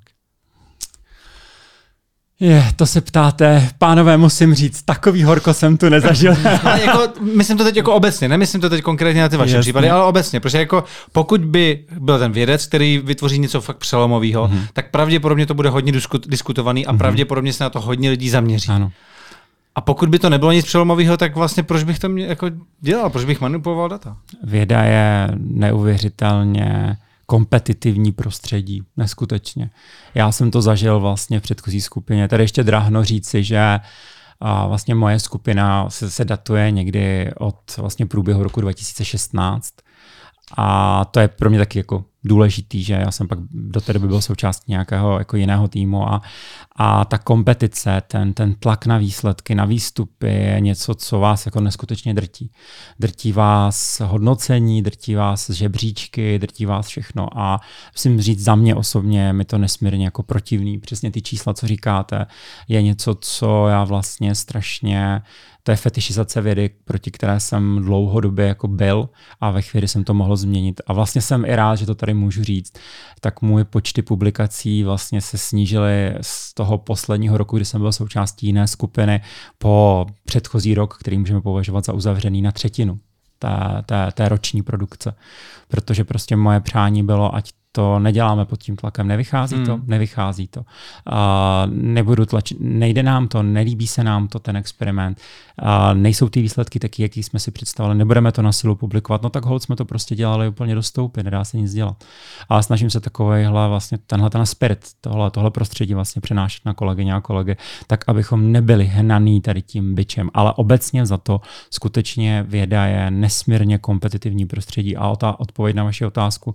Je, to se ptáte, pánové, musím říct, takový horko jsem tu nezažil. Ale jako, myslím to teď jako obecně, nemyslím to teď konkrétně na ty vaše Jasně. případy, ale obecně, protože jako pokud by byl ten vědec, který vytvoří něco fakt přelomového, mm-hmm. tak pravděpodobně to bude hodně diskut, diskutovaný a mm-hmm. pravděpodobně se na to hodně lidí zaměří. Ano. A pokud by to nebylo nic přelomového, tak vlastně proč bych to mě jako dělal, proč bych manipuloval data? Věda je neuvěřitelně kompetitivní prostředí, neskutečně. Já jsem to zažil vlastně v předchozí skupině. Tady ještě drahno říci, že a vlastně moje skupina se, se datuje někdy od vlastně průběhu roku dva tisíce šestnáct, a to je pro mě taky jako důležitý, že já jsem pak do té doby byl součástí nějakého jako jiného týmu, a, a ta kompetice, ten, ten tlak na výsledky, na výstupy je něco, co vás jako neskutečně drtí. Drtí vás hodnocení, drtí vás žebříčky, drtí vás všechno, a musím říct, za mě osobně mi to nesmírně jako protivný. Přesně ty čísla, co říkáte, je něco, co já vlastně strašně, to je fetišizace vědy, proti které jsem dlouhodobě jako byl, a ve chvíli jsem to mohl změnit. A vlastně jsem i rád, že to tady můžu říct. Tak můj počty publikací vlastně se snížily z toho posledního roku, kdy jsem byl součástí jiné skupiny, po předchozí rok, který můžeme považovat za uzavřený, na třetinu té, té, té roční produkce. Protože prostě moje přání bylo, ať to neděláme pod tím tlakem, nevychází hmm. to, nevychází to. Uh, nebudu tlačit, nejde nám to, nelíbí se nám to, ten experiment. Uh, nejsou ty výsledky taky, jaký jsme si představili, nebudeme to na silu publikovat, no tak holt jsme to prostě dělali úplně do stoupy, nedá se nic dělat. Ale snažím se takovejhle vlastně, tenhle ten spirit, tohle, tohle prostředí vlastně přenášet na kolegyně a kolegy, tak abychom nebyli hnaný tady tím bičem, ale obecně za to skutečně věda je nesmírně kompetitivní prostředí. A ta odpověď na vaši otázku,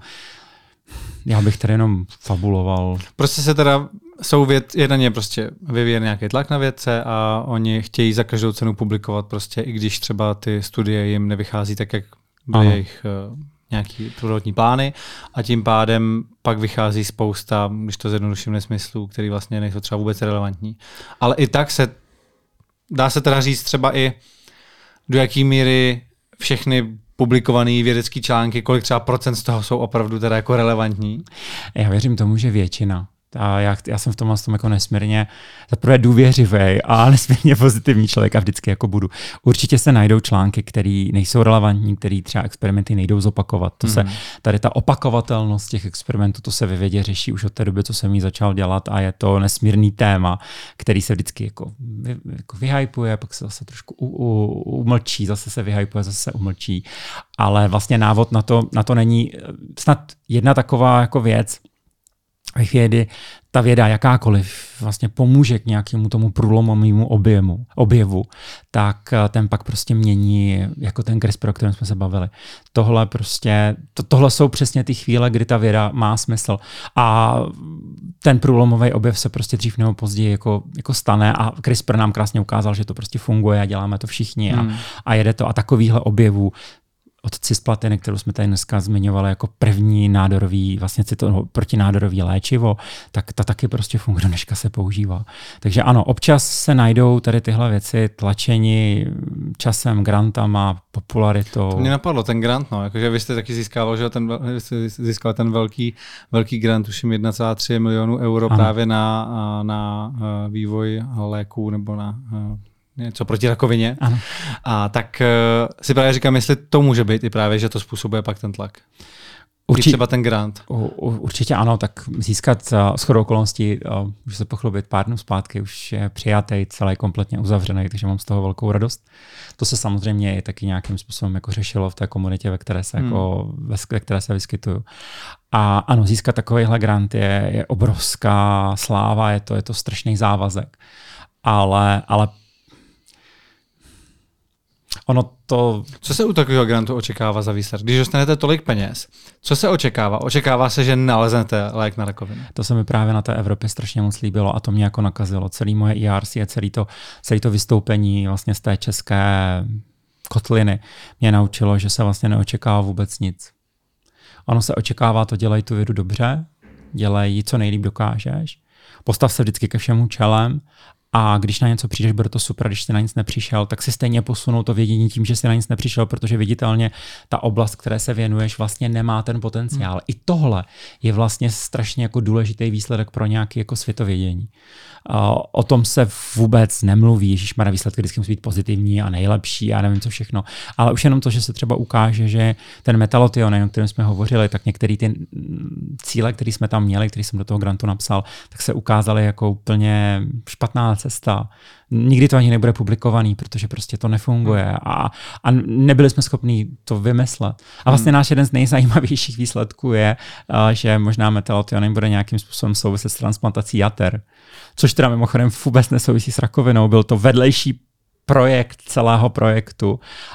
já bych tady jenom fabuloval. Prostě se teda jsou věd, jeden je prostě vyvíjet nějaký tlak na vědce a oni chtějí za každou cenu publikovat prostě, i když třeba ty studie jim nevychází tak, jak byly jejich uh, nějaký prvotní plány, a tím pádem pak vychází spousta, když to zjednoduším, nesmyslů, který vlastně nejsou třeba vůbec relevantní. Ale i tak se dá se teda říct třeba i do jaký míry všechny publikovaný vědecký články, kolik třeba procent z toho jsou opravdu teda jako relevantní? Já věřím tomu, že většina. A já, já jsem v tomhle tom jako nesmírně zaprvé důvěřivý a nesmírně pozitivní člověk a vždycky jako budu. Určitě se najdou články, které nejsou relevantní, které třeba experimenty nejdou zopakovat. To mm. se, tady ta opakovatelnost těch experimentů, to se ve vědě řeší už od té doby, co jsem ji začal dělat, a je to nesmírný téma, který se vždycky jako, vy, jako vyhypuje, pak se zase trošku u, u, umlčí, zase se vyhypuje, zase se umlčí. Ale vlastně návod na to, na to není snad jedna taková jako věc, ve chvíli, kdy ta věda jakákoliv vlastně pomůže k nějakému tomu průlomovému objemu, objevu, tak ten pak prostě mění jako ten CRISPR, o kterém jsme se bavili. Tohle prostě, to, tohle jsou přesně ty chvíle, kdy ta věda má smysl. A ten průlomový objev se prostě dřív nebo později jako, jako stane a CRISPR nám krásně ukázal, že to prostě funguje a děláme to všichni a, hmm. a jede to. A takovýhle objevů od cisplatiny, kterou jsme tady dneska zmiňovali jako první nádorový, vlastně cito, protinádorový léčivo, tak ta taky prostě funguje, dneška se používá. Takže ano, občas se najdou tady tyhle věci tlačení časem, grantama, popularitou. To mě napadlo, ten grant, no, jakože vy jste taky získával, že ten, jste získal ten velký, velký grant, tuším jedna celá tři milionu euro ano. právě na, na vývoj léků nebo na něco proti rakovině. Ano. A tak uh, si právě říkám, jestli to může být i právě, že to způsobuje pak ten tlak. Určitě, třeba ten grant. U, u, určitě ano, tak získat uh, shodou okolností, uh, můžu se pochlubit, pár dnů zpátky už je přijatý, celý kompletně uzavřený, takže mám z toho velkou radost. To se samozřejmě i taky nějakým způsobem jako řešilo v té komunitě, ve které se, hmm. jako, ve které se vyskytuju. A ano, získat takovýhle grant je, je obrovská sláva, je to, je to strašný závazek. Ale, ale ono to... Co se u takového grantu očekává za výsledek? Když dostanete tolik peněz, co se očekává? Očekává se, že naleznete lék na rakovinu? To se mi právě na té Evropě strašně moc líbilo a to mě jako nakazilo. Celý moje E R C a celý to, celý to vystoupení vlastně z té české kotliny mě naučilo, že se vlastně neočekává vůbec nic. Ono se očekává, to dělej tu vědu dobře, dělej ji co nejlíp dokážeš, postav se vždycky ke všemu čelem. A když na něco přijdeš, bude to super, když jsi na nic nepřišel, tak si stejně posunou to vědění tím, že jsi na nic nepřišel, protože viditelně ta oblast, které se věnuješ, vlastně nemá ten potenciál. Hmm. I tohle je vlastně strašně jako důležitý výsledek pro nějaké jako světovědění. Uh, o tom se vůbec nemluví, ježišmarja, výsledky vždycky musí být pozitivní a nejlepší a nevím co všechno. Ale už jenom to, že se třeba ukáže, že ten metalotion, o kterém jsme hovořili, tak některé ty cíle, které jsme tam měli, který jsem do toho grantu napsal, tak se ukázaly jako úplně špatná cesta. Nikdy to ani nebude publikovaný, protože prostě to nefunguje a, a nebyli jsme schopni to vymyslet. A vlastně hmm. náš jeden z nejzajímavějších výsledků je, že možná metalotion bude nějakým způsobem souviset s transplantací jater, což teda mimochodem vůbec nesouvisí s rakovinou. Byl to vedlejší projekt celého projektu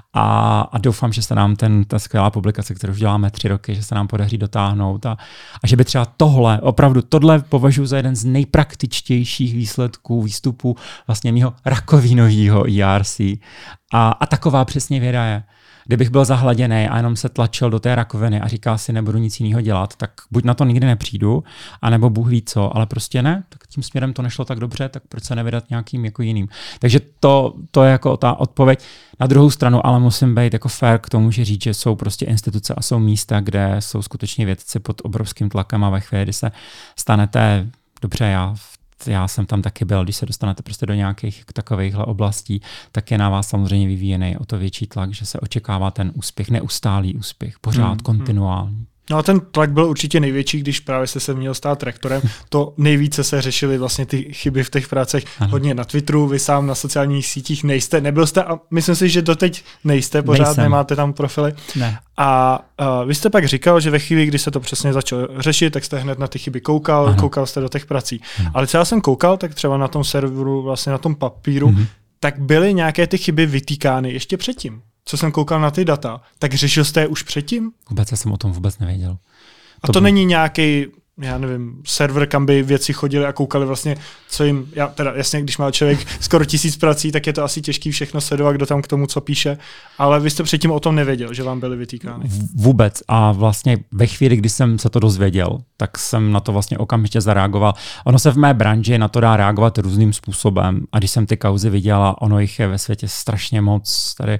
a, a doufám, že se nám ten, ta skvělá publikace, kterou už děláme tři roky, že se nám podaří dotáhnout a, a že by třeba tohle, opravdu tohle považuji za jeden z nejpraktičtějších výsledků, výstupů vlastně mýho rakovinového E R C. A, a taková přesně věda je. Kdybych byl zahladěný a jenom se tlačil do té rakoviny a říkal si, nebudu nic jiného dělat, tak buď na to nikdy nepřijdu, anebo Bůh ví co, ale prostě ne, tak tím směrem to nešlo tak dobře, tak proč se nevydat nějakým jako jiným. Takže to, to je jako ta odpověď. Na druhou stranu ale musím být jako fair k tomu, že říct, že jsou prostě instituce a jsou místa, kde jsou skutečně vědci pod obrovským tlakem a ve chvíli, kdy se stanete, dobře, já Já jsem tam taky byl, když se dostanete prostě do nějakých takovýchhle oblastí, tak je na vás samozřejmě vyvíjený o to větší tlak, že se očekává ten úspěch, neustálý úspěch, pořád hmm, kontinuální. No a ten tlak byl určitě největší, když právě jste se měl stát rektorem. To nejvíce se řešily vlastně ty chyby v těch pracech. Ano. Hodně na Twitteru, vy sám na sociálních sítích nejste, nebyl jste a myslím si, že doteď nejste, pořád Nejsem. Nemáte tam profily. Ne. A uh, vy jste pak říkal, že ve chvíli, kdy se to přesně začalo řešit, tak jste hned na ty chyby koukal, ano. koukal jste do těch prací. Ano. Ale třeba jsem koukal, tak třeba na tom serveru, vlastně na tom papíru, mhm. tak byly nějaké ty chyby vytýkány ještě předtím. Co jsem koukal na ty data, tak řešil jste je už předtím? Vůbec jsem o tom vůbec nevěděl. A to, to není nějaký, já nevím, server, kam by věci chodili a koukali vlastně, co jim, já, teda jasně, když má člověk skoro tisíc prací, tak je to asi těžký všechno sledovat, kdo tam k tomu co píše, ale vy jste předtím o tom nevěděl, že vám byly vytýkány. Vůbec a vlastně ve chvíli, kdy jsem se to dozvěděl, tak jsem na to vlastně okamžitě zareagoval. Ono se v mé branži na to dá reagovat různým způsobem a když jsem ty kauzy viděl a ono jich je ve světě strašně moc, tady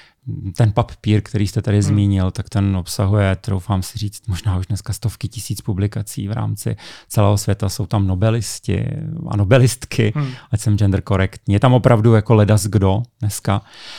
ten papír, který jste tady hmm. zmínil, tak ten obsahuje, troufám si říct, možná už dneska stovky tisíc publikací v rámci celého světa. Jsou tam nobelisti a nobelistky, hmm. ať jsem gender korektní. Je tam opravdu jako ledas kdo dneska.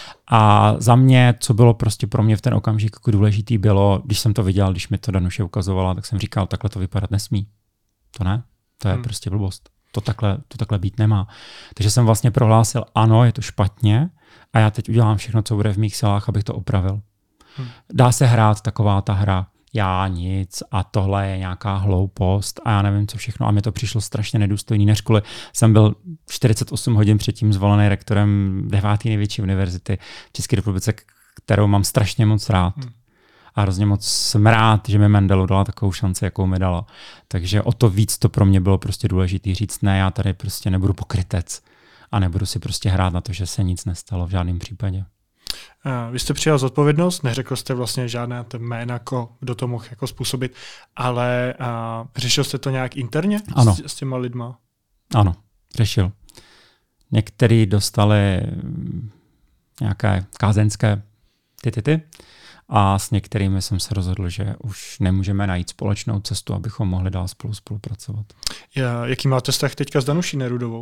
A za mě, co bylo prostě pro mě v ten okamžik jako důležitý, bylo, když jsem to viděl, když mi to Danuše ukazovala, tak jsem říkal, takhle to vypadat nesmí. To ne, to je hmm. prostě blbost. To takhle, to takhle být nemá. Takže jsem vlastně prohlásil, ano, je to špatně, a já teď udělám všechno, co bude v mých silách, abych to opravil. Hmm. Dá se hrát taková ta hra. já nic a tohle je nějaká hloupost a já nevím co všechno a mi to přišlo strašně nedůstojný. Než kvůli jsem byl čtyřicet osm hodin předtím zvolený rektorem deváté největší univerzity v České republice, kterou mám strašně moc rád. Hmm. A hrozně moc jsem rád, že mi Mendelu dala takovou šanci, jakou mi dala. Takže o to víc to pro mě bylo prostě důležité říct, ne, já tady prostě nebudu pokrytec a nebudu si prostě hrát na to, že se nic nestalo v žádném případě. Uh, vy jste přijal zodpovědnost, neřekl jste vlastně žádné jména, jako, kdo to mohl jako způsobit, ale uh, řešil jste to nějak interně ano. S, s těma lidma? Ano, řešil. Někteří dostali nějaké kázeňské ty, ty, ty. A s některými jsem se rozhodl, že už nemůžeme najít společnou cestu, abychom mohli dál spolu spolupracovat. Ja, jaký máte vztah teďka s Danuší Nerudovou?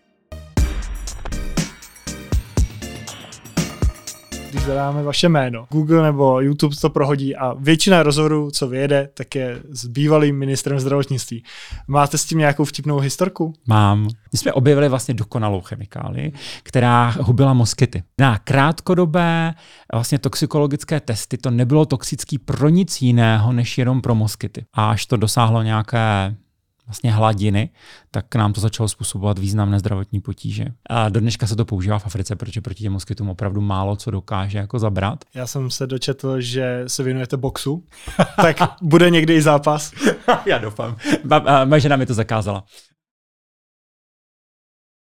Když zadáme vaše jméno, Google nebo YouTube to prohodí a většina rozhovorů, co vyjede, tak je s bývalým ministrem zdravotnictví. Máte s tím nějakou vtipnou historku? Mám. My jsme objevili vlastně dokonalou chemikálii, která hubila moskyty. Na krátkodobé vlastně toxikologické testy to nebylo toxický pro nic jiného, než jenom pro moskyty. A až to dosáhlo nějaké vlastně hladiny, tak nám to začalo způsobovat významné zdravotní potíže. A do dneška se to používá v Africe, protože proti těm moskytům opravdu málo co dokáže jako zabrat. Já jsem se dočetl, že se věnujete boxu, tak bude někdy i zápas? Já doufám. Moje žena mi to zakázala.